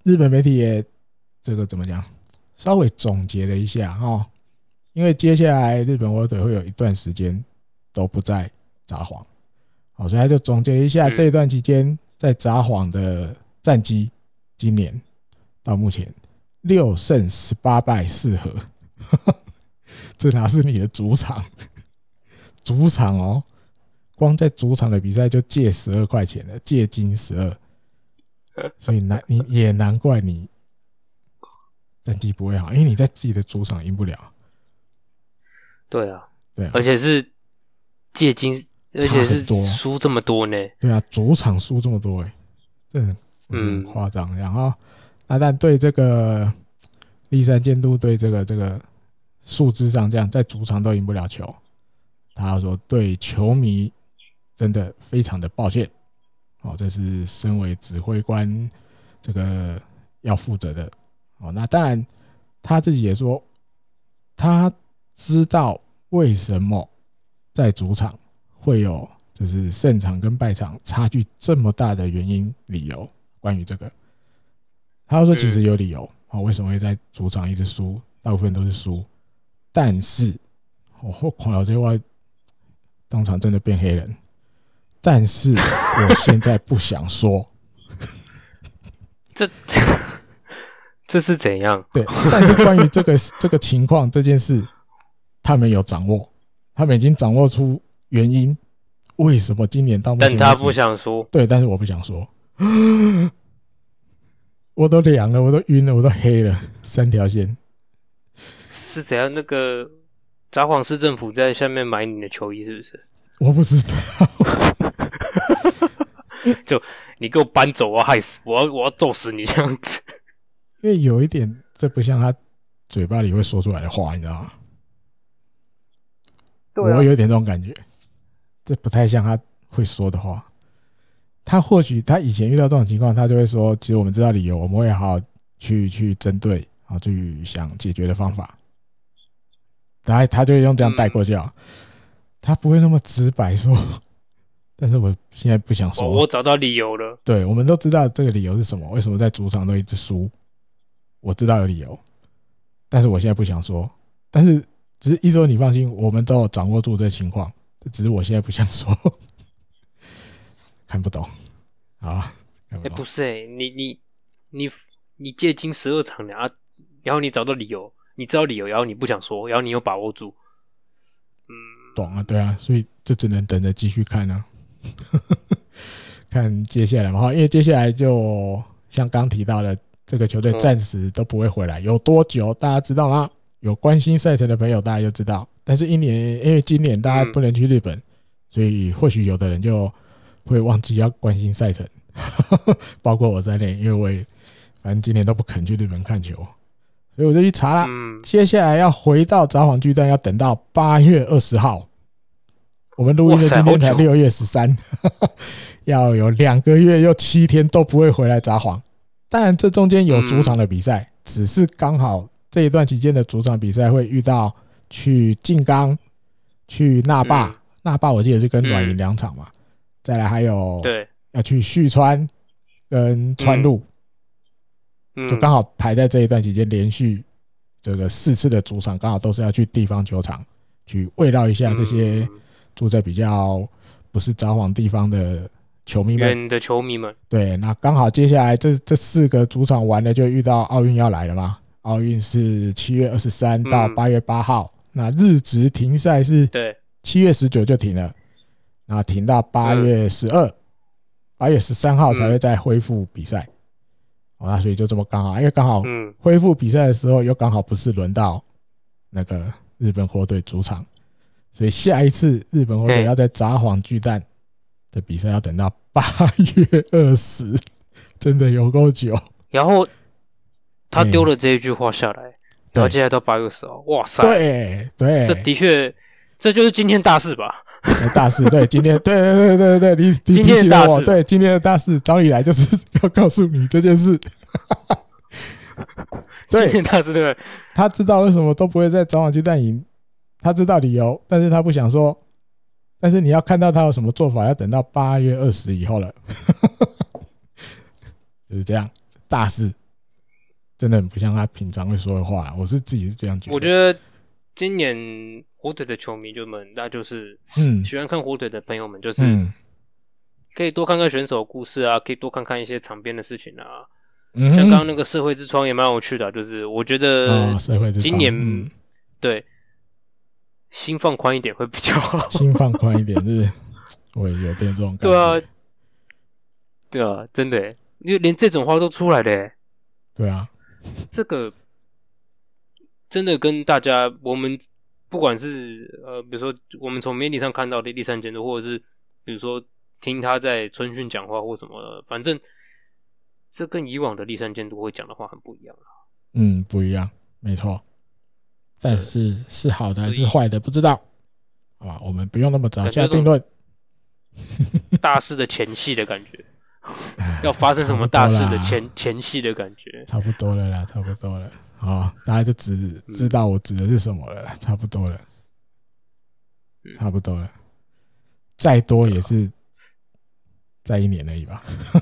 S2: 日本媒体也这个怎么讲，稍微总结了一下哈，因为接下来日本火腿会有一段时间都不在札幌，好，所以他就总结了一下这一段期间在札幌的战绩，今年到目前六胜十八败四和，这哪是你的主场？主场哦，光在主场的比赛就借十二块钱了，借金十二，所以难你也难怪你战绩不会好，因为你在自己的主场赢不了。
S3: 对啊，
S2: 对啊，
S3: 而且是借金，而且是输这么多呢。
S2: 对啊，主场输这么多哎、欸，这很很夸张。然后，那但对这个立山监督对这个这个数字上这样，在主场都赢不了球，他说对球迷真的非常的抱歉。哦，这是身为指挥官这个要负责的。哦，那当然他自己也说，他知道为什么在主场会有就是胜场跟败场差距这么大的原因理由。关于这个，他说其实有理由，哦，为什么会在主场一直输，大部分都是输。但是，我看到这话，当场真的变黑人。但是我现在不想说，
S3: 这这是怎样？
S2: 对，但是关于这个这个情况这件事，他们有掌握，他们已经掌握出原因，为什么今年到目前为止，
S3: 但他不想说。
S2: 对，但是我不想说，我都凉了，我都晕了，我都黑了，三条线。
S3: 是怎样？那个札幌市政府在下面买你的球衣，是不是？
S2: 我不知道。
S3: 就你给我搬走，我要害死，我要我要揍死你这样子。
S2: 因为有一点，这不像他嘴巴里会说出来的话，你知道吗？对啊，我有点这种感觉，这不太像他会说的话。他或许他以前遇到这种情况，他就会说：“其实我们知道理由，我们会好好去去针对，啊，去想解决的方法。”他他就会用这样带过去啊，他不会那么直白说。但是我现在不想说，
S3: 我找到理由了。
S2: 对，我们都知道这个理由是什么，为什么在主场都一直输，我知道有理由，但是我现在不想说。但是只是一说你放心，我们都有掌握住这个情况，只是我现在不想说。看不懂啊？哎、
S3: 欸，不是哎、欸，你你你你借金十二场啊，然后你找到理由，你知道理由，然后你不想说，然后你又把握住，
S2: 嗯，懂啊，对啊，所以这只能等着继续看啊。看接下来嘛，因为接下来就像刚提到的，这个球队暂时都不会回来，有多久大家知道吗？有关心赛程的朋友大家就知道。但是一年，因为今年大家不能去日本，所以或许有的人就会忘记要关心赛程，包括我在内，因为我也反正今年都不肯去日本看球，所以我就去查了。接下来要回到札幌巨蛋，要等到八月二十号。我们录音的今天才六月十三，要有两个月又七天都不会回来札幌。当然，这中间有主场的比赛，嗯、只是刚好这一段期间的主场比赛会遇到去静冈、去那霸。嗯、那霸我记得是跟软银两场嘛，嗯、再来还有
S3: 对
S2: 要去旭川跟川路，嗯、就刚好排在这一段期间连续这个四次的主场，刚好都是要去地方球场去慰劳一下这些。嗯住在比较不是札幌地方的球迷们，
S3: 远的球迷们，
S2: 对，那刚好接下来这这四个主场完了，就遇到奥运要来了嘛。奥运是七月二十三到八月八号，嗯、那日职停赛是七月十九就停了，那停到八月十二，八月十三号才会再恢复比赛。嗯、那所以就这么刚好，因为刚好恢复比赛的时候，又刚好不是轮到那个日本火腿主场。所以下一次日本火腿要在札幌巨蛋的比赛要等到八月二十，真的有够久。
S3: 然后他丢了这一句话下来，然后接下来到八月二十号，哇塞！
S2: 对对，
S3: 这的确，这就是今天大事吧？
S2: 大事，对，今天，对对对对对，你你提醒了我，对，今天的大事，找你来就是要告诉你这件事。
S3: 今天大事对，
S2: 他知道为什么都不会在札幌巨蛋赢。他知道理由，但是他不想说。但是你要看到他有什么做法，要等到八月二十以后了。就是这样，大事真的很不像他平常会说的话，我是自己是这样觉得。
S3: 我觉得今年火腿的球迷就们，那就是嗯，喜欢看火腿的朋友们，就是、嗯、可以多看看选手故事啊，可以多看看一些场边的事情啊。嗯、像刚刚那个社会之窗也蛮有趣的、啊，就是我觉得今年、哦嗯、对心放宽一点会比较好，
S2: 心放宽一点，就是我也有点这种感觉。
S3: 对啊，对啊，真的耶，因为连这种话都出来了耶。
S2: 对啊，
S3: 这个真的跟大家，我们不管是呃，比如说我们从媒体上看到的第三监督，或者是比如说听他在春训讲话或什么的，反正这跟以往的第三监督会讲的话很不一样啊。
S2: 嗯，不一样，没错。但是是好的还是坏的不知道，好吧，我们不用那么早下定论。
S3: 大事的前戏的感觉，要发生什么大事的前前戏的感觉，
S2: 差不多了啦，差不多了。好，大家就只知道我指的是什么了啦，差不多了，差不多了。再多也是再一年而已吧。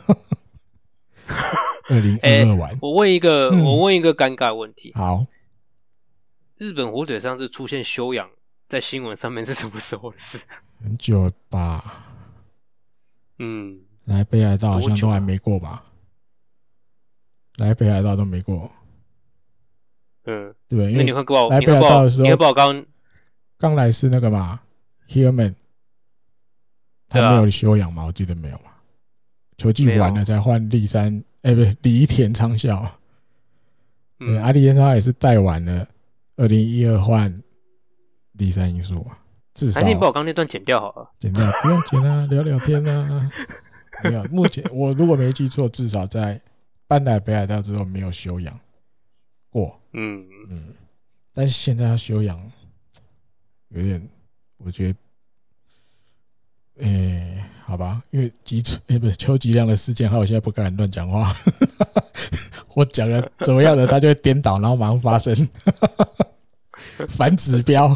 S2: 二零二二完，
S3: 我问一个，嗯、我问一个尴尬问题。
S2: 好。
S3: 日本火腿上次出现休养在新闻上面是什么时候的事？
S2: 很久了吧？
S3: 嗯，
S2: 来北海道好像都还没过吧？来北海道都没过。
S3: 嗯，
S2: 对不对？
S3: 那你会报
S2: 来北海道的时候，
S3: 你会报刚
S2: 刚来是那个嘛 ，Heerman， 他没有休养嘛？我记得没有嘛。球季完了才换立山，哎、欸，不是梨田昌孝。嗯，阿里田昌也是带完了。二零一二换第三因素啊，至少还
S3: 是你把我刚那段剪掉好了，
S2: 剪掉不用剪啊，聊聊天啊。没有，目前我如果没记错，至少在搬来北海道之后没有休养过。嗯嗯，但是现在要休养，有点，我觉得，诶、欸，好吧，因为基础诶不是邱吉亮的事件，害我现在不敢乱讲话。我讲了怎么样的，他就会颠倒，然后马上发生反指标。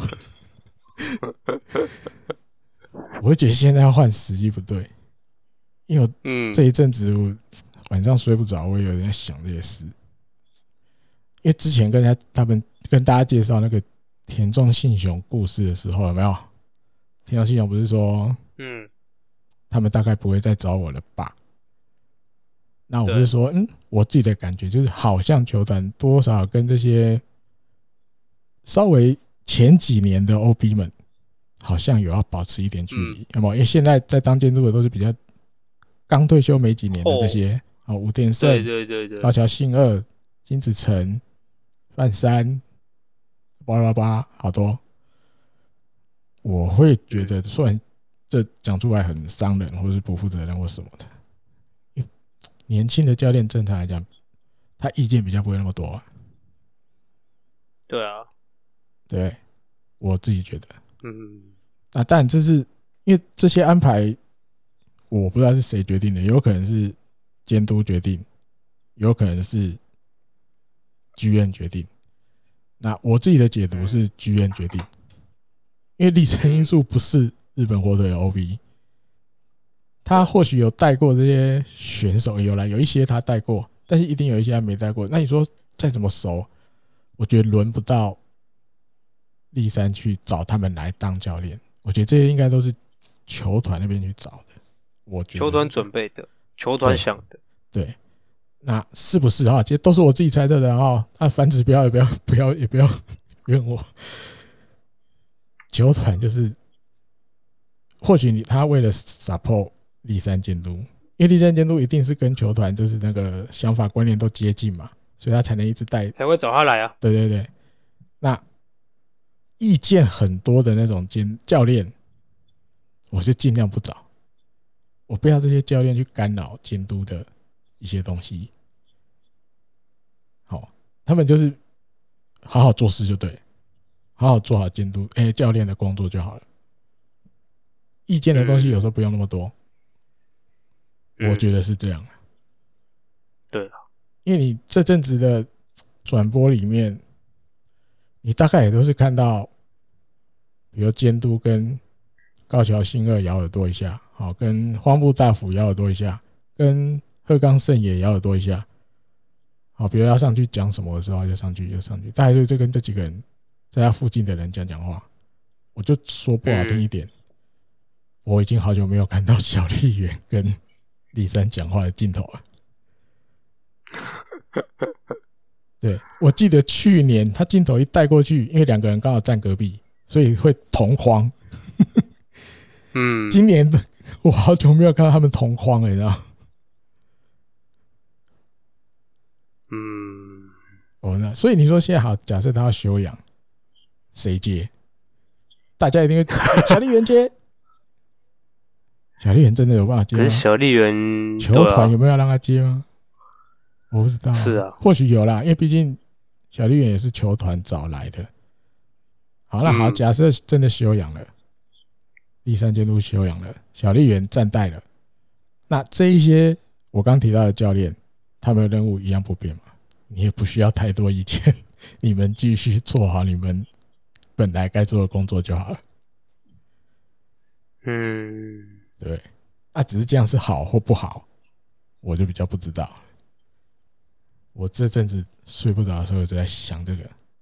S2: 我会觉得现在要换时机不对，因为我这一阵子晚上睡不着，我有点想这些事。因为之前跟他他们跟大家介绍那个田中信雄故事的时候，有没有？田中信雄不是说，嗯，他们大概不会再找我了吧？那我就说，嗯，我自己的感觉就是，好像球团多少跟这些稍微前几年的 O B 们，好像有要保持一点距离，有没有？因为现在在当监督的都是比较刚退休没几年的这些，哦，吴田胜、
S3: 对对对对，
S2: 高桥幸二、金子成、范山，巴拉巴拉，好多。我会觉得，虽然这讲出来很伤人，或是不负责任或什么的。年轻的教练正常来讲，他意见比较不会那么多、啊。
S3: 对啊，
S2: 对，我自己觉得，嗯，啊，当然这是因为这些安排，我不知道是谁决定的，有可能是监督决定，有可能是剧院决定。那我自己的解读是剧院决定，因为历程因素不是日本火腿的 O B。他或许有带过这些选手，有来有一些他带过，但是一定有一些他没带过。那你说再怎么熟，我觉得轮不到立山去找他们来当教练。我觉得这些应该都是球团那边去找的。我觉得
S3: 球团准备的，球团想的。
S2: 对，对那是不是啊？其实都是我自己猜测的啊。那反指标也不要不要也不要怨我。球团就是，或许你他为了 support。立山监督，因为立山监督一定是跟球团就是那个想法观念都接近嘛，所以他才能一直带，
S3: 才会找他来啊。
S2: 对对对，那意见很多的那种监教练，我就尽量不找，我不要这些教练去干扰监督的一些东西。好，他们就是好好做事就对，好好做好监督哎、欸、教练的工作就好了。意见的东西有时候不用那么多。我觉得是这样、嗯、
S3: 对啊，
S2: 因为你这阵子的转播里面，你大概也都是看到，比如监督跟高桥幸二咬耳朵一下，好，跟荒木大辅咬耳朵一下，跟鹤冈胜也咬耳朵一下， 好，比如要上去讲什么的时候，就上去就上去，大概就跟这几个人在他附近的人讲讲话。我就说不好听一点，嗯、我已经好久没有看到小笠原跟立山讲话的镜头了。对，我记得去年他镜头一带过去，因为两个人刚好站隔壁，所以会同框。
S3: 嗯，
S2: 今年我好久没有看到他们同框了，你知道？
S3: 嗯，
S2: 哦，那所以你说现在好，假设他要休养，谁接？大家一定会小笠原接。小笠原真的有办法接吗？
S3: 可是小笠原
S2: 球团有没有让他接吗？我不知道、啊。
S3: 是啊，
S2: 或许有啦，因为毕竟小笠原也是球团找来的。好，那好，假设真的休养了，第三监督休养了，小笠原暂代了，那这一些我刚提到的教练，他们的任务一样不变嘛？你也不需要太多意见，你们继续做好你们本来该做的工作就好了。
S3: 嗯，
S2: 对，那、啊、只是这样是好或不好，我就比较不知道。我这阵子睡不着的时候，就在想这个，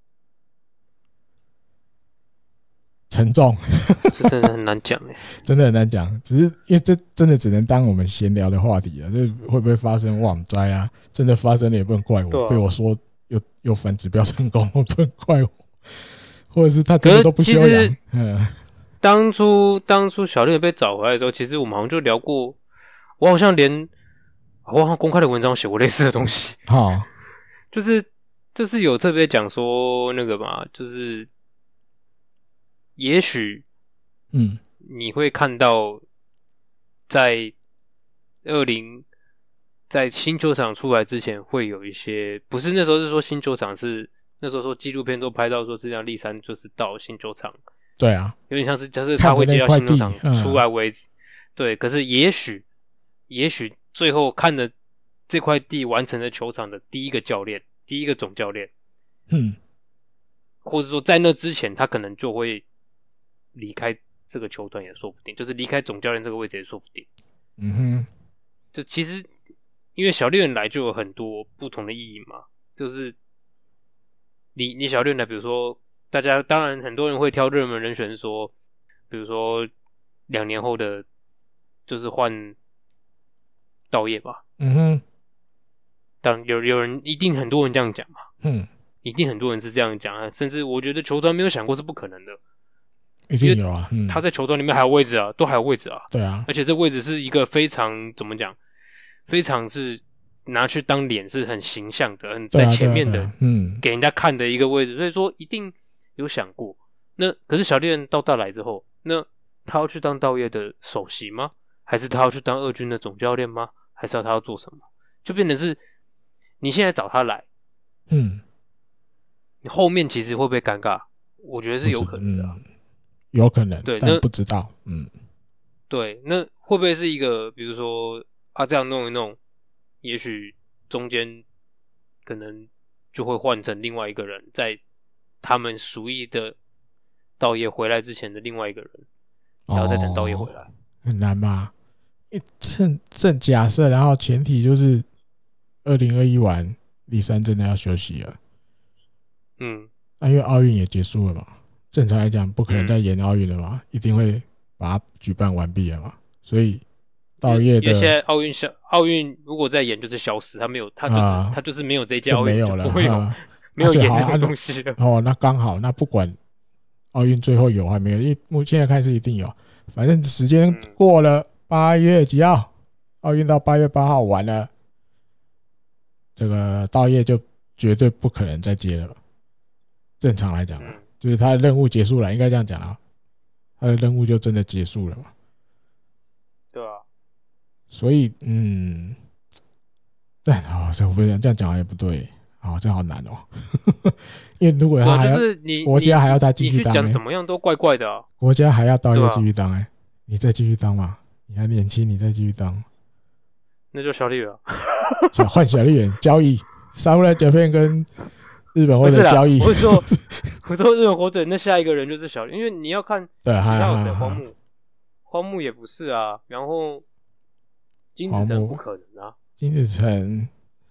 S2: 沉重，
S3: 这真的很难讲哎，
S2: 真的很难讲。只是因为这真的只能当我们闲聊的话题了，这会不会发生我不知道啊？真的发生了也不能怪我，啊、被我说又又反指标成功，我不能怪我，或者是他真的都不休养。嗯，
S3: 当初当初小笠被找回来的时候，其实我们好像就聊过，我好像连。我好像公开的文章写过类似的东西，
S2: 好，
S3: 就是就是有特别讲说那个嘛，就是也许，
S2: 嗯，
S3: 你会看到在二零在新球场出来之前，会有一些不是那时候是说新球场是那时候说纪录片都拍到说，这样立山就是到新球场，
S2: 对啊，
S3: 有点像是就是他会接到新球场出来为止，嗯、对，可是也许也许。最后看的这块地完成的球场的第一个教练，第一个总教练，
S2: 嗯，
S3: 或者说在那之前，他可能就会离开这个球团也说不定，就是离开总教练这个位置也说不定。
S2: 嗯哼，
S3: 就其实因为小笠原来就有很多不同的意义嘛，就是你你小笠原来，比如说大家当然很多人会挑热门人选说，比如说两年后的，就是换。道业吧，
S2: 嗯哼，
S3: 当有有人一定很多人这样讲嘛，
S2: 嗯，
S3: 一定很多人是这样讲啊，甚至我觉得球团没有想过是不可能的，
S2: 一定有啊，嗯，
S3: 他在球团里面还有位置啊，都还有位置啊，
S2: 对啊，
S3: 而且这位置是一个非常怎么讲，非常是拿去当脸是很形象的，很在前面的，
S2: 啊啊啊、嗯，
S3: 给人家看的一个位置，所以说一定有想过。那可是小笠原到大来之后，那他要去当道业的首席吗？还是他要去当二军的总教练吗？还是要他要做什么？就变成是，你现在找他来，
S2: 嗯，
S3: 你后面其实会不会尴尬？我觉得是有可能的、啊
S2: 嗯，有可能，
S3: 对，
S2: 但不知道，嗯，
S3: 对，那会不会是一个，比如说啊，这样弄一弄，也许中间可能就会换成另外一个人，在他们属意的道业回来之前的另外一个人，然后再等道业回来。哦，
S2: 很难吧？正正假设，然后前提就是二零二一完，立山真的要休息了。
S3: 嗯，
S2: 那、啊、因为奥运也结束了嘛，正常来讲不可能再延奥运了嘛、嗯，一定会把它举办完毕了嘛。所以道业的，
S3: 因为现在奥运消奥运如果再延就是消失，他没有，他就是、啊、他就是没有这一届奥运，
S2: 没有了，
S3: 不会有、啊、没有延这个东西了。
S2: 哦，那刚好，那不管奥运最后有还没有，因为目前来看是一定有，反正时间过了。八月几号？奥运到八月八号完了，这个道业就绝对不可能再接了。正常来讲，就是他的任务结束了，应该这样讲啊，他的任务就真的结束了嘛。
S3: 对啊。
S2: 所以，嗯，但好，这我不这样讲也不对，好，这好难哦。因为如果他还要，
S3: 就是你
S2: 国家还要他继续当、欸，
S3: 你去讲怎么样都怪怪的啊。
S2: 国家还要道业继续当、欸，哎、啊，你再继续当嘛。你还年轻，你再继续当，
S3: 那就小笠原，
S2: 换小笠原交易，沙乌莱甲片跟日本火腿交易。
S3: 我是说，我说日本火腿那下一个人就是小笠，因为你要看，
S2: 对，
S3: 还有谁？荒木，荒木也不是啊，然后金子成不可能啊，
S2: 金子成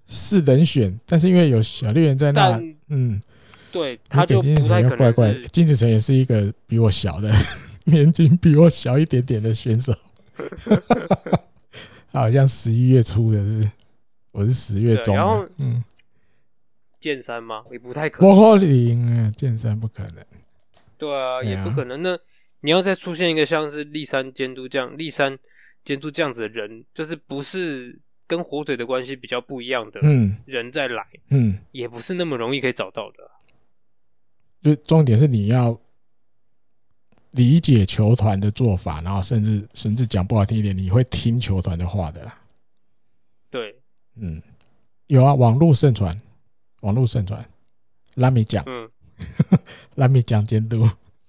S2: 是人选，但是因为有小笠原在那，嗯，
S3: 对，他就不太可能。
S2: 怪怪，金子成也是一个比我小的，年纪比我小一点点的选手，他好像十一月初的，是不是？我是十月中的，
S3: 然后
S2: 嗯，
S3: 剑山吗？也不太可能，
S2: 不可能，剑山不可能。
S3: 对啊，也不可能。那你要再出现一个像是立山监督这样，立山监督这样子的人，就是不是跟火腿的关系比较不一样的人再来，嗯，嗯也不是那么容易可以找到的。
S2: 就重点是你要理解球团的做法，然后甚至甚至讲不好听一点，你会听球团的话的啦。
S3: 对，
S2: 嗯，有啊，网络盛传，网络盛传，拉米讲，嗯，拉米讲监督，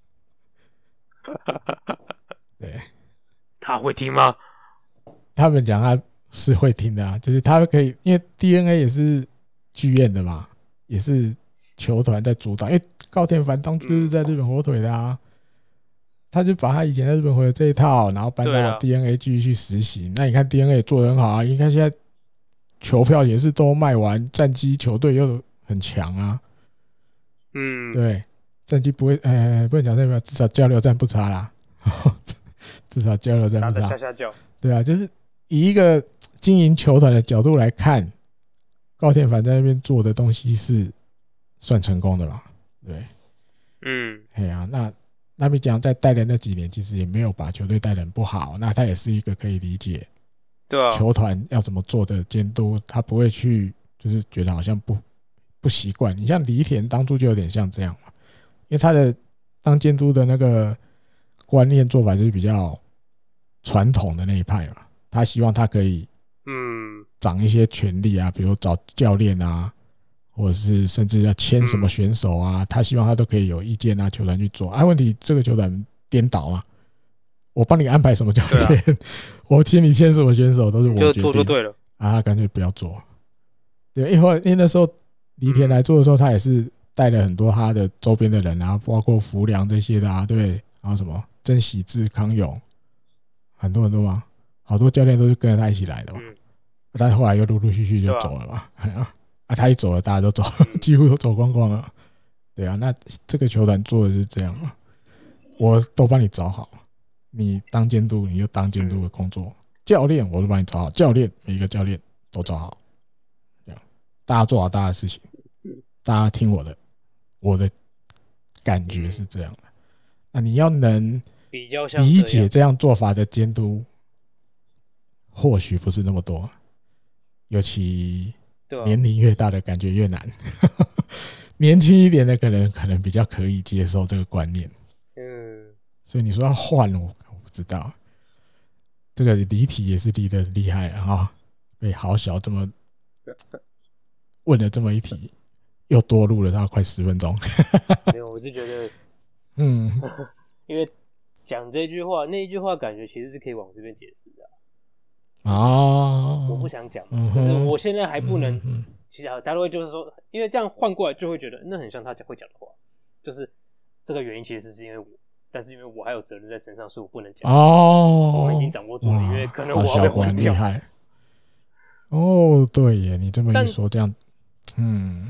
S2: 对，
S3: 他会听吗？
S2: 他们讲他是会听的啊，就是他可以，因为 D N A 也是剧院的嘛，也是球团在主导，因为高田繁当初就是在日本火腿的啊。他就把他以前在日本火腿这一套，然后搬到 D N A 继续去实行。那你看 D N A 做得很好啊，你看现在球票也是都卖完，战绩球队又很强啊。嗯，对，战绩不会，呃，不能讲代表，至少交流战不差啦，至少交流战不差。
S3: 下下叫
S2: 对啊，就是以一个经营球团的角度来看，高田繁在那边做的东西是算成功的嘛？对，
S3: 嗯，
S2: 嘿啊，那。拉米讲在带的那几年，其实也没有把球队带得很不好，那他也是一个可以理解，
S3: 对啊，
S2: 球团要怎么做的监督，他不会去就是觉得好像不不习惯。你像梨田当初就有点像这样嘛，因为他的当监督的那个观念做法就是比较传统的那一派嘛，他希望他可以嗯掌一些权力啊，比如找教练啊。或者是甚至要签什么选手啊，他希望他都可以有意见啊，球团去做。啊，问题这个球团颠倒嘛，我帮你安排什么教练，啊、我替你签什么选手都是我决定，
S3: 就做就对了
S2: 啊，他干脆不要做。对，因为因为那时候梨田来做的时候，他也是带了很多他的周边的人啊，包括福良这些的啊，对，然后什么曾喜志、康永，很多很多嘛，好多教练都是跟着他一起来的嘛，嗯、但是后来又陆陆续续就走了嘛。啊啊，他一走了，大家都走，几乎都走光光了。对啊，那这个球团做的是这样嘛？我都帮你找好，你当监督你就当监督的工作，教练我都帮你找好，教练每一个教练都找好，这样大家做好大家的事情，大家听我的，我的感觉是这样的。那你要能理解这样做法的监督，或许不是那么多，尤其。年龄越大的感觉越难，年轻一点的可能可能比较可以接受这个观念。嗯，所以你说要换我，我不知道。这个离题也是离得厉害啊、哦！被好小这么问了这么一题，又多录了大概快十分钟。
S3: 没有，我是觉得，嗯，因为讲这句话，那一句话感觉其实是可以往这边解释的。
S2: 哦，
S3: 我不想讲，嗯、可是我现在还不能。嗯、其实大家会就是说，因为这样换过来就会觉得那很像他讲会讲的话，就是这个原因其实是因为我，但是因为我还有责任在身上，所以我不能讲。哦，我们已经掌握住了，因为可能我要被换掉。
S2: 厉害。哦，对耶，你这么一说，这样，嗯，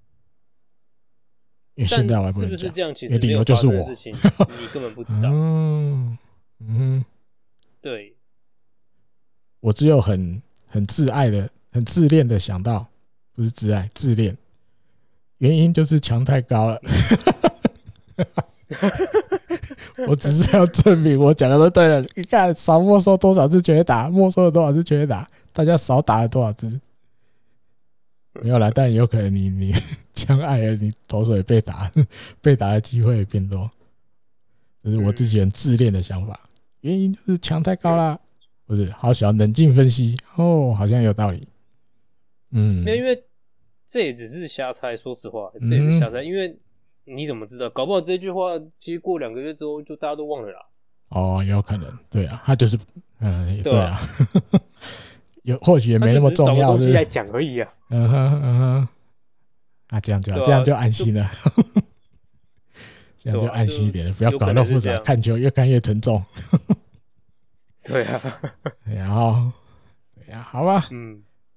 S2: 因为现在我还不能讲，
S3: 是不是这样？其
S2: 实理由就是我，
S3: 你根本不知道。
S2: 嗯嗯，
S3: 对。
S2: 我只有很很自爱的、很自恋的想到，不是自爱，自恋。原因就是墙太高了。我只是要证明我讲的都对了。你看，少没收多少次全垒打，没收了多少次全垒打，大家少打了多少支？没有啦，但有可能你你墙矮了，你投手也被打，被打的机会也变多。这是我自己很自恋的想法。原因就是墙太高啦。不是，好小，冷静分析哦，好像有道理。嗯，
S3: 因为这也只是瞎猜，说实话，这也是瞎猜。嗯、因为你怎么知道？搞不好这句话其实过两个月之后，就大家都忘了啦。
S2: 哦，有可能，对啊，他就是，嗯，对啊，有或许也没那么重要，
S3: 东西来讲而已啊。
S2: 嗯哼嗯哼，啊，这样就好、啊、这样就安心了，这样就安心一点了，不要搞那么复杂，看球越看越沉重。
S3: 对啊，
S2: 然后，对呀、啊，好吧，
S3: 嗯，
S2: 好。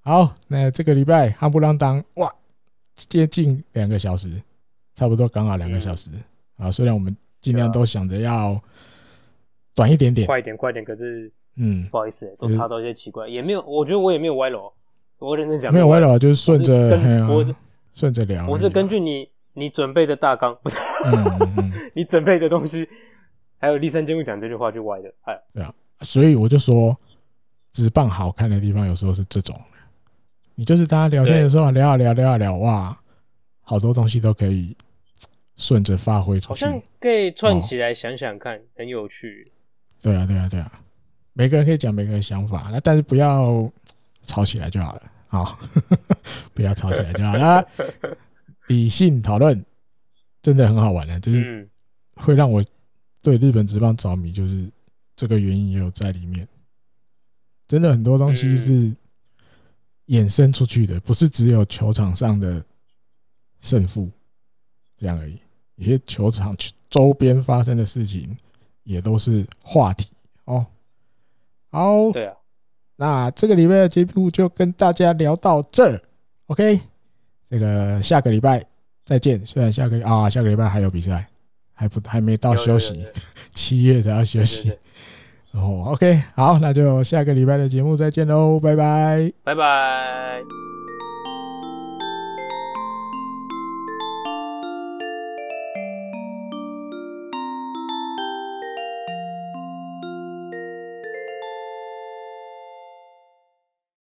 S2: 好，那这个礼拜夯不啷当，哇，接近两个小时，差不多刚好两个小时、嗯、啊。虽然我们尽量都想着要短一点点，
S3: 快一点，快一点，可是嗯，不好意思、欸，都插到一些奇怪，也没有，我觉得我也没有歪楼，我认真讲，
S2: 没有歪楼，就是顺着，我顺着聊，
S3: 我是根据你你准备的大纲，不是，嗯嗯嗯你准备的东西，还有立三监督讲这句话就歪的，哎，
S2: 对啊，所以我就说，职棒好看的地方有时候是这种。你就是大家聊天的时候聊啊聊聊啊聊，哇，好多东西都可以顺着发挥出去，
S3: 好像可以串起来想想看，哦、很有趣。
S2: 对啊，对啊，对啊，每个人可以讲每个人的想法，那但是不要吵起来就好了，好，不要吵起来就好了。理性讨论真的很好玩的，就是会让我对日本职棒着迷，就是这个原因也有在里面。真的很多东西是衍生出去的，不是只有球场上的胜负这样而已，有些球场周边发生的事情也都是话题哦。好，
S3: 对啊，
S2: 那这个礼拜的节目就跟大家聊到这 ，OK， 这个下个礼拜再见。虽然下个啊下个礼拜还有比赛，还不还没到休息，七月才要休息。对对对哦 ，OK， 好，那就下个礼拜的节目再见喽，拜拜，
S3: 拜拜。